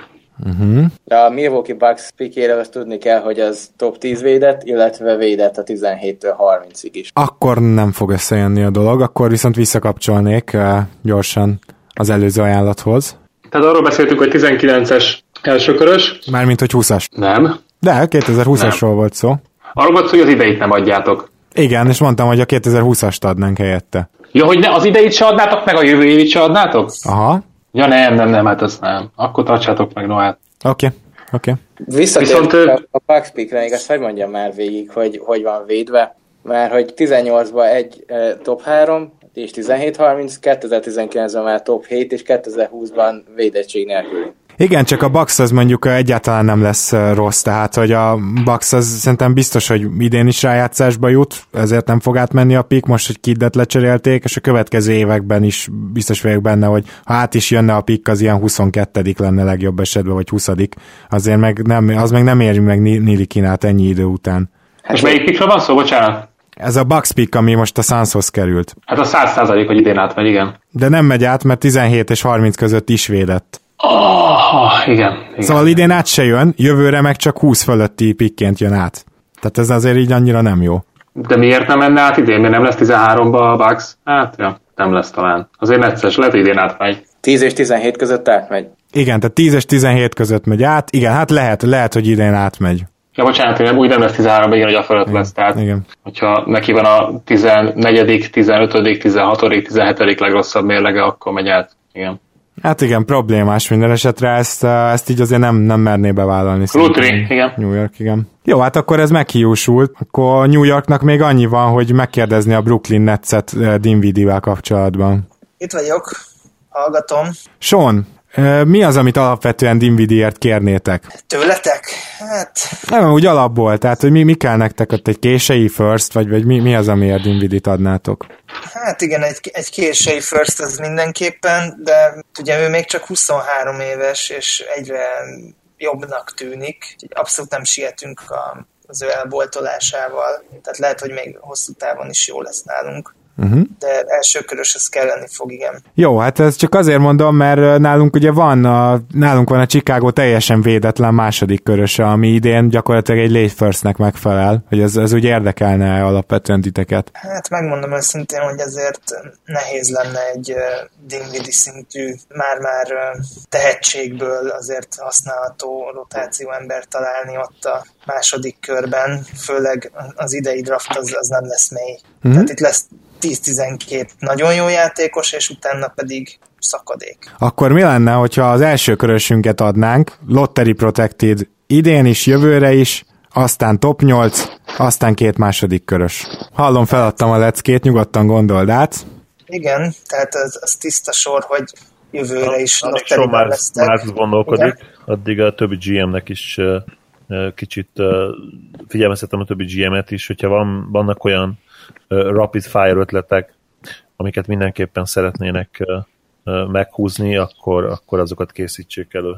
De a Milwaukee Bucks pickére azt tudni kell, hogy az top 10 védett, illetve védett a 17-től 30-ig is. Akkor nem fog összejönni a dolog, akkor viszont visszakapcsolnék gyorsan az előző ajánlathoz. Tehát arról beszéltünk, hogy 19-es elsőkörös. Mármint, hogy 20-as. Nem. De, 2020-asról volt szó. Arról volt szó, hogy az ideit nem adjátok. Igen, és mondtam, hogy a 2020-ast adnánk helyette. Ja, hogy az ideit se adnátok, meg a jövő évit se adnátok? Aha. Ja nem, hát azt nem. Akkor tartsátok meg Noát. Oké. Visszatérünk a Bucks pickre, még azt hogy mondjam már végig, hogy van védve. Már hogy 18-ban egy top 3, és 17-30, 2019-ben már top 7, és 2020-ban védettség nélküli. Igen, csak a Bucks az mondjuk egyáltalán nem lesz rossz, tehát hogy a Bucks az szerintem biztos, hogy idén is rájátszásba jut, ezért nem fog átmenni a pick, most, hogy Kiddet lecserélték, és a következő években is biztos vagyok benne, hogy ha át is jönne a pick, az ilyen 22. lenne legjobb esetben, vagy 20. Azért meg nem éri meg Ntilikinát ennyi idő után. És melyik pickről van szó, bocsánat? Ez a Bucks pick, ami most a Sunshoz került. Hát a 100%, hogy idén átmegy, igen. De nem megy át, mert 17 és 30 között is védett. Igen. Szóval idén át se jön, jövőre meg csak 20 fölötti pickként jön át. Tehát ez azért így annyira nem jó. De miért nem menne át idén? Mert nem lesz 13-ba a Bucks? Hát, ja, nem lesz talán. Azért necces, lehet idén átmegy. 10 és 17 között átmegy. Igen, tehát 10 és 17 között megy át. Igen, hát lehet, hogy idén átmegy. Ja, bocsánat, úgy nem lesz 13-ban, igen, hogy a fölött lesz. Tehát, igen. Hogyha neki van a 14., 15., 16., 17. legrosszabb mérlege, akkor megy át. Igen. Hát igen, problémás minden esetre, ezt így azért nem merné bevállalni. Lutri, igen. New York, igen. Jó, hát akkor ez meghiúsult. Akkor New Yorknak még annyi van, hogy megkérdezni a Brooklyn Netset Dinwiddie-vel kapcsolatban. Itt vagyok, hallgatom. Sean, Mi az, amit alapvetően Dinwiddie-ért kérnétek? Tőletek? Hát... Nem, úgy alapból, tehát hogy mi kell nektek ott egy kései first, vagy mi az, amiért Dinwiddie-t adnátok? Hát igen, egy kései first az mindenképpen, de ugye ő még csak 23 éves, és egyre jobbnak tűnik, úgyhogy abszolút nem sietünk az ő elboltolásával, tehát lehet, hogy még hosszú távon is jó lesz nálunk. De elsőkörös ez kelleni fog, igen. Jó, hát ez csak azért mondom, mert nálunk ugye nálunk van a Chicago teljesen védetlen második köröse, ami idén gyakorlatilag egy late firstnek megfelel, hogy ez úgy érdekelne alapvetően titeket. Hát megmondom őszintén, hogy azért nehéz lenne egy Dinwiddie szintű, már tehetségből azért használható rotációember találni ott a második körben, főleg az idei draft az nem lesz mély. Tehát itt lesz 10-12 nagyon jó játékos, és utána pedig szakadék. Akkor mi lenne, hogyha az első körösünket adnánk, lottery protected idén is, jövőre is, aztán top 8, aztán 2 második körös. Hallom, feladtam a leckét, nyugodtan gondold át. Igen, tehát az tiszta sor, hogy jövőre is lotteryben lesztek. Már gondolkodik, igen? Addig a többi GM-nek is kicsit figyelmeztetem a többi GM-et is, hogyha vannak olyan rapid fire ötletek, amiket mindenképpen szeretnének meghúzni, akkor azokat készítsék elő.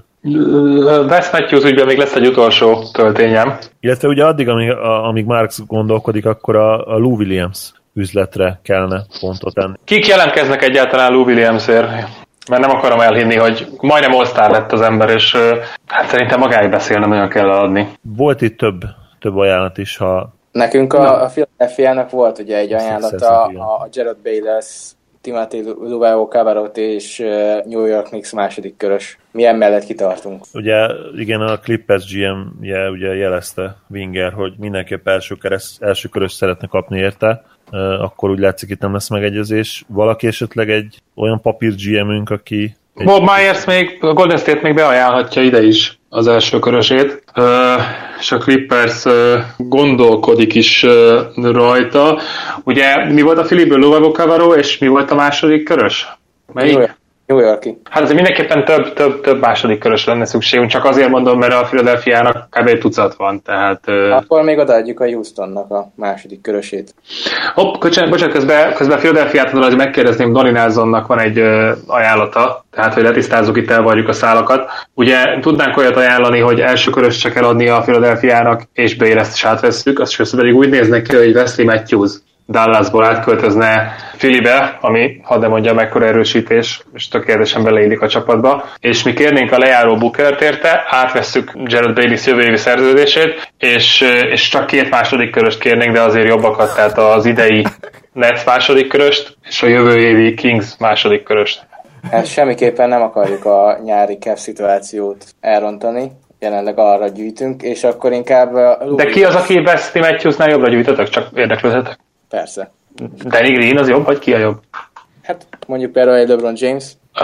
Wes Matthews ügyben még lesz egy utolsó töltényem. Illetve ugye addig, amíg Marks gondolkodik, akkor a Lou Williams üzletre kellene pontot tenni. Kik jelentkeznek egyáltalán Lou Williamsért? Mert nem akarom elhinni, hogy majdnem all-star lett az ember, és hát szerintem magáig beszélne, nagyon kell adni. Volt itt több ajánlat is, ha... Nekünk a Philadelphia-nak volt ugye egy ajánlata, a Jared Bayless, Timothy Luwawu-Cabarrot és New York Knicks második körös. Mi emellett kitartunk. Ugye igen, a Clippers GM-je ugye jelezte Winger, hogy mindenképp első körös szeretne kapni érte, akkor úgy látszik, itt nem lesz megegyezés. Valaki esetleg egy olyan papír GM-ünk, aki... Bob Myers még, a Golden State még beajánlhatja ide is az első körösét, és a Clippers gondolkodik is rajta. Ugye mi volt a Philipből Luwawu-Cabarrot, és mi volt a második körös? Melyik? New York-i. Hát azért mindenképpen több második körös lenne szükségünk, csak azért mondom, mert a Philadelphia-nak kb. Tucat van, tehát... Akkor még odaadjuk a Houstonnak a második körösét. Bocsánat, közben Philadelphia-tól azért megkérdezném, Donnie Nelsonnak van egy ajánlata, tehát hogy letisztázzuk, itt elvarjuk a szálakat. Ugye tudnánk olyat ajánlani, hogy első körös csak eladni a Philadelphia-nak, és Bayless-t is átvesszük, azt pedig úgy néznek ki, hogy Wesley Matthews Dallasból átköltözne Phillybe, ami, hadd ne mondjam, mekkora erősítés, és tökéletesen beleillik a csapatba, és mi kérnénk a lejáró Bookert érte, átvesszük Jared Bayless jövő évi szerződését, és csak 2 második köröst kérnénk, de azért jobbakat, tehát az idei Nets második köröst, és a jövő évi Kings második köröst. Hát semmiképpen nem akarjuk a nyári cap szituációt elrontani, jelenleg arra gyűjtünk, és akkor inkább... De ki az, aki Wesley Matthewsnál jobbra gyűjtötök? Csak érdeklődhetek. Persze. Danny Green az jobb, vagy ki a jobb? Hát mondjuk például egy LeBron James.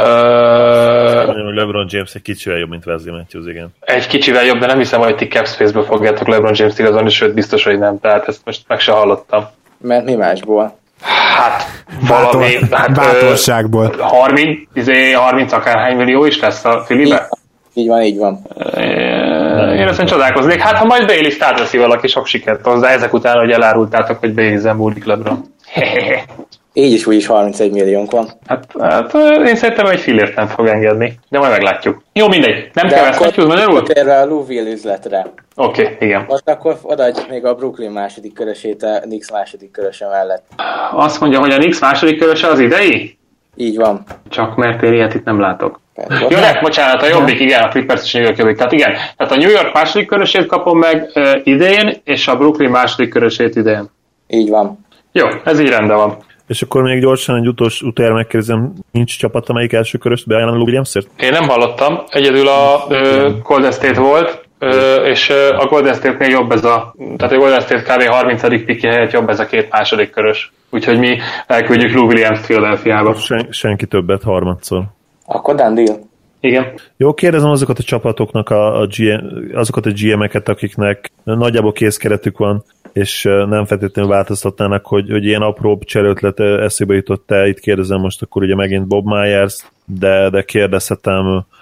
LeBron James egy kicsivel jobb, mint Wesley Matthews, igen. Egy kicsivel jobb, de nem hiszem, hogy ti cap space-ből fogjátok LeBron James-t igazolni, sőt biztos, hogy nem. Tehát ezt most meg se hallottam. Mert mi másból? Hát valami... Bátorságból. 30 akárhány millió is lesz a Phillybe? Így van. Én ezen csodálkoznék. Hát ha majd Bayless-t átveszi valaki, sok sikert hozzá, ezek után, hogy elárultátok, hogy Bayless-en múlik LeBron. Így is úgyis 31 milliónk van. Hát én szerintem egy fillért nem fog engedni, de majd meglátjuk. Jó, mindegy. Nem kell ezt Matthews magyarul? Térve a Lou Will üzletre. Oké, igen. Most akkor odaadjuk még a Brooklyn második körösét a Knicks második köröse mellett. Azt mondja, hogy a Knicks második köröse az idei? Így van. Csak mert én ilyet itt nem látok. Jó, de bocsánat, a jobbik, igen, a Clippers és a New York jobbik. Tehát igen, tehát a New York második körösét kapom meg idén, és a Brooklyn második körösét idén. Így van. Jó, ez így rendben van. És akkor még gyorsan egy utoljára megkérdezem, nincs csapat, amelyik első köröst beajánlom Lou Williamsért? Én nem hallottam, egyedül a Golden State volt, és a Golden State-nél jobb ez tehát a Golden State kb. 30. pikki helyett jobb ez a 2 második körös. Úgyhogy mi elküldjük Lou Williams-t Philadelphiába. Senki többet harmadszor. Akkor done deal. Igen. Jó, kérdezem azokat a csapatoknak, azokat a GM-eket, akiknek nagyjából készkeretük van, és nem feltétlenül változtatnának, hogy ilyen apróbb cserőtlet eszébe jutott el. Itt kérdezem most akkor ugye megint Bob Myers, de kérdezhetem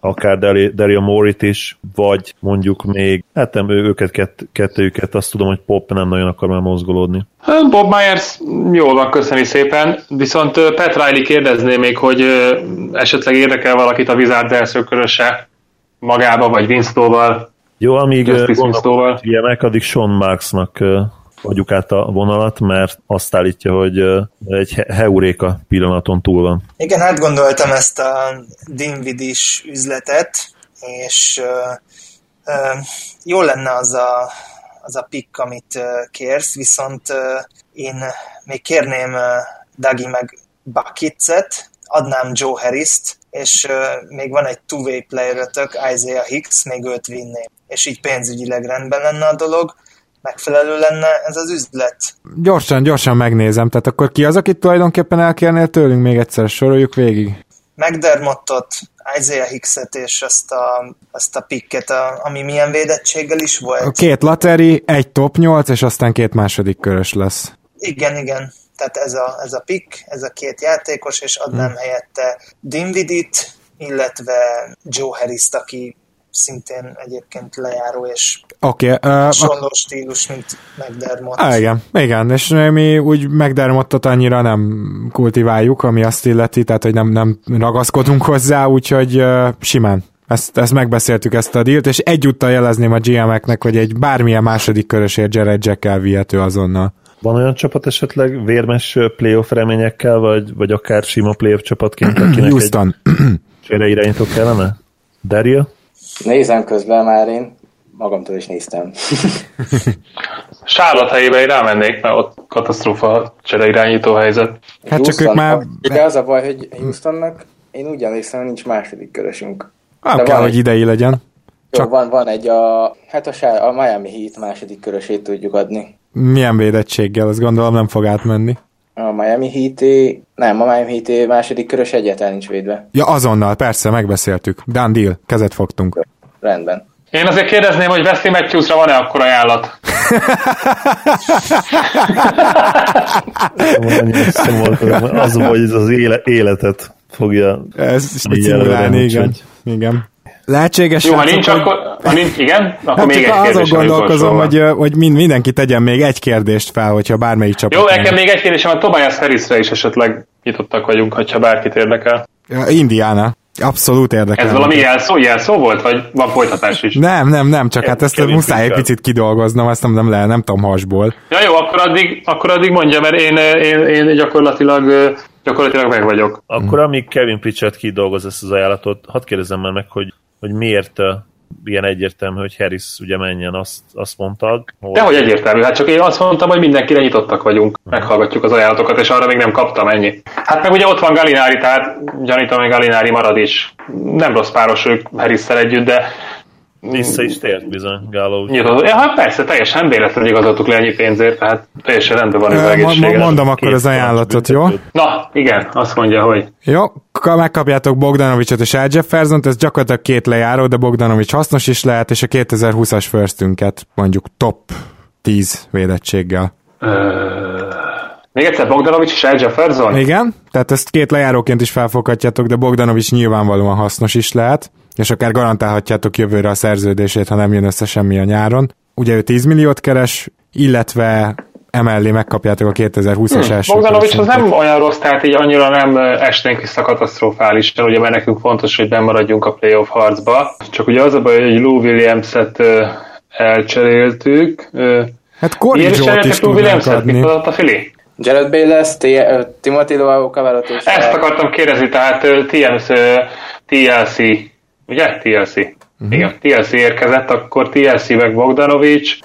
akár Daryl Morey-t is, vagy mondjuk még, hát nem, kettőjüket, azt tudom, hogy Pop nem nagyon akar már mozgolódni. Bob Myers jól van, köszöni szépen, viszont Pat Riley kérdezné még, hogy esetleg érdekel valakit a Wizard első köröse magába, vagy Winslow-val. Jó, amíg gondolom, ilyenek, addig Sean Marksnak adjuk át a vonalat, mert azt állítja, hogy egy heuréka pillanaton túl van. Igen, átgondoltam ezt a Dinwiddie-s üzletet, és jó lenne az a pick, amit kérsz, viszont én még kérném Dougie meg Bucketset, adnám Joe Harris-t, és még van egy two-way player-ötök, Isaiah Hicks, még őt vinném. És így pénzügyileg rendben lenne a dolog, megfelelő lenne ez az üzlet. Gyorsan megnézem, tehát akkor ki az, akit tulajdonképpen elkérnél tőlünk, még egyszer soroljuk végig? McDermottot, Isaiah Hickset és azt a picket, ami milyen védettséggel is volt. 2 lateri, 1 top 8, és aztán 2 második körös lesz. Igen. Tehát ez a pick, ez a 2 játékos, és adnám helyette Dinwiddie-t, illetve Joe Harris-t, aki szintén egyébként lejáró, és hasonló stílus, mint McDermott. Igen, és mi úgy McDermottot annyira nem kultiváljuk, ami azt illeti, tehát hogy nem ragaszkodunk hozzá, úgyhogy simán. Ezt megbeszéltük, ezt a dílt, és egyúttal jelezném a GM-eknek, hogy egy bármilyen második körösért Jared Jack-el vihető azonnal. Van olyan csapat esetleg vérmes playoff reményekkel, vagy akár sima playoff csapatként, akinek Houston. Egy félreirányító kellene? Daryl? Nézem közben már, én magamtól is néztem. Charlotte helyében rámennék, mert ott katasztrófa csereirányító helyzet. Hát csak ők már... De az a baj, hogy Houstonnak én úgy emlékszem, hogy nincs második körösünk. Kell, hogy idei legyen. Csak... Van egy a Miami Heat második körösét tudjuk adni. Milyen védettséggel? Azt gondolom nem fog átmenni. A Miami Heat második körös egyáltalán nincs védve. Ja, azonnal, persze, megbeszéltük. Done deal, kezet fogtunk. Rendben. Én azért kérdezném, hogy Wesley Matthewsra van-e akkor ajánlat? Az, hogy ez az életet fogja szimulálni, igen. Lehetséges. Jó, ha nincs, igen, akkor még egy kérdés. Azon gondolkozom, hogy mindenki tegyen még egy kérdést fel, hogyha bármelyik csapat. Jó, nekem még egy kérdésem, a Tobias Harrisre is esetleg nyitottak vagyunk, hogyha bárkit érdekel. Indiana. Abszolút érdekel. Ez valami jelszó volt, vagy van folytatás is? Nem, csak hát ezt muszáj egy picit kidolgoznom, ezt nem tudom hasból. Ja jó, akkor addig mondja, mert én gyakorlatilag meg vagyok. Akkor amíg Kevin Pritchard kidolgoz ezt az ajánlatot, hadd kérdezzem már meg, hogy miért ilyen egyértelmű, hogy Harris ugye menjen, azt mondtad. Dehogy egyértelmű, hát csak én azt mondtam, hogy mindenkire nyitottak vagyunk, meghallgatjuk az ajánlatokat, és arra még nem kaptam, ennyi. Hát meg ugye ott van Gallinari, tehát gyanítom, hogy Gallinari marad is. Nem rossz páros ők Harrisszel együtt, de vissza is tért bizony, Gallo. Ja, hát persze, teljesen véletlenül igazoltuk le ennyi pénzért, tehát teljesen rendben van az egészséges. Mondom akkor az ajánlatot, jó? Na, igen, azt mondja, hogy... Jó, megkapjátok Bogdanovicsot és Al Jeffersont, ez gyakorlatilag 2 lejáró, de Bogdanovics hasznos is lehet, és a 2020-as firstünket mondjuk top 10 védettséggel. Még egyszer Bogdanovics és Al Jefferson? Igen, tehát ezt 2 lejáróként is felfoghatjátok, de Bogdanovics nyilvánvalóan hasznos is lehet, és akár garantálhatjátok jövőre a szerződését, ha nem jön össze semmi a nyáron. Ugye ő 10 milliót keres, illetve emellé megkapjátok a 2020-as első. Bogdanovics az nem olyan rossz, tehát így annyira nem esnénk vissza katasztrofálisan, ugye, mert nekünk fontos, hogy bemaradjunk a playoff harcba. Csak ugye az a baj, hogy Lou Williams-et elcseréltük. Hát Corey Joe-t is tudnánk adni. Mit adott a Fili? Jared Bayless, Timothy Luau-Cavalot és... Ezt akartam kérdezni, tehát TLC, ugye? TLC. Igen, TLC érkezett, akkor TLC meg Bogdanovics,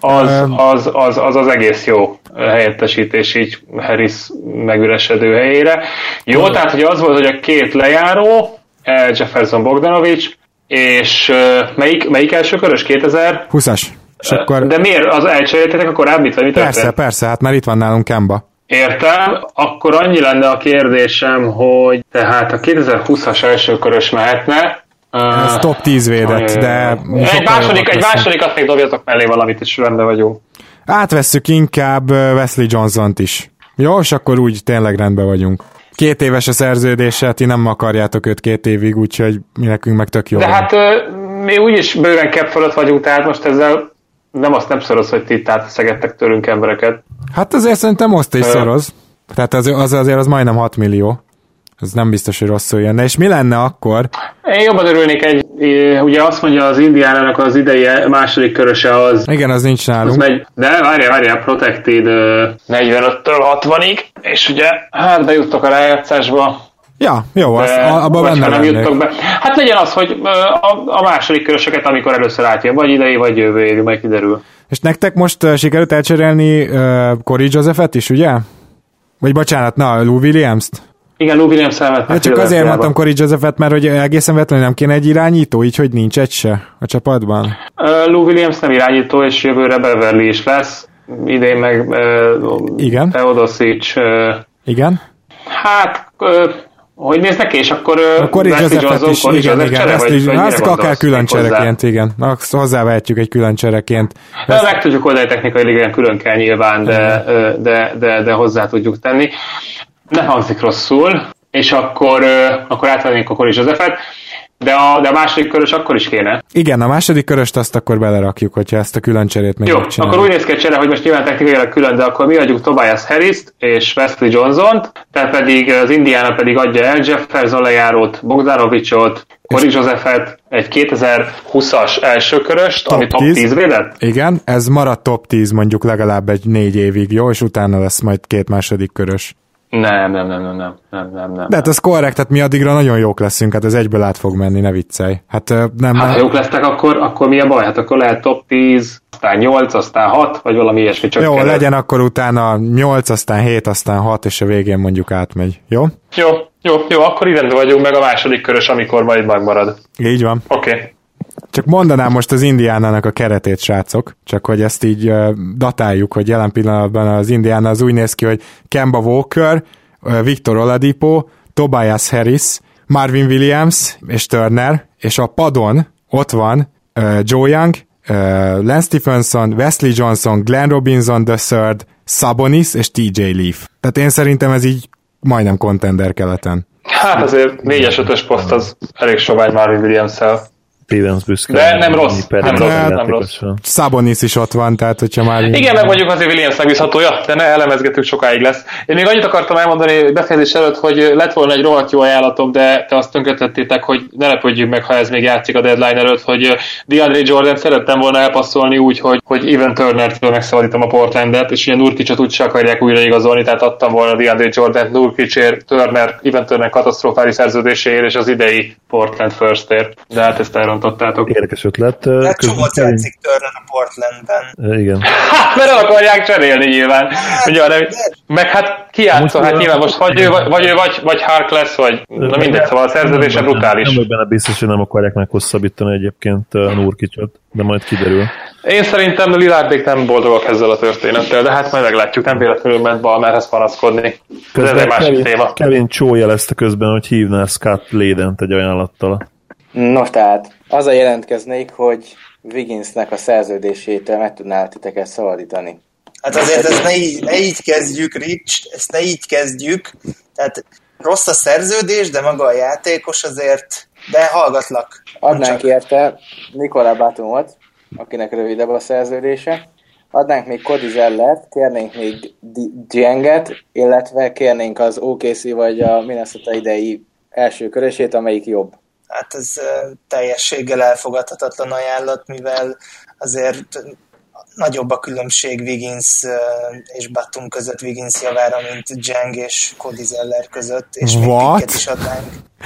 az egész jó helyettesítés így Harris megüresedő helyére. Jó, tehát ugye az volt, hogy a 2 lejáró, Jefferson, Bogdanovics, és melyik első körös? 2020-as? Akkor... De miért? Az elcseréltétek a korábbit? Vagy Persze, hát már itt van nálunk Kemba. Értem, akkor annyi lenne a kérdésem, hogy tehát a 2020-as első körös mehetne. Ez top 10 védett, de... Egy másodikat még dobjatok mellé valamit, és rendben vagyunk. Átvesszük inkább Wesley Johnson-t is. Jó, és akkor úgy tényleg rendben vagyunk. 2 éves a szerződése, ti nem akarjátok őt 2 évig, úgyhogy mi nekünk meg tök jó. De hát mi úgyis bőven cap fölött vagyunk, tehát most ezzel nem szoroz, hogy ti szegettek tőlünk embereket. Hát azért szerintem most is szoroz. Tehát az azért az majdnem 6 millió. Ez nem biztos, hogy rosszul jönne. És mi lenne akkor? Én jobban örülnék ugye azt mondja az Indiánának az idei második köröse az... Igen, az nincs nálunk. De várjál, Protected 45-től 60-ig, és ugye, hát bejuttok a rájátszásba. Ja, jó, abban benne nem juttok be. Hát legyen az, hogy a második körösöket, amikor először átjön, vagy idei, vagy jövő évi, majd kiderül. És nektek most sikerült elcserélni Corey Josephet is, ugye? Vagy bocsánat, Lou Williams-t? Igen, Lou Williams elment. Csak azért mondtam Corey Josephet, mert hogy egészen véletlenül nem kéne egy irányító, így hogy nincs egy se a csapatban. Lou Williams nem irányító, és jövőre Beverly is lesz. Idén meg igen. Teodosic. Igen. Hát, hogy néz neki, és akkor Corey Josephet is, igen. Azt akár külön csereként, igen. Azt hozzávehetjük egy külön csereként. Meg tudjuk oldani technikailag, ilyen külön kell nyilván, de hozzá tudjuk tenni. Ne hangzik rosszul, és akkor átvennénk a Corey Josephet, de a második körös akkor is kéne. Igen, a második köröst azt akkor belerakjuk, hogyha ezt a külön cserét még megcsináljuk. Jó, akkor úgy néz ki a csere, hogy most nyilván technikailag külön, de akkor mi adjuk Tobias Harris-t és Wesley Johnson-t, tehát pedig az Indiana pedig adja el Jefferson lejárót, Bogdanovicot, Corey Josephet, egy 2020-as első köröst, ami top 10 védett? Igen, ez marad top 10 mondjuk legalább egy 4 évig, jó? És utána lesz majd 2 második körös. Nem. De hát ez korrekt, tehát mi addigra nagyon jók leszünk, hát ez egyből át fog menni, ne viccelj. Hát ha jók lesznek, akkor mi a baj? Hát akkor lehet top 10, aztán 8, aztán 6, vagy valami ilyesmi csak jó, legyen akkor utána 8, aztán 7, aztán 6, és a végén mondjuk átmegy, jó? Jó, akkor így vagyunk, meg a második körös, amikor majd megmarad. Így van. Oké. Csak mondanám most az Indiánának a keretét, srácok, csak hogy ezt így datáljuk, hogy jelen pillanatban az Indiana az úgy néz ki, hogy Kemba Walker, Victor Oladipo, Tobias Harris, Marvin Williams és Turner, és a padon ott van Joe Young, Lance Stephenson, Wesley Johnson, Glenn Robinson III, Sabonis és TJ Leaf. Tehát én szerintem ez így majdnem contender keleten. Hát azért 4-5-ös poszt az elég sovány Marvin Williams-szel. De nem rossz. Sabonis is ott van, tehát hogyha már... Igen, meg mondjuk azért Williams megbízhatója, de ne elemezgetünk, sokáig lesz. Én még annyit akartam elmondani befejezés előtt, hogy lett volna egy rohadt jó ajánlatom, de te azt tönkretettétek, hogy ne lepődjünk meg, ha ez még játszik a deadline előtt, hogy DeAndre Jordan szerettem volna elpasszolni úgy, hogy Evan Turner-től megszabadítom a Portlandet, és ugye Nurkicot úgy se akarják újraigazolni, tehát adtam volna DeAndre Jordan Nurkicért, Evan Turner katasztrofális szerződéséért és az idei Portland firstért. De hát ezt elrontottátok. Érdekes ötlet. De csomót játszik Turner a Portlandben. Igen. Hát, mert el akarják cserélni nyilván. Ugye, meg hát ki játszol? Hát nyilván most vagy ő, vagy Hark lesz, vagy na mindegy, szóval a szerződése brutális. Nem vagy benne biztos, hogy nem akarják meghosszabbítani egyébként Nurkicot, de majd kiderül. Én szerintem Lillardék nem boldogok ezzel a történettel, de hát majd meglátjuk, nem véletlenül ment Ballmerhez panaszkodni. Ez egy másik téma. Kevin Cho jelezte közben, hogy hívná Scott Ladent egy ajánlattal. Nos, tehát az a jelentkeznék, hogy Wigginsnek a szerződésétől meg tudnál titeket szabadítani. Hát azért ezt ne így kezdjük, Rich, ezt ne így kezdjük. Tehát rossz a szerződés, de maga a játékos azért, de hallgatlak. Adnánk érte Nikola Batumot, akinek rövidebb a szerződése. Adnánk még Cody Zellert, kérnénk még Dienget, illetve kérnénk az OKC vagy a Minnesota idei első körösét, amelyik jobb. Hát ez teljességgel elfogadhatatlan ajánlat, mivel azért nagyobb a különbség Wiggins és Batum között, Wiggins javára, mint Jang és Cody Zeller között, és még pikket is adnánk.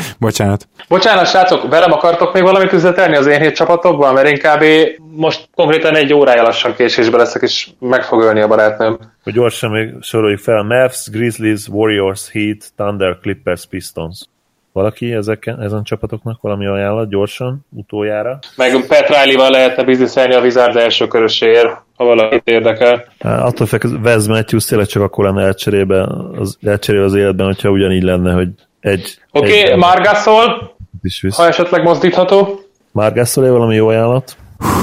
Bocsánat, srácok, velem akartok még valamit üzletelni az én 7 csapatokban, mert én kb. Most konkrétan 1 órája lassan késésbe leszek, és meg fog ölni a barátnőm. Hogy gyorsan még soroljuk fel, Mavs, Grizzlies, Warriors, Heat, Thunder, Clippers, Pistons. Valaki ezen csapatoknak valami ajánlat gyorsan, utoljára? Meg Pat Riley-val lehetne bizniszelni a Wizard első köröséért, ha valakit érdekel. Attól fél, Wes Matthews tényleg csak akkor lenne elcserél az életben, hogyha ugyanígy lenne, hogy Oké, Marc Gasol, ha esetleg mozdítható. Marc Gasol valami jó ajánlat?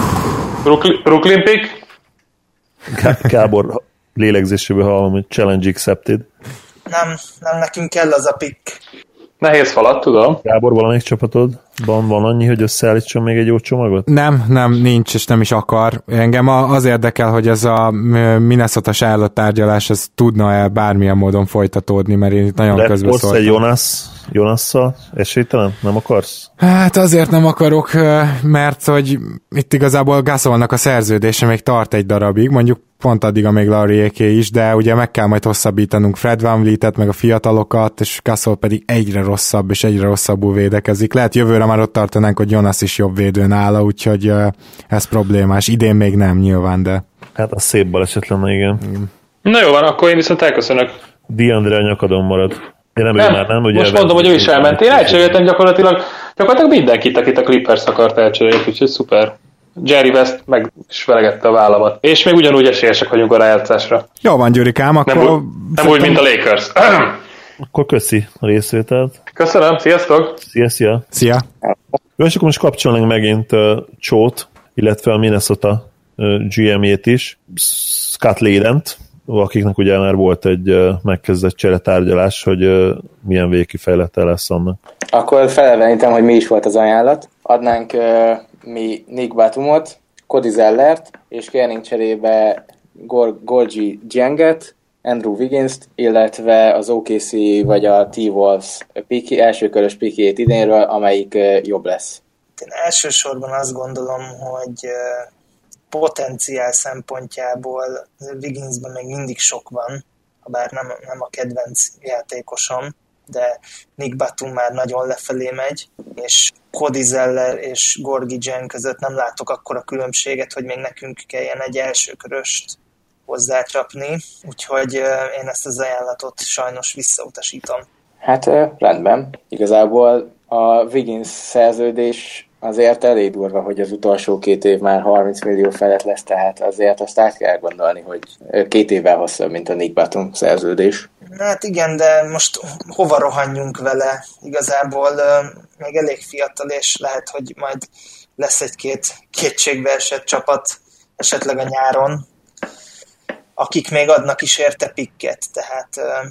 Brooklyn pick? Gábor lélegzéséből hallom, hogy challenge accepted. Nem nekünk kell az a pick. Nehéz falat, tudom. Gábor, valamelyik csapatodban van annyi, hogy összeállítson még egy jó csomagot? Nem, nincs, és nem is akar. Engem az érdekel, hogy ez a Minnesota Charlotte tárgyalás, ez tudna-e bármilyen módon folytatódni, mert én itt nagyon közbeszóltam. egy Jonasszal esélytelen? Nem akarsz? Hát azért nem akarok, mert hogy itt igazából Gasolnak a szerződése még tart egy darabig, mondjuk pont addig, amíg Lauriéké is, de ugye meg kell majd hosszabbítanunk Fred VanVleet-et, meg a fiatalokat, és Gasol pedig egyre rosszabb és egyre rosszabbul védekezik. Lehet jövőre már ott tartanánk, hogy Jonas is jobb védő nála, úgyhogy ez problémás. Idén még nem nyilván, de... Hát az szép baleset lenne, igen. Na jó van, akkor én viszont elköszönök. DeAndre a nyakadon marad. Nem, ugye most mondom, hogy ő is elment. Én elcseréltem gyakorlatilag mindenkit, akit a Clippers akart elcserélni, úgyhogy szuper. Jerry West meg is velegette a vállamat. És még ugyanúgy esélyesek vagyunk a rájátszásra. Jó van, Gyurikám, akkor... Nem úgy, mint a Lakers. Akkor köszi a részvételt. Köszönöm, sziasztok! Szia! Jó, és akkor most kapcsolnánk megint Csót, illetve a Minnesota GM-jét is, Scott Layden-t, akiknek ugye már volt egy megkezdett cseretárgyalás, hogy milyen végkifejlete lesz annak. Akkor felelevenítem, hogy mi is volt az ajánlat. Adnánk mi Nick Batumot, Cody Zellert, és kérnénk cserébe Gorgui Dienget, Andrew Wigginst, illetve az OKC vagy a T-Wolves elsőkörös pikét idénről, amelyik jobb lesz. Én elsősorban azt gondolom, hogy potenciál szempontjából Wigginsben még mindig sok van, habár nem a kedvenc játékosom, de Nick Batum már nagyon lefelé megy, és Cody Zeller és Gorgui Dieng között nem látok akkora különbséget, hogy még nekünk kelljen egy elsőköröst hozzácsapni, úgyhogy én ezt az ajánlatot sajnos visszautasítom. Hát rendben. Igazából a Wiggins szerződés azért elég durva, hogy az utolsó 2 év már 30 millió felett lesz, tehát azért azt át kell gondolni, hogy 2 évvel hosszabb, mint a Nick Batum szerződés. Hát igen, de most hova rohanjunk vele? Igazából még elég fiatal, és lehet, hogy majd lesz egy-két kétségbeesett csapat esetleg a nyáron, akik még adnak is érte pikket, tehát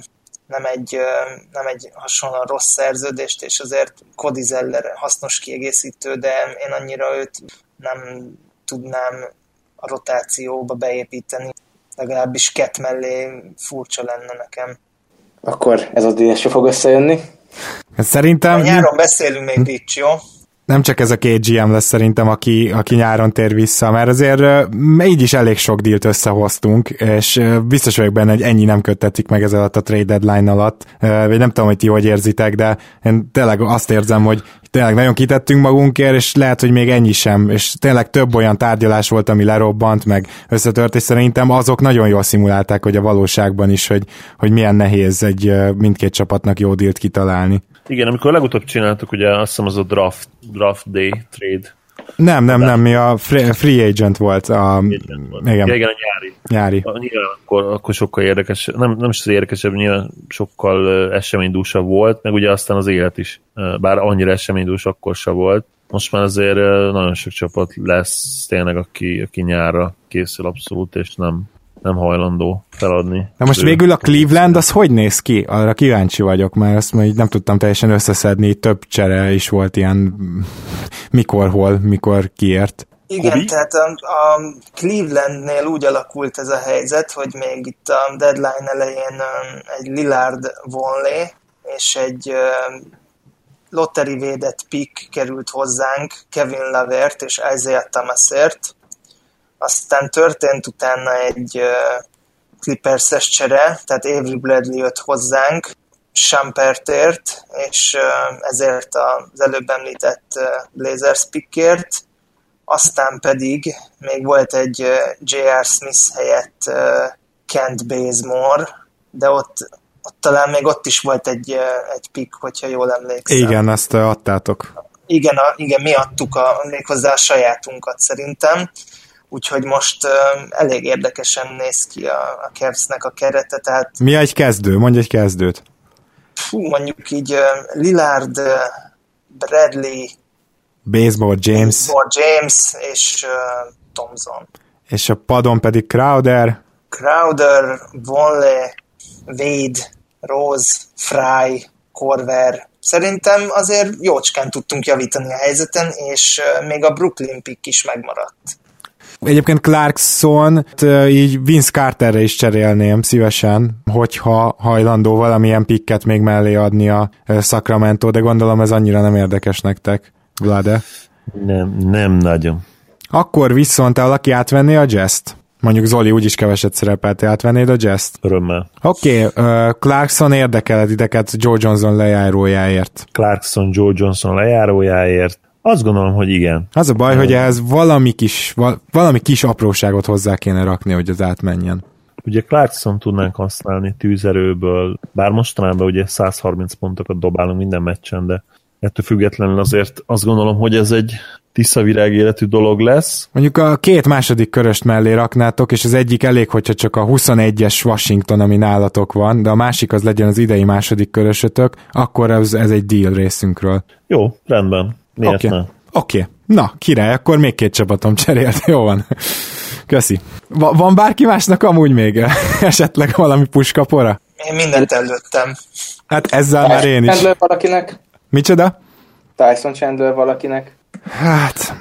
nem egy hasonlóan rossz szerződést, és azért Cody Zeller hasznos kiegészítő, de én annyira őt nem tudnám a rotációba beépíteni. Legalábbis Cat mellé furcsa lenne nekem. Akkor ez az díjas se fog összejönni? Szerintem... A nyáron beszélünk még, Rich, jó? Nem csak ez a 2 GM lesz szerintem, aki nyáron tér vissza, mert azért így is elég sok dílt összehoztunk, és biztos vagyok benne, hogy ennyi nem köttetik meg ez alatt a trade deadline alatt, vagy nem tudom, hogy ti hogy érzitek, de én tényleg azt érzem, hogy tényleg nagyon kitettünk magunkért, és lehet, hogy még ennyi sem, és tényleg több olyan tárgyalás volt, ami lerobbant, meg összetört, és szerintem azok nagyon jól szimulálták, hogy a valóságban is, hogy milyen nehéz mindkét csapatnak jó dílt kitalálni. Igen, amikor legutóbb csináltuk, ugye azt hiszem az a draft day trade. Nem, mi a free agent volt. Igen, a nyári. Nyilván akkor sokkal érdekes, nem is az érdekesebb, nyilván sokkal eseménydúsabb volt, meg ugye aztán az élet is, bár annyira eseménydús akkor se volt. Most már azért nagyon sok csapat lesz tényleg, aki nyárra készül abszolút, és nem hajlandó feladni. Na most végül a Cleveland az hogy néz ki? Arra kíváncsi vagyok, mert azt még nem tudtam teljesen összeszedni, több csere is volt ilyen mikor kiért. Igen, tehát a Clevelandnél úgy alakult ez a helyzet, hogy még itt a deadline elején egy Lillard vonlé, és egy lottery védett pick került hozzánk Kevin Lavert és Isaiah Thomasért. Aztán történt utána egy Clippers-es csere, tehát Avery Bradley jött hozzánk Shumpertért, és ezért az előbb említett Blazers pickért. Aztán pedig még volt egy J.R. Smith helyett Kent Bazemore, de ott talán még ott is volt egy pick, hogyha jól emlékszem. Igen, ezt adtátok. Igen, mi adtuk méghozzá a sajátunkat szerintem. Úgyhogy most elég érdekesen néz ki a Cavs-nek a kerete. Tehát, mi egy kezdő? Mondj egy kezdőt. Mondjuk így Lillard, Bradley, Bazemore James és Thompson. És a padon pedig Crowder, Vonleh, Wade. Rose, Fry, Korver. Szerintem azért jócskán tudtunk javítani a helyzeten, és még a Brooklyn pick is megmaradt. Egyébként Clarkson így Vince Carterre is cserélném szívesen, hogyha hajlandó valamilyen picket még mellé adni a Sacramento, de gondolom ez annyira nem érdekes nektek, Vlade. Nem nagyon. Akkor viszont te valaki átvenné a Jazz-t? Mondjuk Zoli úgyis keveset szerepelt, átvennéd a Jazz-t? Örömmel. Oké, Clarkson érdekeled ideket Joe Johnson lejárójáért. Clarkson Joe Johnson lejárójáért. Azt gondolom, hogy igen. Az a baj, hogy ehhez valami kis apróságot hozzá kéne rakni, hogy az átmenjen. Ugye Clarkson tudnánk használni tűzerőből, bár mostanában ugye 130 pontokat dobálunk minden meccsen, de ettől függetlenül azért azt gondolom, hogy ez egy tiszavirág életű dolog lesz. Mondjuk a 2 második köröst mellé raknátok, és az egyik elég, hogyha csak a 21-es Washington, ami nálatok van, de a másik az legyen az idei második körösötök, akkor ez egy deal részünkről. Jó, rendben. Miért nem? Oké. Na, király, akkor még 2 csapatom cserélt. Jó van. Köszi. Van bárki másnak amúgy még esetleg valami puskapora? Én mindent előttem. Hát ezzel már én is. Chandler valakinek? Micsoda? Tyson Chandler valakinek? Hát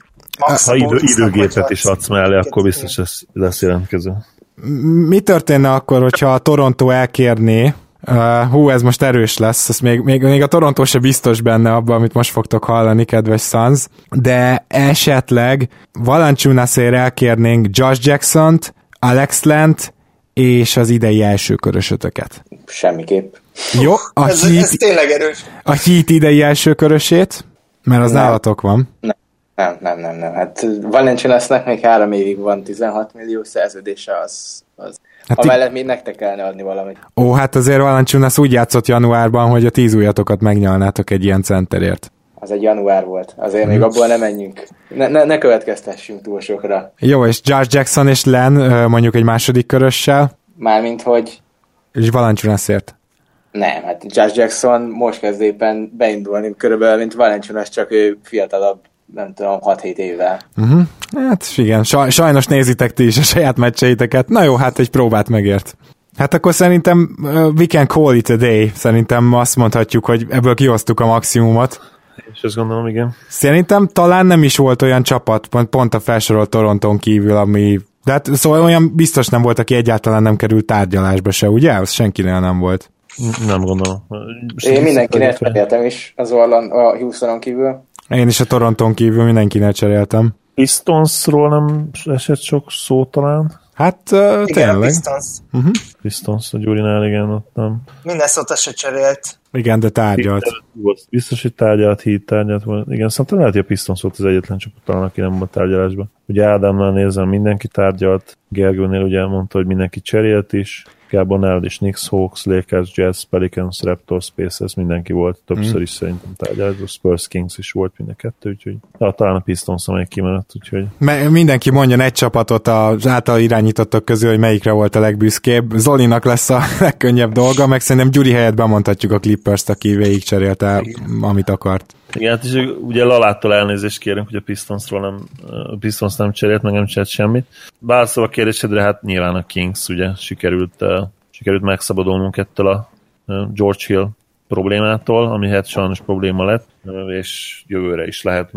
ha időgépet is adsz mellé, akkor biztos lesz jelentkező. Mi történne akkor, hogyha a Toronto elkérné, ez most erős lesz, ez még a Toronto se biztos benne abban, amit most fogtok hallani, kedves Suns, de esetleg Valanciunasért elkérnénk Josh Jacksont, Alex Lant és az idei első körösötöket. Semmiképp. Jó, ez tényleg erős. A Heat idei első körösét, mert az nálatok van. Nem. Hát Valanciunasnak még 3 évig van, 16 millió szerződése, az. Hát amellett még nektek kellene adni valamit. Ó, hát azért Valanciunas úgy játszott januárban, hogy a 10 ujjatokat megnyalnátok egy ilyen centerért. Az egy január volt. Azért még abból nem menjünk. Ne következtessünk túl sokra. Jó, és Josh Jackson és Len mondjuk egy második körössel. Mármint, hogy... És Valanciunasért. Nem, hát Josh Jackson most kezd éppen beindulni körülbelül, mint Valanciunas, csak ő fiatalabb, nem tudom, 6-7 évvel. Hát igen, sajnos nézitek ti is a saját meccseiteket. Na jó, hát egy próbát megért. Hát akkor szerintem we can call it a day. Szerintem azt mondhatjuk, hogy ebből kihoztuk a maximumot. És azt gondolom, igen. Szerintem talán nem is volt olyan csapat, pont a felsorolt Toronton kívül, ami... De hát szóval olyan biztos nem volt, aki egyáltalán nem került tárgyalásba se, ugye? Az senkinél nem volt. Nem gondolom. Én mindenkinél cseréltem is a Houstonon kívül. Én is a Toronton kívül mindenkinél cseréltem. Pistonsról nem esett sok szó talán? Hát igen, tényleg. Pistons a Gyurinál, igen, ott nem. Minnesota se cserélt. Igen, de tárgyalt. Biztos, hogy tárgyalt, Heat tárgyalt volt. Igen, szerintem lehet, hogy a Pistons volt az egyetlen csapat talán, aki nem volt tárgyalásban. Ugye Ádámnál nézem, mindenki tárgyalt, Gergőnél ugye mondta, hogy mindenki cserélt is, Gábornál is Knicks, Hawks, Lakers, Jazz, Pelicans, Raptors, Pacers, mindenki volt, többször is szerintem tárgyalásban, Spurs, Kings is volt mind a kettő, úgyhogy talán a Pistons, amelyik kimaradt, úgyhogy... Mindenki mondjon egy csapatot az által irányítottak közül, hogy melyikre volt a legbüszkébb. Zolinak lesz a legkönnyebb dolga, meg szerintem Gyuri helyett bemondhatjuk a Clippers-t, aki végigcserélte, amit akart. Igen, hát is ugye Lalától elnézést kérünk, hogy a Pistons nem cserélt, meg nem cserélt semmit. Válaszol a kérdésedre, hát nyilván a Kings, ugye sikerült megszabadulnunk ettől a George Hill problémától, ami hát sajnos probléma lett, és jövőre is lehet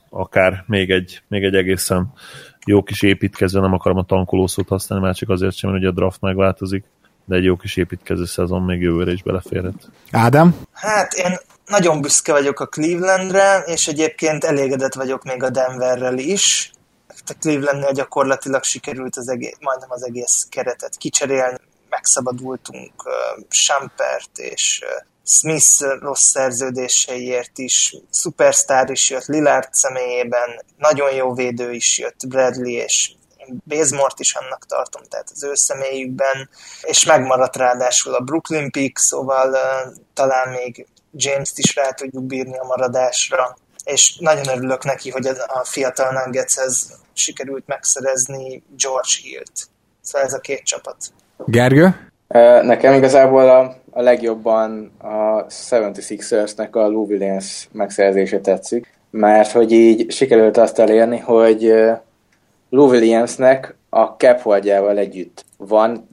még egy egészen jó kis építkező, nem akarom a tankoló szót használni, már csak azért sem, hogy a draft megváltozik, de egy jó kis építkező szezon még jövőre is beleférhet. Ádám? Hát én nagyon büszke vagyok a Clevelandre, és egyébként elégedett vagyok még a Denverrel is. A Clevelandnél gyakorlatilag sikerült majdnem az egész keretet kicserélni, megszabadultunk Shumpert és Smith rossz szerződéseiért is, Superstar is jött Lillard személyében, nagyon jó védő is jött Bradley, és Bazemore-t is annak tartom, tehát az ő személyükben, és megmaradt ráadásul a Brooklyn pick, szóval talán még James-t is rá tudjuk bírni a maradásra, és nagyon örülök neki, hogy a fiatal Nuggetshez sikerült megszerezni George Hill-t. Szóval ez a 2 csapat. Gergő? Nekem igazából a legjobban a 76ersnek a Lou Williams megszerzése tetszik, mert hogy így sikerült azt elérni, hogy Lou Williamsnek a cap holdjával együtt van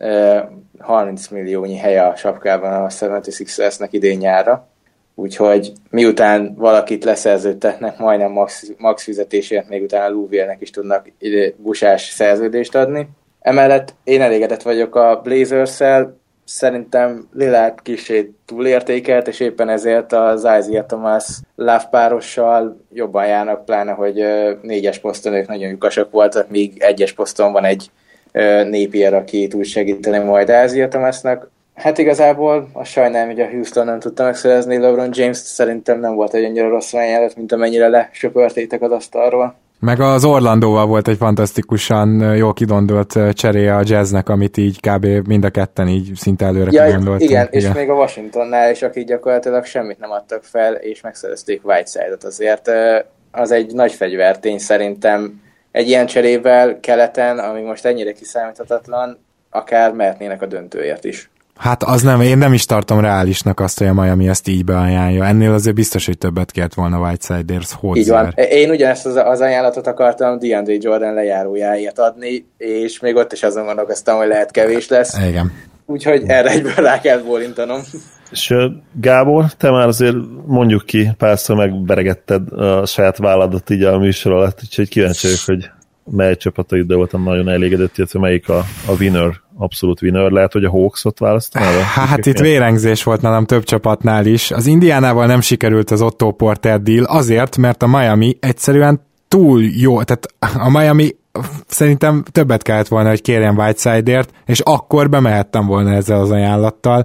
30 milliónyi helye a sapkában a 76ersnek idén nyárra, úgyhogy miután valakit leszerződtetnek majdnem max fizetésért, még utána Louisville-nek is tudnak busás szerződést adni. Emellett én elégedett vagyok a Blazers-szel, szerintem Lillard kicsit túlértékelt, és éppen ezért az Isaiah Thomas Love párossal jobban járnak, pláne, hogy 4-es poszton ők nagyon lyukasak voltak, míg 1-es poszton van egy Napier, aki tud segíteni majd Isaiah Thomasnak. Hát igazából a sajnálom, hogy a Houston nem tudta megszerezni LeBron James-t, szerintem nem volt egy annyira rossz ajánlat, mint amennyire lesöpörtétek az asztalról. Meg az Orlandóval volt egy fantasztikusan jól kidondolt cseréje a Jazznek, amit így kb. Mind a ketten így szinte előre kidondoltunk. Igen, és még a Washingtonnál is, akik gyakorlatilag semmit nem adtak fel, és megszerezték Whiteside-ot. Azért az egy nagy fegyvertény szerintem. Egy ilyen cserével keleten, ami most ennyire kiszámíthatatlan, akár mehetnének a döntőért is. Hát az nem, én nem is tartom reálisnak azt, hogy a Miami ezt így beajánlja. Ennél azért biztos, hogy többet kért volna Whiteside-ért. Így van. Én ugyanezt az ajánlatot akartam DeAndre Jordan lejárójáért adni, és még ott is azon gondolkoztam, hogy lehet kevés lesz. Igen. Úgyhogy erre egyből rá kell bólintanom. És Gábor, te már azért mondjuk ki, párszor megberegetted a saját válladat így a műsor alatt, úgyhogy kíváncsi vagyok, hogy mely csapataiddal voltam nagyon elégedett, illetve melyik a winner, abszolút winner. Lehet, hogy a Hawks-ot választanál? Hát itt vérengzés volt nálam több csapatnál is. Az Indiánával nem sikerült az Otto Porter deal azért, mert a Miami egyszerűen túl jó, tehát a Miami szerintem többet kellett volna, hogy kérjen Whiteside-ért, és akkor bemehettem volna ezzel az ajánlattal,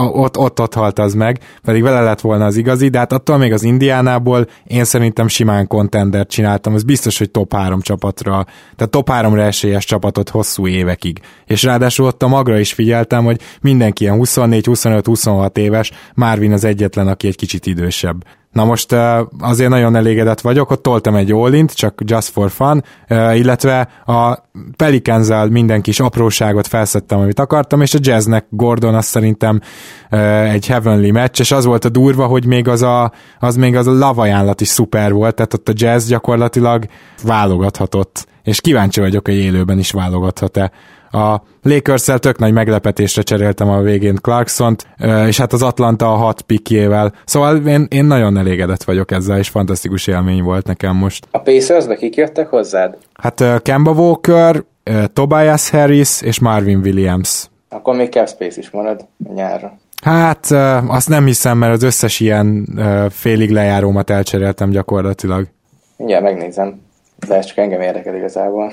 ott halt az meg, pedig vele lett volna az igazi, de hát attól még az Indiánából én szerintem simán contendert csináltam, ez biztos, hogy top 3 csapatra, tehát top 3-ra esélyes csapatot hosszú évekig. És ráadásul ott a magra is figyeltem, hogy mindenki ilyen 24, 25, 26 éves, Marvin az egyetlen, aki egy kicsit idősebb. Na most azért nagyon elégedett vagyok, ott toltam egy all-int, csak just for fun, illetve a Pelicans-zal minden kis apróságot felszettem, amit akartam, és a Jazznek Gordon az szerintem egy heavenly match, és az volt a durva, hogy még az a Love ajánlat is szuper volt, tehát ott a Jazz gyakorlatilag válogathatott, és kíváncsi vagyok, hogy élőben is válogathat-e. A Lakers-szel tök nagy meglepetésre cseréltem a végén Clarksont, és hát az Atlanta a 6 pickjével. Szóval én nagyon elégedett vagyok ezzel, és fantasztikus élmény volt nekem most. A Pacers-be kik jöttek hozzád? Hát Kemba Walker, Tobias Harris és Marvin Williams. Akkor még cap space is marad nyárra. Hát azt nem hiszem, mert az összes ilyen félig lejárómat elcseréltem gyakorlatilag. Mindjárt megnézem. De ez csak engem érdekel igazából.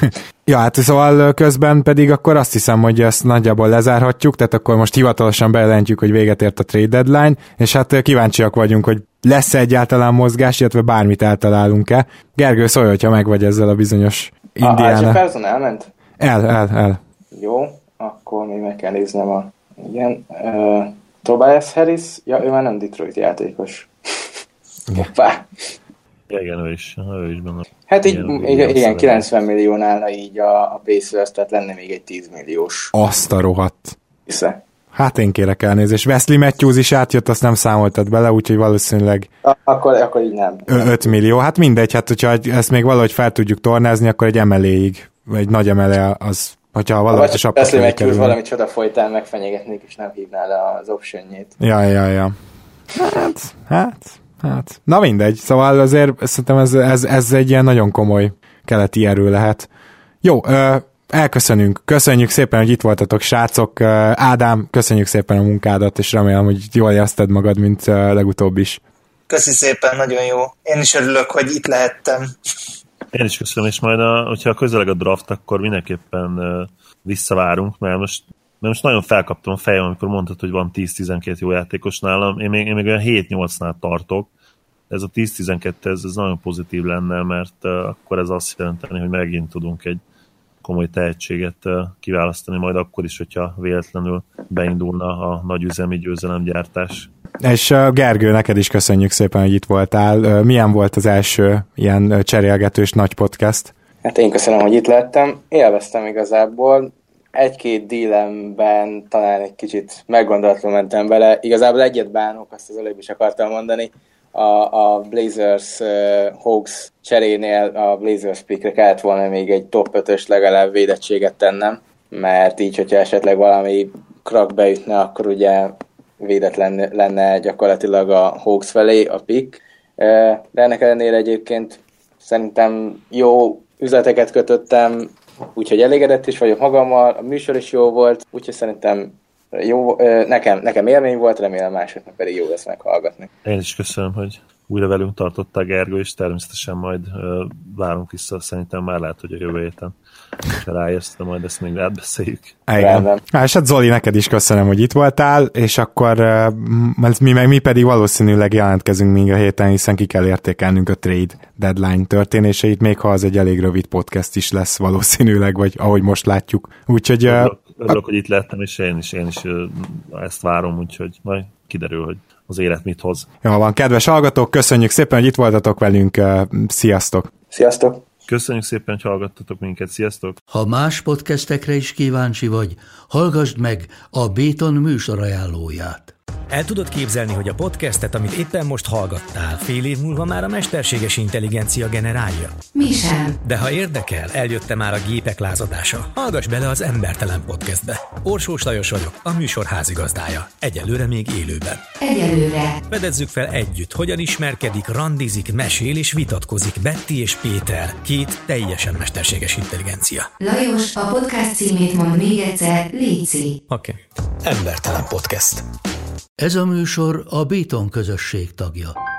Ja, hát szóval közben pedig akkor azt hiszem, hogy ezt nagyjából lezárhatjuk, tehát akkor most hivatalosan bejelentjük, hogy véget ért a trade deadline, és hát kíváncsiak vagyunk, hogy lesz-e egyáltalán mozgás, illetve bármit eltalálunk-e. Gergő, szólj, hogyha meg vagy ezzel a bizonyos Indiana. A Jefferson elment? El. Jó, akkor még meg kell néznem igen. Tobias Harris, ja, ő már nem Detroit játékos. Igen, ő is benne. Hát így, igen, 90 millió állna így a Pacers, tehát lenne még egy 10 milliós. Azt a rohadt. Hisze. Hát én kérek elnézést. Wesley Matthews is átjött, azt nem számoltad bele, úgyhogy valószínűleg akkor így nem. 5 millió. Hát mindegy, hát hogyha ezt még valahogy fel tudjuk tornázni, akkor egy emeléig, egy nagy emele az, hogyha valahogy a sapat Wesley Matthews valami csoda folytán megfenyegetnék, és nem hívná le az optionjét. Ja. Hát. Na mindegy, szóval azért szerintem ez egy ilyen nagyon komoly keleti erő lehet. Jó, elköszönünk. Köszönjük szépen, hogy itt voltatok, srácok. Ádám, köszönjük szépen a munkádat, és remélem, hogy jól érezted magad, mint legutóbb is. Köszi szépen, nagyon jó. Én is örülök, hogy itt lehettem. Én is köszönöm, és majd, hogyha közeleg a draft, akkor mindenképpen visszavárunk, mert most nagyon felkaptam a fejem, amikor mondtad, hogy van 10-12 jó játékos nálam. Én még olyan 7-8-nál tartok. Ez a 10-12, ez nagyon pozitív lenne, mert akkor ez azt jelenteni, hogy megint tudunk egy komoly tehetséget kiválasztani, majd akkor is, hogyha véletlenül beindulna a nagyüzemi győzelemgyártás. És Gergő, neked is köszönjük szépen, hogy itt voltál. Milyen volt az első ilyen cserélgetős nagy podcast? Hát én köszönöm, hogy itt lettem. Élveztem igazából. Egy-két dílemben talán egy kicsit meggondolatlanul mentem bele. Igazából egyet bánok, azt az előbb is akartam mondani, a Blazers Hawks cserénél a Blazers pickre kellett volna még egy top 5-ös legalább védettséget tennem, mert így, hogyha esetleg valami krak beütne, akkor ugye védetlen lenne gyakorlatilag a Hawks felé a pick. De ennek ellenére egyébként szerintem jó üzleteket kötöttem, úgyhogy elégedett is vagyok magammal, a műsor is jó volt, úgyhogy szerintem jó, nekem élmény volt, remélem másoknak pedig jó lesz meghallgatni. Én is köszönöm, hogy újra velünk tartottál, Gergő, és természetesen majd várunk vissza, szerintem már lehet, hogy a jövő héten. Ha rájössz, de majd ezt még átbeszéljük. Igen. És hát Zoli, neked is köszönöm, hogy itt voltál, és akkor mi pedig valószínűleg jelentkezünk még a héten, hiszen ki kell értékelnünk a trade deadline történéseit, még ha az egy elég rövid podcast is lesz valószínűleg, vagy ahogy most látjuk. Úgyhogy... Örülök, hogy itt lettem, és én is ezt várom, úgyhogy majd kiderül, hogy az élet mit hoz. Jó van, kedves hallgatók, köszönjük szépen, hogy itt voltatok velünk, sziasztok! Sziasztok! Köszönjük szépen, hogy hallgattatok minket, sziasztok! Ha más podcastekre is kíváncsi vagy, hallgassd meg a Béton műsor ajánlóját. El tudod képzelni, hogy a podcastet, amit éppen most hallgattál, fél év múlva már a mesterséges intelligencia generálja? Mi sem. De ha érdekel, eljött már a gépek lázadása. Hallgass bele az Embertelen Podcastbe. Orsós Lajos vagyok, a műsor házigazdája. Egyelőre még élőben. Egyelőre. Fedezzük fel együtt, hogyan ismerkedik, randizik, mesél és vitatkozik Betty és Péter, két teljesen mesterséges intelligencia. Lajos, a podcast címét mond még egyszer, léci. Oké. Embertelen Podcast. Ez a műsor a Béton közösség tagja.